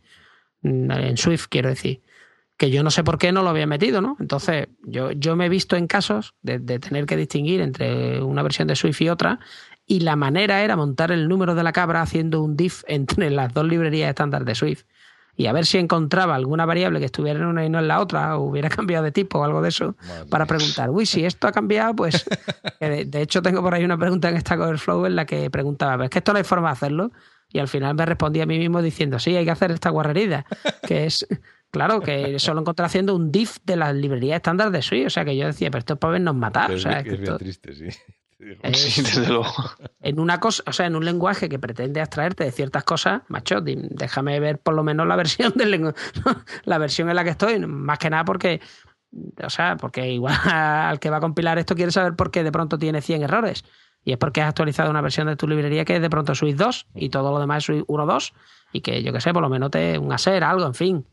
en Swift, quiero decir. Que yo no sé por qué no lo había metido, ¿no? Entonces, yo me he visto en casos de tener que distinguir entre una versión de Swift y otra, y la manera era montar el número de la cabra haciendo un diff entre las dos librerías estándar de Swift y a ver si encontraba alguna variable que estuviera en una y no en la otra, o hubiera cambiado de tipo o algo de eso, para preguntar, uy, si esto ha cambiado, pues... De hecho, tengo por ahí una pregunta en Stack Overflow en la que preguntaba, pero es que esto no hay forma de hacerlo, y al final me respondí a mí mismo diciendo, sí, hay que hacer esta guarrerida, que es... Claro, que eso lo encontré haciendo un diff de las librerías estándar de Swift, o sea que yo decía, pero esto es para vernos matar. Pero o sea, es bien triste, sí. Sí, desde luego. En una cosa, o sea, en un lenguaje que pretende abstraerte de ciertas cosas, macho, déjame ver por lo menos la versión del lenguaje, la versión en la que estoy, más que nada porque, o sea, porque igual al que va a compilar esto quiere saber por qué de pronto tiene 100 errores. Y es porque has actualizado una versión de tu librería que es de pronto Swift 2 y todo lo demás es Swift 1.2 y que yo que sé, por lo menos un ASER, algo, en fin.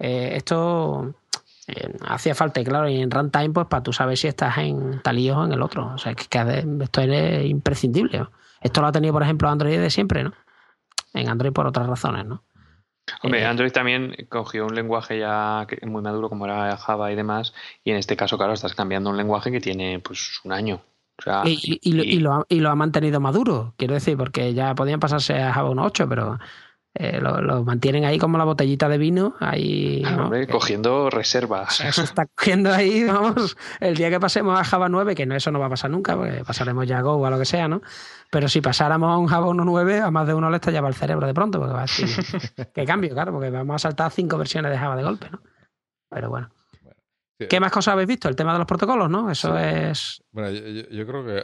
Esto hacía falta, y claro, y en runtime, pues para tú saber si estás en tal IO o en el otro. O sea, que esto es imprescindible, ¿no? Esto lo ha tenido, por ejemplo, Android de siempre, ¿no? En Android por otras razones, ¿no? Hombre, Android también cogió un lenguaje ya muy maduro como era Java y demás, y en este caso, claro, estás cambiando un lenguaje que tiene pues un año. O sea, y lo ha mantenido maduro, quiero decir, porque ya podían pasarse a Java 1.8, pero lo mantienen ahí como la botellita de vino, ahí, ¿no? Hombre, cogiendo reservas. Se está cogiendo ahí, vamos, el día que pasemos a Java 9, que eso no va a pasar nunca, porque pasaremos ya a Go o a lo que sea, ¿no? Pero si pasáramos a un Java 1.9, a más de uno le estallaba el cerebro de pronto, porque va a decir, qué cambio, claro, porque vamos a saltar 5 versiones de Java de golpe, ¿no? Pero bueno. ¿Qué más cosas habéis visto? El tema de los protocolos, ¿no? Eso es... Bueno, yo creo que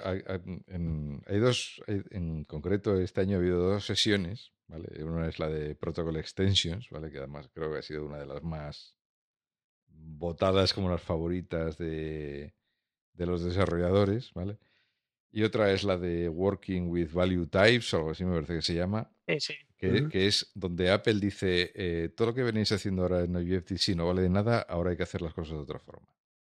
hay dos, en concreto este año ha habido dos sesiones, ¿vale? Una es la de Protocol Extensions, ¿vale? Que además creo que ha sido una de las más votadas como las favoritas de los desarrolladores, ¿vale? Y otra es la de Working with Value Types, o algo así me parece que se llama. Sí. Que es donde Apple dice, todo lo que venís haciendo ahora en UFTC no vale de nada, ahora hay que hacer las cosas de otra forma.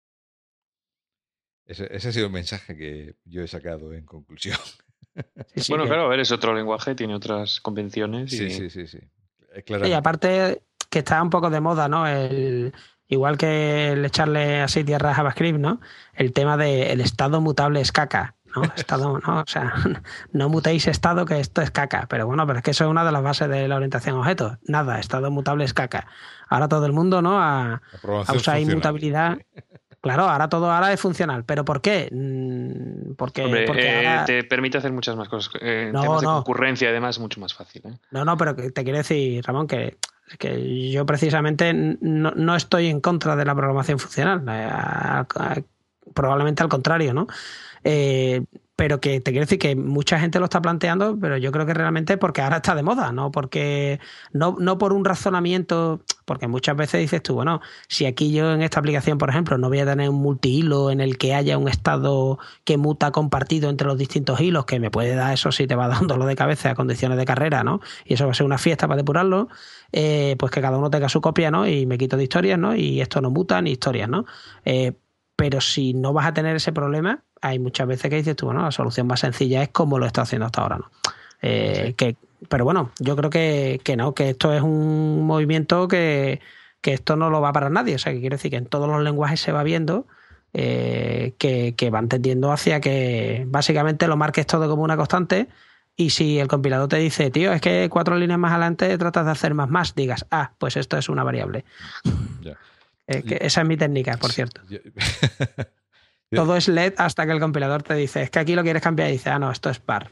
Ese ha sido el mensaje que yo he sacado en conclusión. Sí, bueno, claro, a ver, es otro lenguaje, tiene otras convenciones. Sí. Y aparte que está un poco de moda, ¿no? Igual que el echarle así tierra a JavaScript, ¿no? El tema del estado mutable es caca, ¿no? Estado, ¿no? O sea, no mutéis estado, que esto es caca. Pero bueno, pero es que eso es una de las bases de la orientación a objetos. Nada, estado mutable es caca. Ahora todo el mundo, ¿no? A usar inmutabilidad. Sí. Claro, ahora es funcional. ¿Pero por qué? Porque ahora... te permite hacer muchas más cosas. Temas de concurrencia, además, es mucho más fácil. No, pero te quiero decir, Ramón, que yo precisamente no estoy en contra de la programación funcional. probablemente al contrario, ¿no? Pero que te quiero decir que mucha gente lo está planteando, pero yo creo que realmente porque ahora está de moda, no porque no por un razonamiento, porque muchas veces dices tú, bueno, si aquí yo en esta aplicación, por ejemplo, no voy a tener un multihilo en el que haya un estado que muta compartido entre los distintos hilos, que me puede dar eso si te va dando lo de cabeza a condiciones de carrera, ¿no? Y eso va a ser una fiesta para depurarlo, pues que cada uno tenga su copia, ¿no? Y me quito de historias, ¿no? Y esto no muta ni historias, ¿no? Pero si no vas a tener ese problema, hay muchas veces que dices tú, bueno, la solución más sencilla es como lo está haciendo hasta ahora, ¿no? Pero bueno, yo creo que no, que esto es un movimiento que esto no lo va a parar nadie. O sea, que quiero decir que en todos los lenguajes se va viendo que van tendiendo hacia que básicamente lo marques todo como una constante, y si el compilador te dice, tío, es que 4 líneas más adelante tratas de hacer más, digas, pues esto es una variable. Ya. Que esa es mi técnica, por cierto. Todo es LED hasta que el compilador te dice, es que aquí lo quieres cambiar, y dice, no, esto es bar.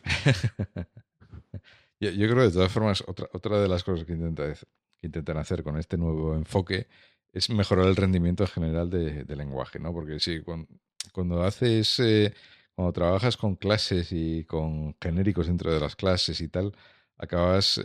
Yo creo que de todas formas, otra de las cosas que intentan hacer con este nuevo enfoque es mejorar el rendimiento general del lenguaje, ¿no? Porque sí, cuando trabajas con clases y con genéricos dentro de las clases y tal, acabas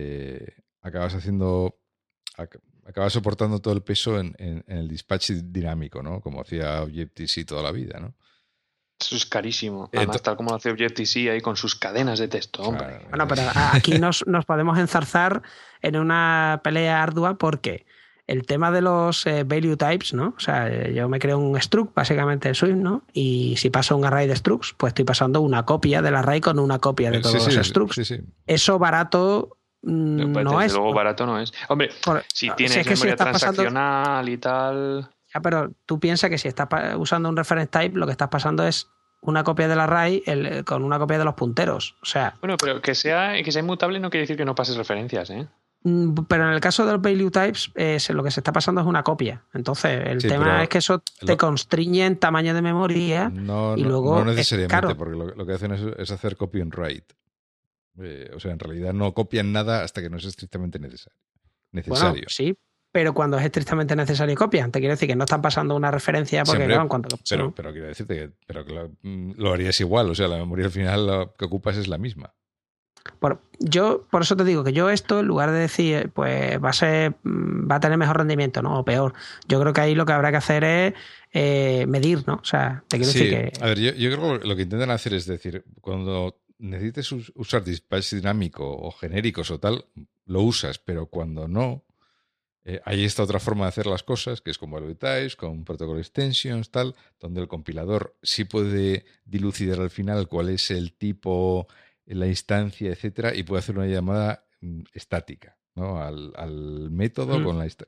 soportando todo el peso en el dispatch dinámico, ¿no? Como hacía Objective-C toda la vida, ¿no? Eso es carísimo. Además, tal como lo hace Objective-C ahí con sus cadenas de texto, hombre. Claro. Bueno, pero aquí nos podemos enzarzar en una pelea ardua porque el tema de los value types, ¿no? O sea, yo me creo un struct básicamente en Swift, ¿no? Y si paso un array de structs, pues estoy pasando una copia del array con una copia de todos los structs. Sí. Eso barato no es. Luego barato no es. Hombre, si tienes memoria transaccional y tal... Pero tú piensas que si estás usando un reference type, lo que estás pasando es una copia del array con una copia de los punteros. O sea... Bueno, pero que sea inmutable no quiere decir que no pases referencias, ¿eh? Pero en el caso de los value types, lo que se está pasando es una copia. Entonces, el tema es que eso te constriñe en tamaño de memoria y luego... No necesariamente, porque lo que hacen es hacer copy and write. O sea, en realidad no copian nada hasta que no es estrictamente necesario. Bueno, sí, pero cuando es estrictamente necesario copian. Te quiero decir que no están pasando una referencia porque, claro, en cuanto pero quiero decirte que lo harías igual. O sea, la memoria al final lo que ocupas es la misma. Por eso te digo que yo esto, en lugar de decir, pues va a tener mejor rendimiento, ¿no? O peor. Yo creo que ahí lo que habrá que hacer es medir, ¿no? O sea, te quiero decir que... A ver, yo creo que lo que intentan hacer es decir, cuando necesites usar dispatch dinámico o genéricos o tal, lo usas, pero cuando no, hay esta otra forma de hacer las cosas, que es con value types, con protocol extensions, tal, donde el compilador sí puede dilucidar al final cuál es el tipo, la instancia, etcétera, y puede hacer una llamada estática, ¿no? al método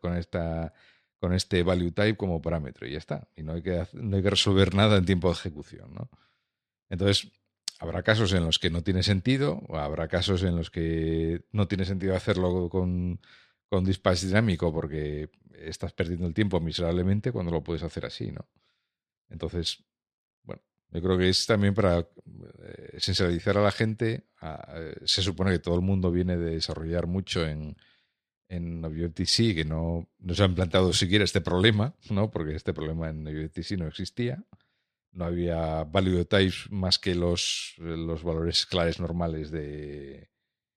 con este value type como parámetro, y ya está. Y no hay que resolver nada en tiempo de ejecución, ¿no? Entonces, habrá casos en los que no tiene sentido, o habrá casos en los que no tiene sentido hacerlo con dispatch dinámico porque estás perdiendo el tiempo miserablemente cuando lo puedes hacer así, ¿no? Entonces, bueno, yo creo que es también para sensibilizar a la gente. Se supone que todo el mundo viene de desarrollar mucho en Objective-C, que no se han planteado siquiera este problema, ¿no? Porque este problema en Objective-C no existía. No había value types más que los valores claves normales de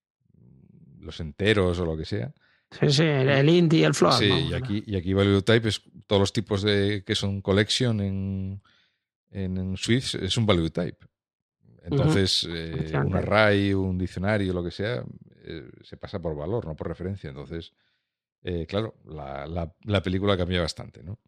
los enteros o lo que sea. Sí, el int y el float. Sí, ¿no? y aquí value type es todos los tipos que son collection en Swift es un value type. Entonces, un array, un diccionario, lo que sea, se pasa por valor, no por referencia. Entonces, claro, la película cambia bastante, ¿no?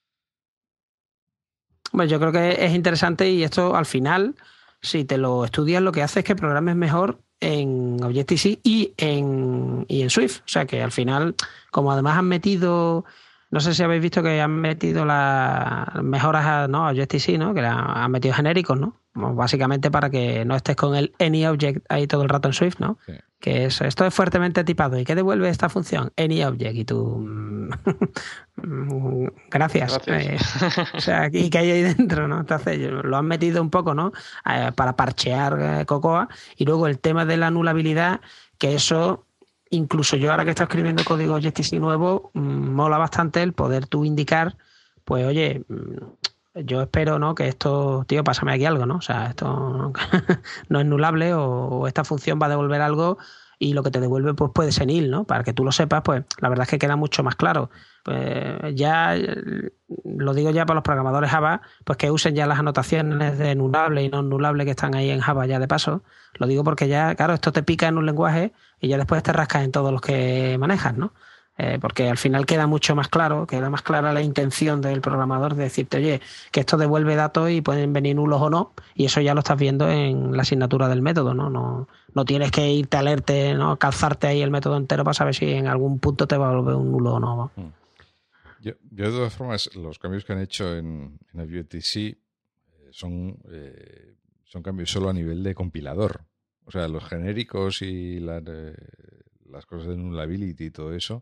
Bueno, yo creo que es interesante, y esto al final, si te lo estudias, lo que hace es que programes mejor en Objective-C y en Swift. O sea que al final, como además han metido, no sé si habéis visto que han metido las mejoras a Objective-C, ¿no? Que han metido genéricos, ¿no? Básicamente para que no estés con el AnyObject ahí todo el rato en Swift, ¿no? Sí. Que esto es fuertemente tipado. ¿Y qué devuelve esta función? AnyObject. Y tú... Gracias. O sea, ¿y qué hay ahí dentro, no? Entonces lo han metido un poco, ¿no? Para parchear Cocoa. Y luego el tema de la anulabilidad, que eso... Incluso yo ahora que estoy escribiendo código Objective-C nuevo, mola bastante el poder tú indicar, pues oye, yo espero, ¿no? Que esto, tío, pásame aquí algo, ¿no? O sea, esto no, no es nulable o esta función va a devolver algo y lo que te devuelve pues puede ser nil, ¿no? Para que tú lo sepas, pues la verdad es que queda mucho más claro. Pues ya lo digo ya para los programadores Java, pues que usen ya las anotaciones de nulable y no nulable que están ahí en Java ya de paso. Lo digo porque ya, claro, esto te pica en un lenguaje y ya después te rascas en todos los que manejas, ¿no? Porque al final queda mucho más claro, queda más clara la intención del programador de decirte, oye, que esto devuelve datos y pueden venir nulos o no, y eso ya lo estás viendo en la asignatura del método, ¿no? No tienes que irte a leerte, ¿no? Calzarte ahí el método entero para saber si en algún punto te va a volver un nulo o no. Yo de todas formas, los cambios que han hecho en Objective-C son cambios solo a nivel de compilador. O sea, los genéricos y las cosas de nullability y todo eso,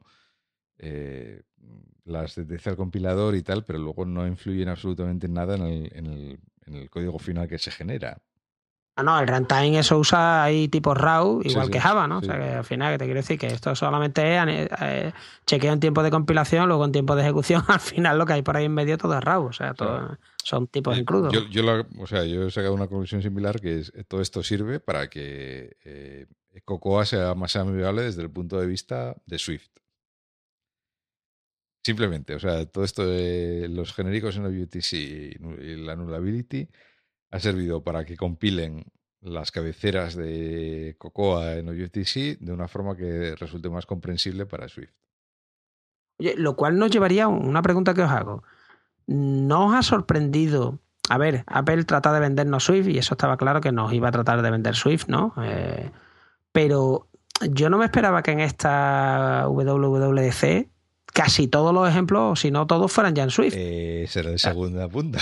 las detecta el compilador y tal, pero luego no influyen absolutamente en nada en el código final que se genera. No, el runtime eso usa ahí tipo RAW, igual que Java, ¿no? Sí. O sea, que al final, que te quiero decir que esto solamente es chequeo en tiempo de compilación, luego en tiempo de ejecución, al final lo que hay por ahí en medio todo es RAW, o sea, todo son tipos en crudo. Yo he sacado una conclusión similar, que es todo esto sirve para que Cocoa sea más amigable desde el punto de vista de Swift. Simplemente, o sea, todo esto de los genéricos en Objective-C y la nullability ha servido para que compilen las cabeceras de Cocoa en Objective-C de una forma que resulte más comprensible para Swift. Oye, lo cual nos llevaría a una pregunta que os hago. ¿No os ha sorprendido? A ver, Apple trata de vendernos Swift y eso estaba claro que nos iba a tratar de vender Swift, ¿no? Pero yo no me esperaba que en esta WWDC casi todos los ejemplos, si no todos, fueran ya en Swift. Será de segunda punta.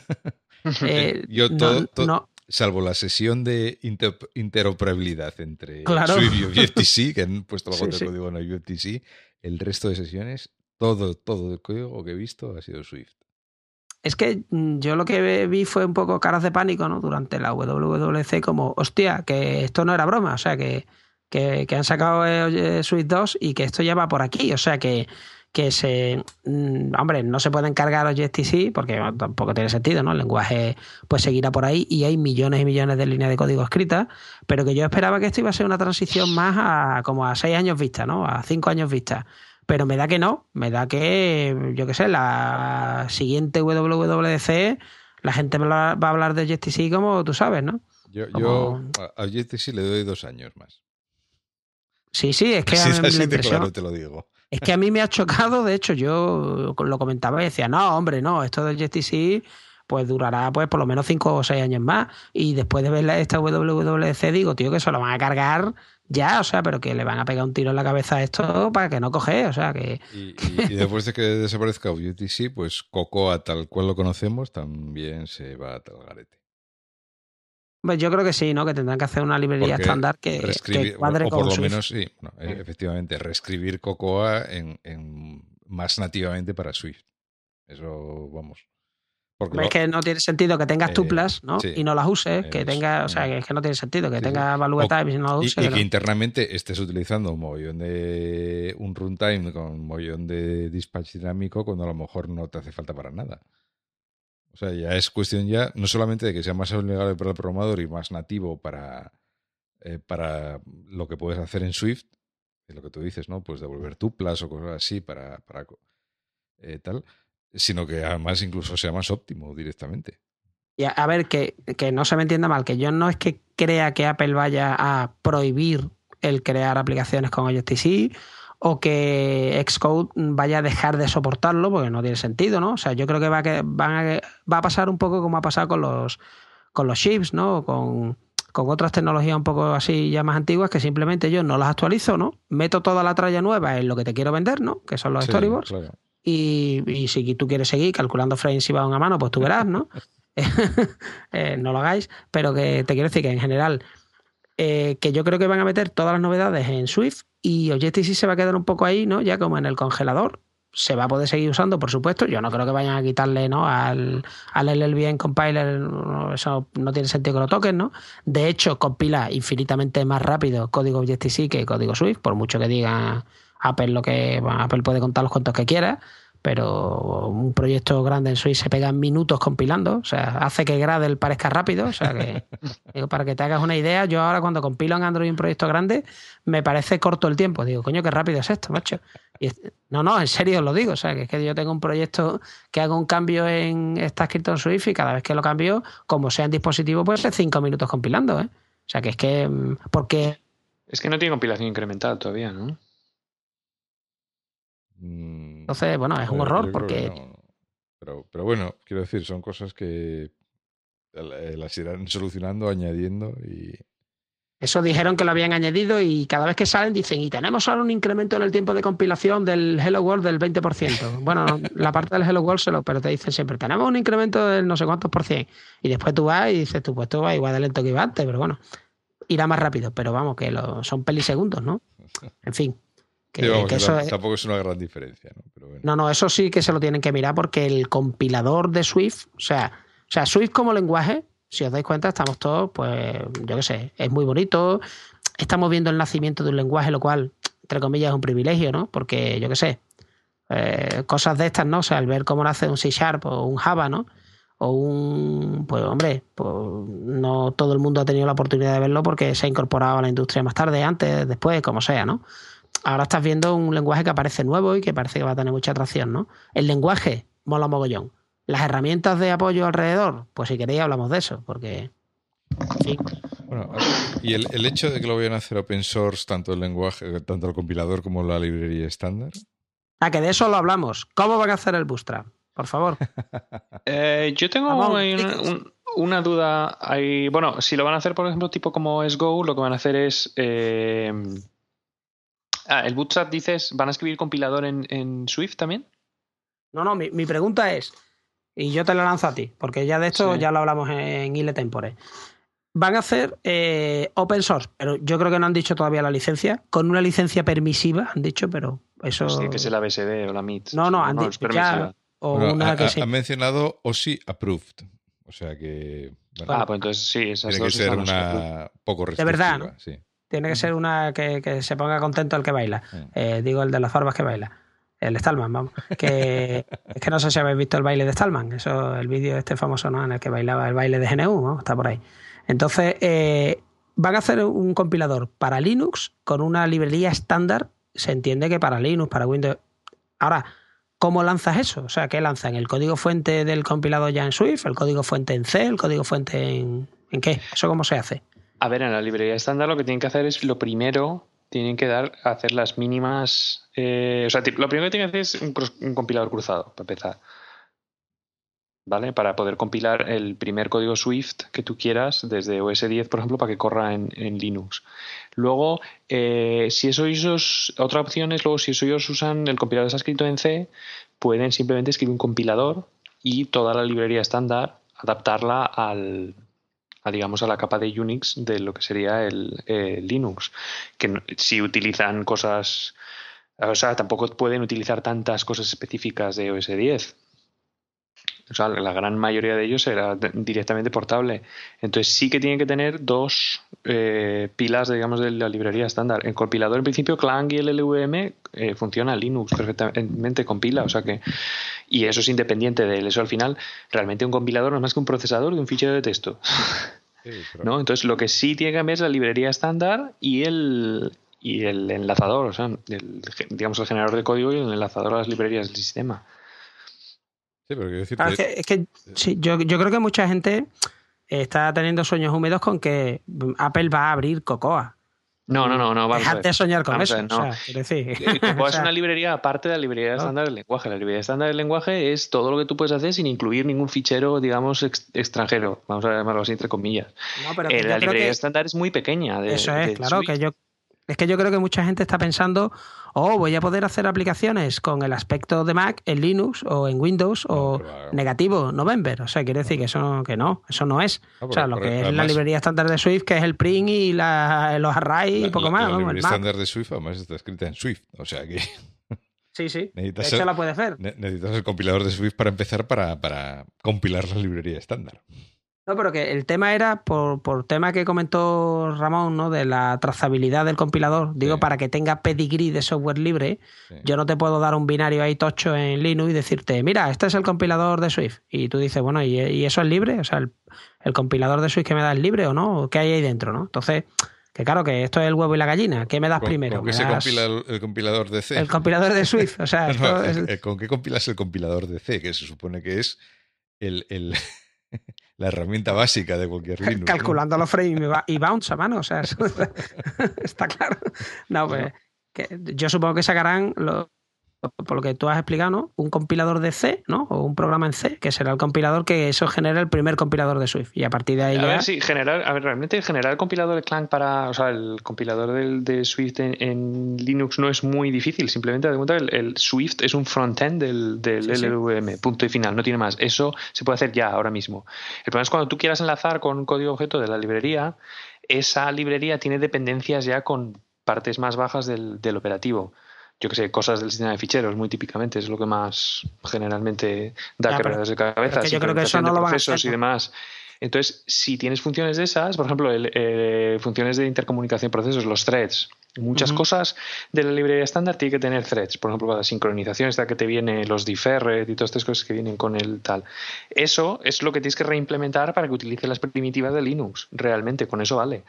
No. Salvo la sesión de interoperabilidad entre claro. Swift y Objective-C, que han puesto algo de código en Objective-C, el resto de sesiones, todo el código que he visto ha sido Swift. Es que yo lo que vi fue un poco caras de pánico, ¿no? Durante la WWDC, como, hostia, que esto no era broma, o sea, que han sacado Swift 2 y que esto ya va por aquí, o sea, que hombre, no se pueden cargar Objective-C porque tampoco tiene sentido, ¿no? El lenguaje pues seguirá por ahí y hay millones y millones de líneas de código escritas, pero que yo esperaba que esto iba a ser una transición más como a 6 años vista, ¿no? A 5 años vista. Pero me da que no, me da que, yo qué sé, la siguiente WWDC la gente va a hablar de Objective-C como tú sabes, ¿no? Yo a Objective-C le doy 2 años más. Sí, es que así de claro te lo digo. Es que a mí me ha chocado, de hecho, yo lo comentaba y decía, no, hombre, no, esto del Objective-C pues durará pues por lo menos 5 o 6 años más. Y después de ver esta WWDC digo, tío, que se lo van a cargar ya, o sea, pero que le van a pegar un tiro en la cabeza a esto para que no coge, o sea, que... Y después de que desaparezca Objective-C, pues Cocoa, tal cual lo conocemos, también se va a tal garete. Pues yo creo que sí, ¿no? Que tendrán que hacer una librería estándar que cuadre o con por lo Swift. menos, sí, bueno, efectivamente, reescribir Cocoa en más nativamente para Swift. Eso, vamos. Es que no tiene sentido que tengas tuplas, ¿no? Sí, y no las uses, que tenga, o sea, que es que no tiene sentido que tenga value type y no las uses. Y que internamente estés utilizando un runtime con un mogollón de dispatch dinámico cuando a lo mejor no te hace falta para nada. O sea, ya es cuestión ya no solamente de que sea más amigable para el programador y más nativo para lo que puedes hacer en Swift, es lo que tú dices, ¿no? Pues devolver tuplas o cosas así para tal, sino que además incluso sea más óptimo directamente. Y a ver, que no se me entienda mal, que yo no es que crea que Apple vaya a prohibir el crear aplicaciones con Objective-C o que Xcode vaya a dejar de soportarlo, porque no tiene sentido, ¿no? O sea, yo creo que va a pasar un poco como ha pasado con los chips, ¿no? Con otras tecnologías un poco así ya más antiguas que simplemente yo no las actualizo, ¿no? Meto toda la tralla nueva en lo que te quiero vender, ¿no? Que son los storyboards. Claro. Y si tú quieres seguir calculando frames y va a una mano, pues tú verás, ¿no? No lo hagáis, pero que te quiero decir que en general que yo creo que van a meter todas las novedades en Swift y Objective-C se va a quedar un poco ahí, ¿no? Ya como en el congelador. Se va a poder seguir usando, por supuesto. Yo no creo que vayan a quitarle, ¿no? al LLVM compiler, no, eso no tiene sentido que lo toquen, ¿no? De hecho, compila infinitamente más rápido código Objective-C que código Swift, por mucho que diga Apple Apple puede contar los cuentos que quiera, pero un proyecto grande en Swift se pega en minutos compilando, o sea, hace que Gradle parezca rápido, o sea que digo, para que te hagas una idea, yo ahora cuando compilo en Android un proyecto grande me parece corto el tiempo, digo, coño, qué rápido es esto, macho. No, en serio os lo digo, o sea, que es que yo tengo un proyecto que hago un cambio está escrito en Swift y cada vez que lo cambio, como sea en dispositivo, puede ser 5 minutos compilando, ¿eh? O sea, que es que, porque... Es que no tiene compilación incremental todavía, ¿no? Entonces, bueno, es un horror porque... No. Pero bueno, quiero decir, son cosas que las irán solucionando, añadiendo y... Eso dijeron que lo habían añadido y cada vez que salen dicen, y tenemos ahora un incremento en el tiempo de compilación del Hello World del 20%. Bueno, la parte del Hello World pero te dicen siempre, tenemos un incremento del no sé cuántos por cien. Y después tú vas y dices, tú, pues tú vas igual de lento que iba antes, pero bueno, irá más rápido. Pero vamos, que son pelisegundos, ¿no? En fin. Que, sí, vamos, que eso tampoco es una gran diferencia, ¿no? Pero bueno. No, eso sí que se lo tienen que mirar porque el compilador de Swift, o sea, Swift como lenguaje, si os dais cuenta, estamos todos, pues, yo qué sé, es muy bonito. Estamos viendo el nacimiento de un lenguaje, lo cual, entre comillas, es un privilegio, ¿no? Porque, yo qué sé, cosas de estas, ¿no? O sea, al ver cómo nace un C# o un Java, ¿no? O pues hombre, pues no todo el mundo ha tenido la oportunidad de verlo porque se ha incorporado a la industria más tarde, antes, después, como sea, ¿no? Ahora estás viendo un lenguaje que aparece nuevo y que parece que va a tener mucha atracción, ¿no? El lenguaje mola mogollón. Las herramientas de apoyo alrededor, pues si queréis hablamos de eso, porque... Sí. Bueno, y el hecho de que lo vayan a hacer open source, tanto el lenguaje, tanto el compilador como la librería estándar. Que de eso lo hablamos. ¿Cómo van a hacer el Bootstrap? Por favor. Yo tengo una duda. Bueno, si lo van a hacer, por ejemplo, tipo como es Go, lo que van a hacer es... el Bootstrap, dices, ¿van a escribir compilador en Swift también? No, mi pregunta es... Y yo te la lanzo a ti, porque ya de esto ya lo hablamos en Ile Tempore. Van a hacer open source, pero yo creo que no han dicho todavía la licencia. Con una licencia permisiva, han dicho, pero eso... Sí, que es el ABSD o la MIT. No, han dicho ya... O bueno, una que sí. Han mencionado OSI approved. O sea que... Bueno, pues entonces sí, esas tiene que ser una poco restrictiva. De verdad, ¿no? Sí. Tiene que ser una que se ponga contento el que baila. Digo, el de las barbas que baila. El Stallman, vamos. Es que no sé si habéis visto el baile de Stallman. Eso, el vídeo famoso, ¿no? En el que bailaba el baile de GNU, ¿no? Está por ahí. Entonces, van a hacer un compilador para Linux con una librería estándar. Se entiende que para Linux, para Windows. Ahora, ¿cómo lanzas eso? O sea, ¿qué lanzan? ¿El código fuente del compilador ya en Swift? ¿El código fuente en C? ¿El código fuente en qué? ¿Eso cómo se hace? A ver, en la librería estándar lo que tienen que hacer es lo primero... Tienen que hacer las mínimas... lo primero que tienen que hacer es un compilador cruzado, para empezar. ¿Vale? Para poder compilar el primer código Swift que tú quieras, desde OS X, por ejemplo, para que corra en Linux. Luego, si ellos... Otra opción es, luego, si ellos usan el compilador que está escrito en C, pueden simplemente escribir un compilador y toda la librería estándar, adaptarla digamos a la capa de Unix de lo que sería el Linux, que si utilizan cosas, o sea, tampoco pueden utilizar tantas cosas específicas de OS X. O sea, la gran mayoría de ellos era directamente portable. Entonces sí que tienen que tener dos pilas, digamos, de la librería estándar. El compilador, en principio, Clang y el LVM funciona. Linux perfectamente compila, o sea que... Y eso es independiente de él. Eso al final, realmente un compilador no es más que un procesador de un fichero de texto. Sí, pero... ¿no? Entonces lo que sí tiene que cambiar es la librería estándar y el enlazador, o sea, digamos el generador de código y el enlazador a las librerías del sistema. Sí, pero quiero decir sí, yo creo que mucha gente está teniendo sueños húmedos con que Apple va a abrir Cocoa. No. Dejad de soñar con eso. No. O sea, quiero decir. Cocoa es una librería aparte de la librería estándar del lenguaje. La librería estándar del lenguaje es todo lo que tú puedes hacer sin incluir ningún fichero, digamos, extranjero. Vamos a llamarlo así entre comillas. No, pero la librería estándar es muy pequeña. Eso es, claro, Swift. Es que yo creo que mucha gente está pensando, voy a poder hacer aplicaciones con el aspecto de Mac en Linux o en Windows negativo, November. O sea, quiere decir que eso no es. O sea, lo que es la librería estándar de Swift, que es el print y los arrays y poco más. La librería estándar de Swift además está escrita en Swift. O sea que... Sí. De hecho, la puedes ver. Necesitas el compilador de Swift para empezar para compilar la librería estándar. No, pero que el tema era por tema que comentó Ramón, ¿no? De la trazabilidad del compilador. Digo, Sí, para que tenga pedigrí de software libre, sí. yo no te puedo dar un binario ahí tocho en Linux y decirte, mira, este es el compilador de Swift. Y tú dices, bueno, ¿y eso es libre? O sea, el compilador de Swift que me da es libre o no? ¿Qué hay ahí dentro, no? Entonces, que claro, que esto es el huevo y la gallina. ¿Qué me das primero? ¿Con ¿Me qué se das compila el compilador de C? el compilador de Swift? O sea, No, esto es ¿con qué compilas el compilador de C? Que se supone que es el la herramienta básica de cualquier Linux, ¿no? calculando los frames y bounce a mano. O sea, eso está claro. No, pues que yo supongo que sacarán por lo que tú has explicado, ¿no? Un compilador de C, ¿no? O un programa en C, que será el compilador que eso genera el primer compilador de Swift. Y a partir de ahí A ya... ver, sí, realmente generar el compilador de Clang o sea, el compilador de Swift en Linux no es muy difícil. Simplemente, de cuenta, el Swift es un frontend del Sí, sí. LLVM, punto y final, no tiene más. Eso se puede hacer ya, ahora mismo. El problema es cuando tú quieras enlazar con un código objeto de la librería, esa librería tiene dependencias ya con partes más bajas del operativo. Yo que sé, cosas del sistema de ficheros, muy típicamente, es lo que más generalmente da Ya, quebraderos de pero cabeza, es que yo creo que eso implementación no de lo van a procesos hacer, y ¿no? demás. Entonces, si tienes funciones de esas, por ejemplo, funciones de intercomunicación de procesos, los threads, muchas cosas de la librería estándar tiene que tener threads. Por ejemplo, la sincronización esta que te viene, los deferred y todas estas cosas que vienen con el tal. Eso es lo que tienes que reimplementar para que utilice las primitivas de Linux. Realmente, con eso vale.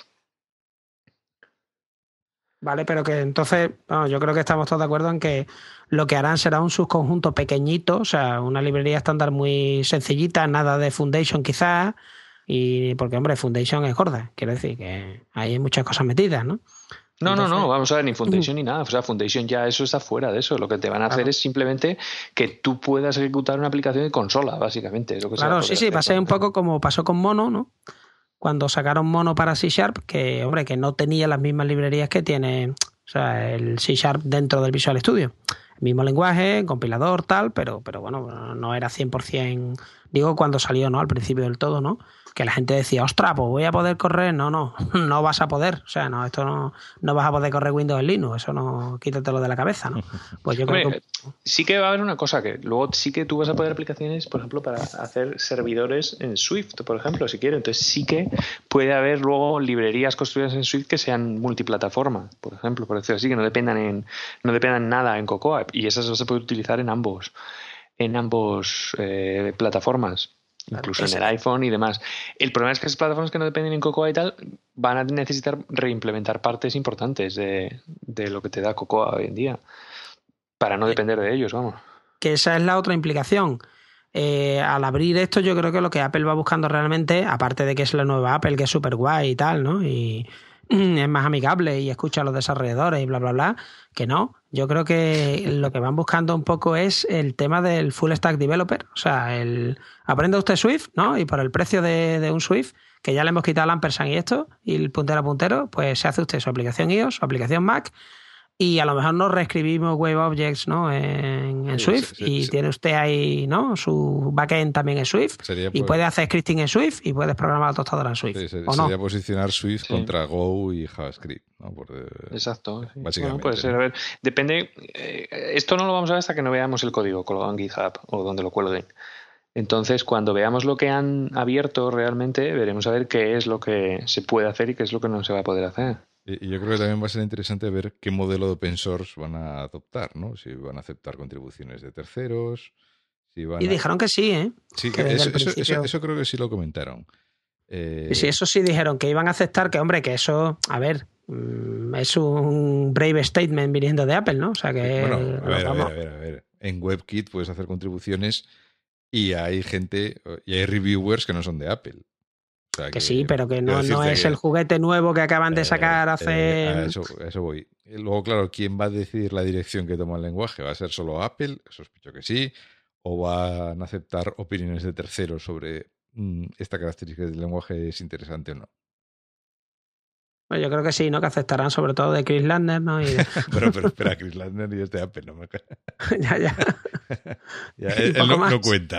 Vale, pero que entonces, bueno, yo creo que estamos todos de acuerdo en que lo que harán será un subconjunto pequeñito, o sea, una librería estándar muy sencillita, nada de Foundation quizás, y porque, hombre, Foundation es gorda, quiero decir que hay muchas cosas metidas, ¿no? No, Entonces, vamos a ver, ni Foundation ni nada. O sea, Foundation ya eso está fuera de eso. Lo que te van a hacer claro, es simplemente que tú puedas ejecutar una aplicación de consola, básicamente. Es lo que se va a claro, sí, poder sí, va hacer a ser con un poco como pasó con Mono, ¿no? Cuando sacaron Mono para C Sharp, que, hombre, que no tenía las mismas librerías que tiene, o sea, el C Sharp dentro del Visual Studio. El mismo lenguaje, compilador, tal, pero bueno, no era 100%, digo, cuando salió, ¿no? Al principio del todo, ¿no? Que la gente decía, ostras, pues voy a poder correr. No, no vas a poder. O sea, no, esto no vas a poder correr Windows en Linux. Eso no, quítatelo de la cabeza, ¿no? Pues yo creo que... Hombre, sí que va a haber una cosa, que luego sí que tú vas a poder aplicaciones, por ejemplo, para hacer servidores en Swift, por ejemplo, si quieres. Entonces sí que puede haber luego librerías construidas en Swift que sean multiplataforma, por ejemplo, por decirlo así, que no dependan nada en Cocoa. Y esas se puede utilizar en ambos plataformas. Incluso en el iPhone y demás. El problema es que esas plataformas que no dependen en Cocoa y tal van a necesitar reimplementar partes importantes de lo que te da Cocoa hoy en día para no depender de ellos, vamos. Que esa es la otra implicación. Al abrir esto, yo creo que lo que Apple va buscando realmente, aparte de que es la nueva Apple, que es súper guay y tal, ¿no? Y es más amigable y escucha a los desarrolladores y bla, bla, bla, que no. Yo creo que lo que van buscando un poco es el tema del full stack developer. O sea, aprenda usted Swift, ¿no? Y por el precio de un Swift, que ya le hemos quitado el ampersand y esto, y el puntero a puntero, pues se hace usted su aplicación iOS, su aplicación Mac, y a lo mejor nos reescribimos WebObjects, ¿no? en Swift, y tiene usted ahí, ¿no? Su backend también en Swift, y puede hacer scripting en Swift y puedes programar la tostadora en Swift. ¿o no? Sería posicionar Swift contra Go y JavaScript, ¿no? Exacto. Sí. Básicamente. Bueno, puede ser, a ver, depende. Esto no lo vamos a ver hasta que no veamos el código colgado en GitHub o donde lo cuelguen. Entonces, cuando veamos lo que han abierto realmente, veremos a ver qué es lo que se puede hacer y qué es lo que no se va a poder hacer. Y yo creo que también va a ser interesante ver qué modelo de open source van a adoptar, ¿no? Si van a aceptar contribuciones de terceros, si van y dijeron que sí, ¿eh? Sí, que eso creo que sí lo comentaron. Y sí, eso sí dijeron, que iban a aceptar que, hombre, que eso, a ver, es un brave statement viniendo de Apple, ¿no? O sea que... Bueno, a ver. En WebKit puedes hacer contribuciones y hay gente, y hay reviewers que no son de Apple. O sea que sí, pero que no es que, el juguete nuevo que acaban de sacar hace... a eso voy. Y luego, claro, ¿quién va a decidir la dirección que toma el lenguaje? ¿Va a ser solo Apple? Sospecho que sí. ¿O van a aceptar opiniones de terceros sobre esta característica del lenguaje es interesante o no? Yo creo que sí, ¿no? Que aceptarán sobre todo de Chris Lander, ¿no? pero espera, Chris Lander y es de Apple, no me ya. Él no cuenta.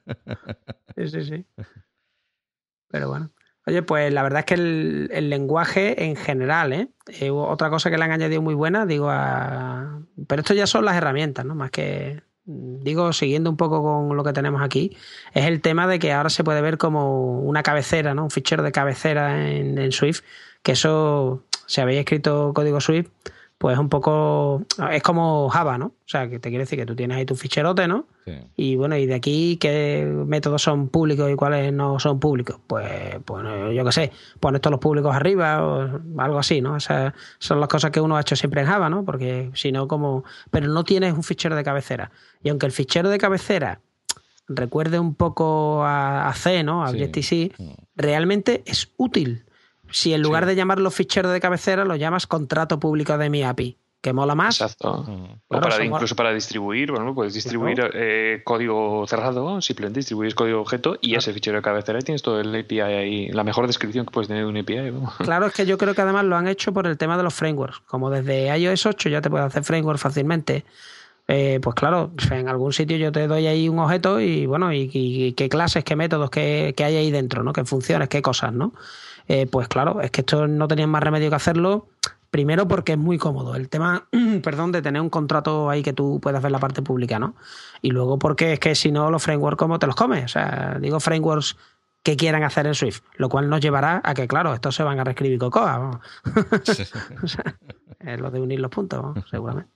Sí. Pero bueno. Oye, pues la verdad es que el lenguaje en general, otra cosa que le han añadido muy buena, pero esto ya son las herramientas, ¿no? Más que digo, siguiendo un poco con lo que tenemos aquí, es el tema de que ahora se puede ver como una cabecera, ¿no? Un fichero de cabecera en Swift, que eso, si habéis escrito código Swift, pues un poco, es como Java, ¿no? O sea, que te quiere decir que tú tienes ahí tu ficherote, ¿no? Sí. Y bueno, y de aquí, ¿qué métodos son públicos y cuáles no son públicos? Pues yo qué sé, pones todos los públicos arriba o algo así, ¿no? O sea, son las cosas que uno ha hecho siempre en Java, ¿no? Porque si no, como... Pero no tienes un fichero de cabecera. Y aunque el fichero de cabecera recuerde un poco a C, ¿no? A Sí. Objective-C, realmente es útil. Si en lugar de llamarlo fichero de cabecera, lo llamas contrato público de mi API, que mola más. Exacto. Claro, O incluso para distribuir, bueno, puedes distribuir código cerrado, simplemente distribuyes código objeto y ese fichero de cabecera y tienes todo el API ahí, la mejor descripción que puedes tener de un API. ¿no? Claro, es que yo creo que además lo han hecho por el tema de los frameworks. Como desde iOS 8 ya te puedes hacer framework fácilmente. Pues claro, en algún sitio yo te doy ahí un objeto y bueno, y qué clases, qué métodos, qué hay ahí dentro, ¿no? Qué funciones, qué cosas, ¿no? Pues claro, es que esto no tenían más remedio que hacerlo. Primero porque es muy cómodo el tema, perdón, de tener un contrato ahí que tú puedas ver la parte pública, ¿no? Y luego porque es que si no los frameworks como te los comes, o sea, digo frameworks que quieran hacer en Swift, lo cual nos llevará a que, claro, estos se van a reescribir Cocoa, vamos. O sea, es lo de unir los puntos, ¿no? Seguramente.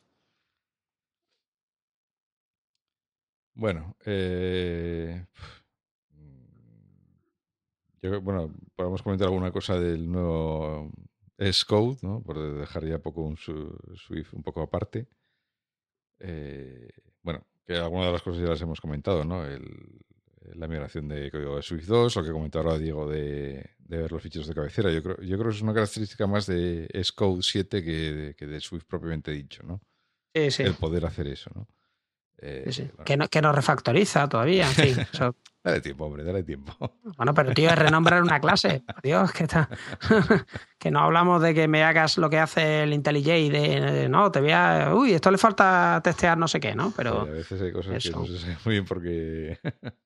Bueno, bueno, podemos comentar alguna cosa del nuevo Xcode, ¿no? Por dejar ya poco un Swift un poco aparte. Bueno, que algunas de las cosas ya las hemos comentado, ¿no? La migración de código de Swift 2, lo que comentaba ahora Diego de ver los ficheros de cabecera. Yo creo que es una característica más de Xcode 7 que de Swift propiamente dicho, ¿no? Sí, sí. El poder hacer eso, ¿no? Sí. Bueno. Que no refactoriza todavía, en fin. Eso... Dale tiempo, hombre, dale tiempo. Bueno, pero tío, es renombrar una clase. Dios, que no hablamos de que me hagas lo que hace el IntelliJ, no, te voy a... Uy, esto le falta testear no sé qué, ¿no? Pero sí, a veces hay cosas que no se saben muy bien porque...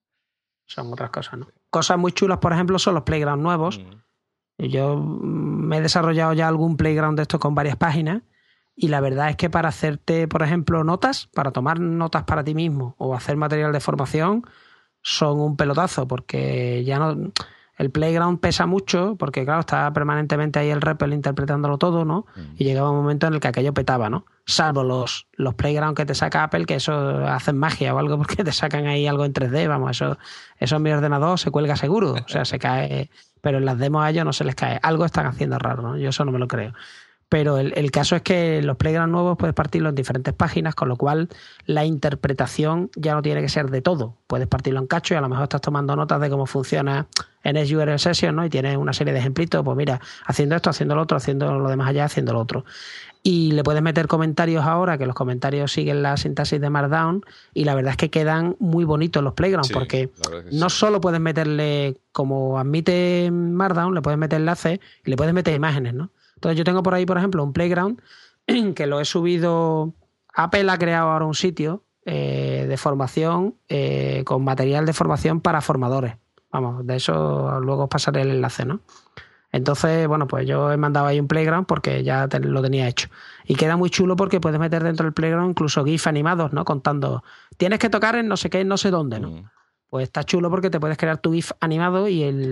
son otras cosas, ¿no? Cosas muy chulas, por ejemplo, son los playgrounds nuevos. Yo me he desarrollado ya algún playground de estos con varias páginas y la verdad es que para hacerte, por ejemplo, notas, para tomar notas para ti mismo o hacer material de formación, son un pelotazo porque ya no... El playground pesa mucho porque, claro, está permanentemente ahí el REPL interpretándolo todo, ¿no? Y llegaba un momento en el que aquello petaba, ¿no? Salvo los playground que te saca Apple, que eso hacen magia o algo porque te sacan ahí algo en 3D, vamos, eso en mi ordenador se cuelga seguro, o sea, se cae, pero en las demos a ellos no se les cae. Algo están haciendo raro, ¿no? Yo eso no me lo creo. Pero el caso es que los playgrounds nuevos puedes partirlo en diferentes páginas, con lo cual la interpretación ya no tiene que ser de todo. Puedes partirlo en cacho y a lo mejor estás tomando notas de cómo funciona en SURL Session, ¿no? Y tienes una serie de ejemplitos, pues mira, haciendo esto, haciendo lo otro, haciendo lo demás allá, haciendo lo otro. Y le puedes meter comentarios ahora, que los comentarios siguen la sintaxis de Markdown, y la verdad es que quedan muy bonitos los playgrounds, sí, porque no solo puedes meterle, como admite Markdown, le puedes meter enlaces y le puedes meter imágenes, ¿no? Entonces yo tengo por ahí, por ejemplo, un playground que lo he subido. Apple ha creado ahora un sitio de formación con material de formación para formadores. Vamos, de eso luego os pasaré el enlace, ¿no? Entonces, bueno, pues yo he mandado ahí un playground porque ya lo tenía hecho. Y queda muy chulo porque puedes meter dentro del playground incluso GIF animados, ¿no? Contando, tienes que tocar en no sé qué, no sé dónde, ¿no? Pues está chulo porque te puedes crear tu GIF animado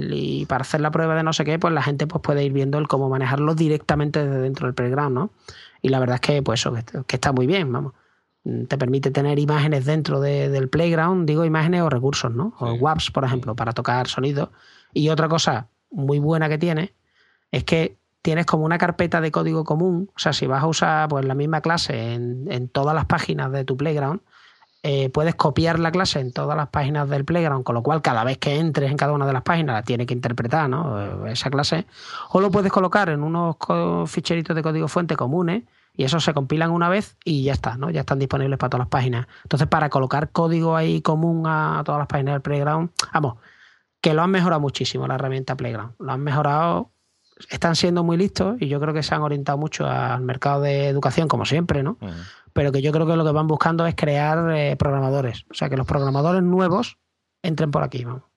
y para hacer la prueba de no sé qué, pues la gente pues puede ir viendo el cómo manejarlo directamente desde dentro del playground, ¿no? Y la verdad es que pues eso, que está muy bien, vamos. Te permite tener imágenes dentro del playground, digo imágenes o recursos, ¿no? O WAVs, por ejemplo, para tocar sonido. Y otra cosa muy buena que tiene es que tienes como una carpeta de código común, o sea, si vas a usar pues la misma clase en todas las páginas de tu playground, puedes copiar la clase en todas las páginas del playground, con lo cual cada vez que entres en cada una de las páginas la tiene que interpretar, ¿no? Esa clase, o lo puedes colocar en unos ficheritos de código fuente comunes y esos se compilan una vez y ya está, ¿no? Ya están disponibles para todas las páginas. Entonces, para colocar código ahí común a todas las páginas del playground, vamos, que lo han mejorado muchísimo la herramienta Playground, lo han mejorado, están siendo muy listos y yo creo que se han orientado mucho al mercado de educación, como siempre, ¿no? Pero que yo creo que lo que van buscando es crear programadores. O sea, que los programadores nuevos entren por aquí, ¿no?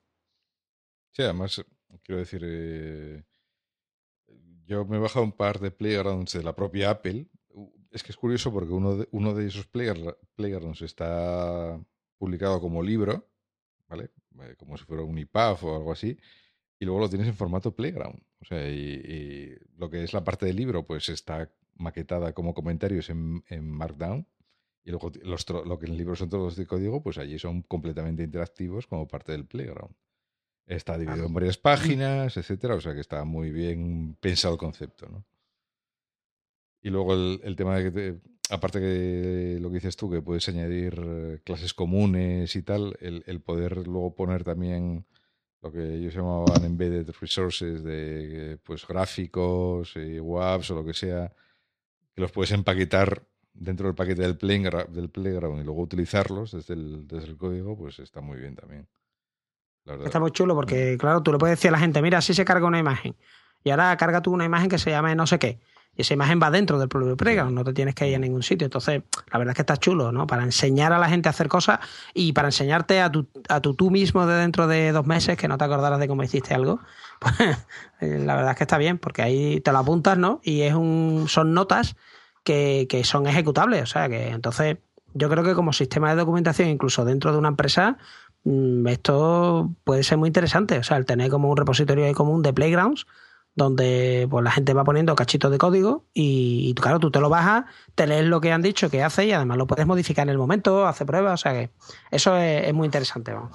Sí, además, quiero decir, yo me he bajado un par de playgrounds de la propia Apple. es que es curioso porque uno de esos playgrounds está publicado como libro, ¿vale? Como si fuera un EPUB o algo así, y luego lo tienes en formato playground. O sea, y lo que es la parte del libro, pues está maquetada como comentarios en Markdown, y luego lo que en el libro son todos de código, pues allí son completamente interactivos como parte del playground. Está dividido en varias páginas, etcétera, o sea que está muy bien pensado el concepto, ¿no? Y luego el tema de que, aparte que lo que dices tú, que puedes añadir clases comunes y tal, el poder luego poner también lo que ellos llamaban embedded resources de pues gráficos, WAVs o lo que sea, que los puedes empaquetar dentro del paquete del playground y luego utilizarlos desde el código, pues está muy bien también. La verdad. Está muy chulo porque, claro, tú le puedes decir a la gente, mira, así se carga una imagen. Y ahora carga tú una imagen que se llame no sé qué. Y esa imagen va dentro del propio playground, no te tienes que ir a ningún sitio. Entonces, la verdad es que está chulo, ¿no? Para enseñar a la gente a hacer cosas y para enseñarte a tú mismo de dentro de 2 meses que no te acordaras de cómo hiciste algo, pues la verdad es que está bien, porque ahí te lo apuntas, ¿no? Y son notas que son ejecutables. O sea, que entonces yo creo que como sistema de documentación, incluso dentro de una empresa, esto puede ser muy interesante. O sea, el tener como un repositorio ahí común de playgrounds donde pues la gente va poniendo cachitos de código y claro, tú te lo bajas, te lees lo que han dicho que hace y además lo puedes modificar en el momento, hacer pruebas, o sea que eso es muy interesante, vamos.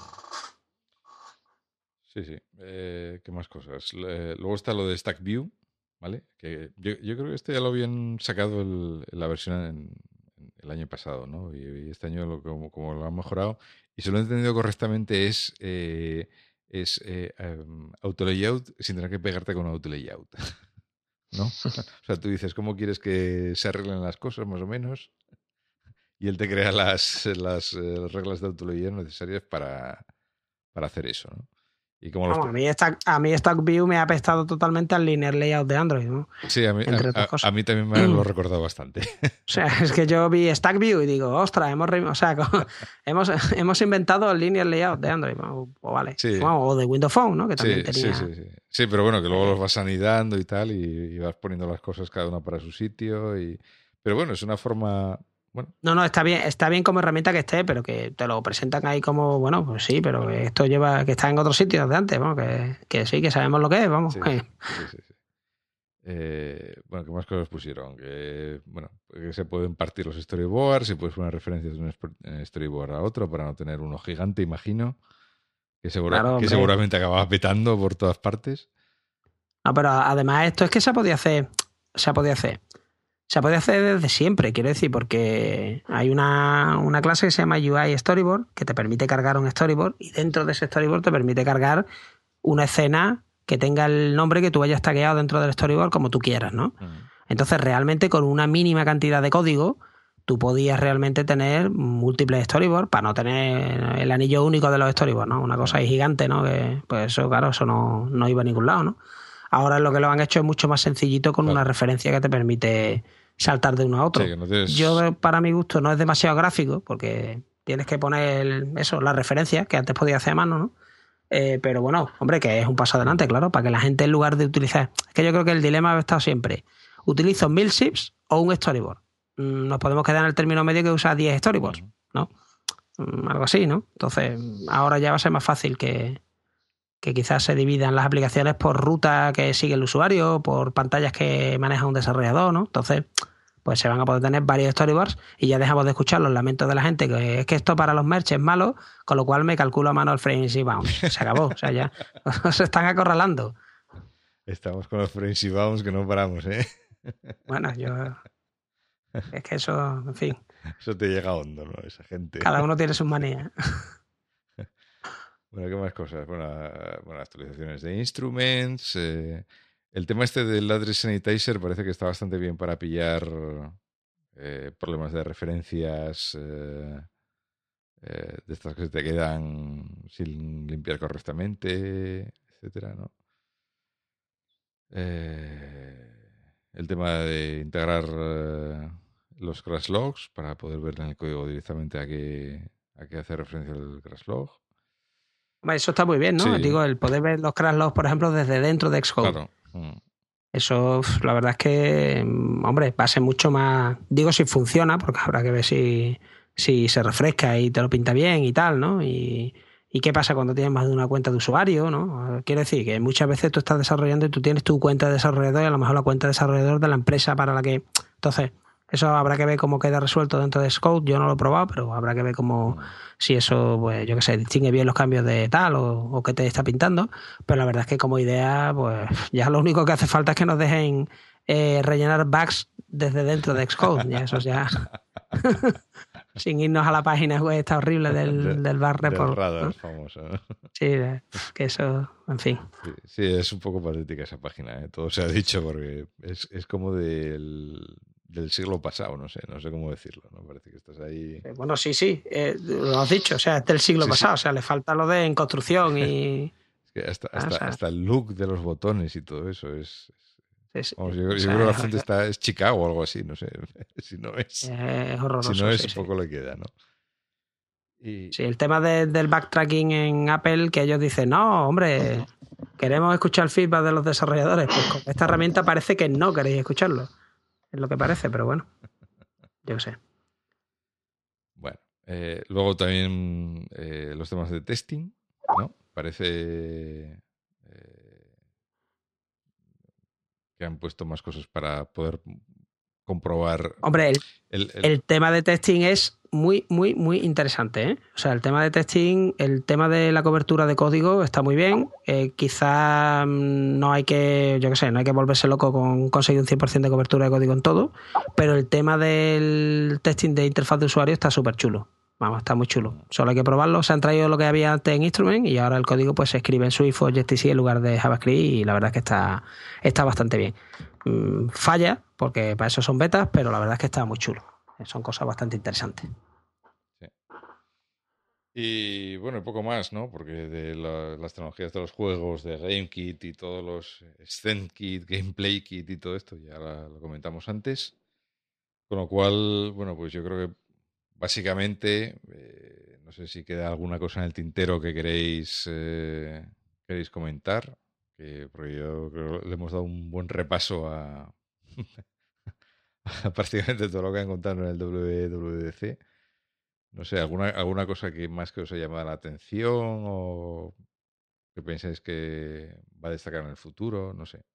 Sí, sí. ¿Qué más cosas? Luego está lo de Stack View, ¿vale? Que yo creo que este ya lo habían sacado la versión el año pasado, ¿no? Y este año como lo han mejorado. Y si lo he entendido correctamente es auto-layout sin tener que pegarte con auto-layout, ¿no? O sea, tú dices, ¿cómo quieres que se arreglen las cosas, más o menos? Y él te crea las reglas de auto-layout necesarias para hacer eso, ¿no? Y como Vamos, a mí Stack View me ha apestado totalmente al linear layout de Android, ¿no? Sí, entre otras cosas. A mí también me lo he recordado bastante. O sea, es que yo vi Stack View y digo, ostras, hemos inventado el linear layout de Android. O vale. Sí. O de Windows Phone, ¿no? Que también tenía... Sí, pero bueno, que luego los vas anidando y tal, y vas poniendo las cosas cada una para su sitio. Pero bueno, es una forma... Bueno. No, está bien como herramienta que esté, pero que te lo presentan ahí como, bueno, pues sí, pero que esto lleva, que está en otros sitios de antes, vamos, que sí, que sabemos lo que es, vamos. Sí. Bueno, ¿qué más cosas pusieron? Que se pueden partir los storyboards y puedes poner referencias de un storyboard a otro para no tener uno gigante, imagino, que seguramente acababa petando por todas partes. No, pero además esto es que se podía hacer desde siempre, quiero decir, porque hay una clase que se llama UI Storyboard que te permite cargar un storyboard y dentro de ese storyboard te permite cargar una escena que tenga el nombre que tú hayas tagueado dentro del storyboard como tú quieras, ¿no? Entonces, realmente con una mínima cantidad de código tú podías realmente tener múltiples storyboards para no tener el anillo único de los storyboards, ¿no? Una cosa ahí gigante, ¿no? Que, pues eso, claro, eso no iba a ningún lado, ¿no? Ahora lo que lo han hecho es mucho más sencillito con una referencia que te permite saltar de uno a otro. Sí, Yo, para mi gusto, no es demasiado gráfico porque tienes que poner la referencia que antes podía hacer a mano, ¿no? Pero bueno, hombre, que es un paso adelante, claro, para que la gente en lugar de utilizar... Es que yo creo que el dilema ha estado siempre. ¿Utilizo 1000 zips o un storyboard? Nos podemos quedar en el término medio que usa 10 storyboards, ¿no? Algo así, ¿no? Entonces, ahora ya va a ser más fácil que quizás se dividan las aplicaciones por ruta que sigue el usuario, por pantallas que maneja un desarrollador, ¿no? Entonces, pues se van a poder tener varios storyboards y ya dejamos de escuchar los lamentos de la gente que es que esto para los merch es malo, con lo cual me calculo a mano el frames y bounds. Se acabó, o sea, ya se están acorralando. Estamos con los frames y bounds que no paramos, ¿eh? Bueno, es que eso, en fin. Eso te llega hondo, ¿no? Esa gente. Cada uno tiene sus manías. Bueno, ¿qué más cosas? Bueno, actualizaciones de instruments. El tema este del address sanitizer parece que está bastante bien para pillar problemas de referencias de estas que se te quedan sin limpiar correctamente, etcétera, ¿no? El tema de integrar los crash logs para poder ver en el código directamente a qué hace referencia el crash log. Eso está muy bien, ¿no? Sí. Digo, el poder ver los crash logs, por ejemplo, desde dentro de Xcode. Claro. Eso, la verdad es que, hombre, va a ser mucho más... Digo si funciona, porque habrá que ver si se refresca y te lo pinta bien y tal, ¿no? Y qué pasa cuando tienes más de una cuenta de usuario, ¿no? Quiero decir que muchas veces tú estás desarrollando y tú tienes tu cuenta de desarrollador y a lo mejor la cuenta de desarrollador de la empresa para la que... Entonces, eso habrá que ver cómo queda resuelto dentro de Xcode. Yo no lo he probado, pero habrá que ver cómo... Si eso, pues yo qué sé, distingue bien los cambios de tal o qué te está pintando. Pero la verdad es que como idea, pues ya lo único que hace falta es que nos dejen rellenar bugs desde dentro de Xcode. Ya eso ya... Sin irnos a la página web esta horrible del bug report. Del radar, ¿no? famoso, ¿no? Sí, que eso, en fin. Sí, es un poco patética esa página, ¿eh? Todo se ha dicho porque es como del siglo pasado, no sé cómo decirlo, ¿no? Parece que estás ahí... Bueno, sí, lo has dicho, o sea, es del siglo pasado, o sea, le falta lo de en construcción y... Es que hasta el look de los botones y todo eso es... Vamos, yo o creo sea, que la fuente es Chicago o algo así, no sé. Si no es horroroso. Si no es, sí, poco le queda, ¿no? Y... Sí, el tema del backtracking en Apple, que ellos dicen, no, hombre, queremos escuchar el feedback de los desarrolladores. Pues con esta herramienta parece que no queréis escucharlo. Es lo que parece, pero bueno, yo qué sé. Bueno, luego también los temas de testing, ¿no? Parece que han puesto más cosas para poder comprobar. Hombre, el tema de testing es muy interesante, ¿eh? O sea, el tema de testing, el tema de la cobertura de código está muy bien. Quizá no hay que, yo qué sé, no hay que volverse loco con conseguir un 100% de cobertura de código en todo, pero el tema del testing de interfaz de usuario está súper chulo. Vamos, está muy chulo. Solo hay que probarlo. Se han traído lo que había antes en Instrument y ahora el código pues se escribe en Swift o Objective-C en lugar de JavaScript y la verdad es que está bastante bien. Falla, porque para eso son betas, pero la verdad es que está muy chulo. Son cosas bastante interesantes. Sí. Y bueno, poco más, ¿no? Porque de las tecnologías de los juegos, de GameKit y todos los ScenKit, Gameplay Kit y todo esto, ya lo comentamos antes. Con lo cual, bueno, pues yo creo que básicamente, no sé si queda alguna cosa en el tintero que queréis comentar, porque yo creo que le hemos dado un buen repaso a prácticamente todo lo que han contado en el WWDC. No sé, alguna cosa que más que os haya llamado la atención o que pensáis que va a destacar en el futuro, no sé.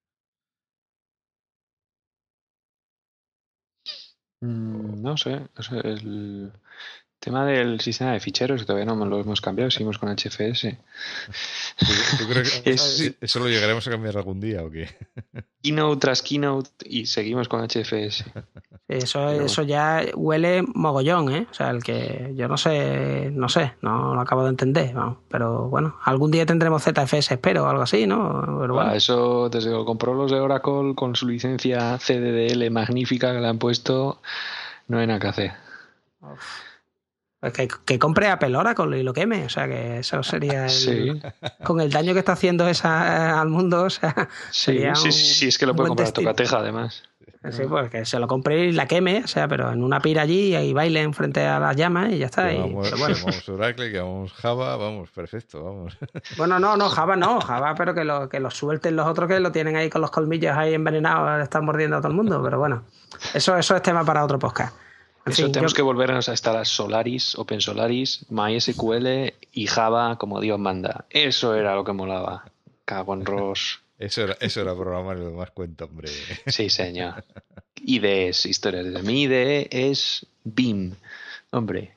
No sé, el tema del sistema de ficheros, que todavía no lo hemos cambiado, seguimos con HFS. ¿Tú crees que eso lo llegaremos a cambiar algún día o qué? Keynote tras keynote y seguimos con HFS. Eso ya huele mogollón, ¿eh? O sea, el que yo no sé, no lo acabo de entender, vamos. Pero bueno, algún día tendremos ZFS, espero, o algo así, ¿no? Pero bueno. Eso, desde que lo compró los de Oracle con su licencia CDDL magnífica que le han puesto, no hay nada que hacer. Pues que compre Apple Oracle y lo queme, o sea, que eso sería sí. Con el daño que está haciendo al mundo, o sea, sería sí, es que lo puede comprar a tocateja, además. Sí, pues que se lo compre y la queme, o sea, pero en una pira allí y baile enfrente a las llamas y ya está. Vamos Oracle, que vamos Java, vamos, perfecto, vamos. Bueno, no, Java, pero que lo suelten los otros que lo tienen ahí con los colmillos ahí envenenados, le están mordiendo a todo el mundo, pero bueno, eso es tema para otro podcast. Tenemos que volvernos a estar a Solaris, OpenSolaris, MySQL y Java como Dios manda. Eso era lo que molaba. Cago en Ross. Eso era programar y lo demás cuenta, hombre. Sí, señor. IDEs, historias de mi IDE es BIM. Hombre.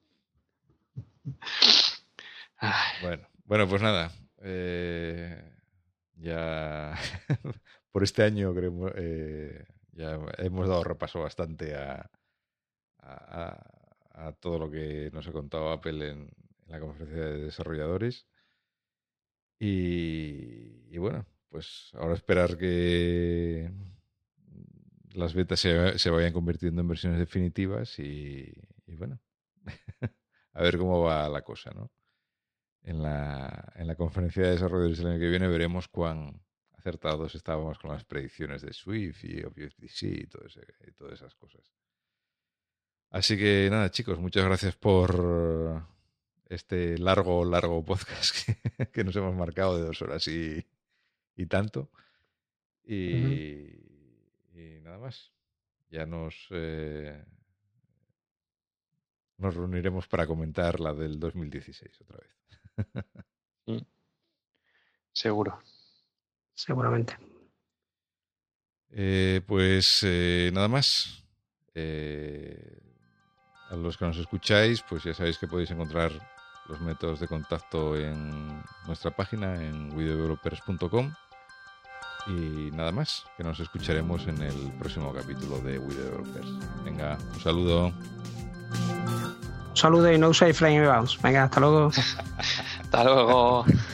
Bueno, pues nada. Ya por este año creo ya hemos dado repaso bastante a todo lo que nos ha contado Apple en la conferencia de desarrolladores. Y bueno, pues ahora esperar que las betas se vayan convirtiendo en versiones definitivas y bueno, a ver cómo va la cosa, ¿no? En la conferencia de desarrolladores del año que viene veremos cuán acertados estábamos con las predicciones de Swift y Objective-C y todas esas cosas. Así que nada, chicos, muchas gracias por este largo podcast que nos hemos marcado de 2 horas y tanto. y nada más. Ya nos reuniremos para comentar la del 2016 otra vez. Sí. Seguro. Seguramente. Pues nada más. A los que nos escucháis, pues ya sabéis que podéis encontrar los métodos de contacto en nuestra página en wideveloppers.com. Y nada más, que nos escucharemos en el próximo capítulo de We Developers. Venga, un saludo. Un saludo y no uséis Flying Bounce. Venga, hasta luego. Hasta luego.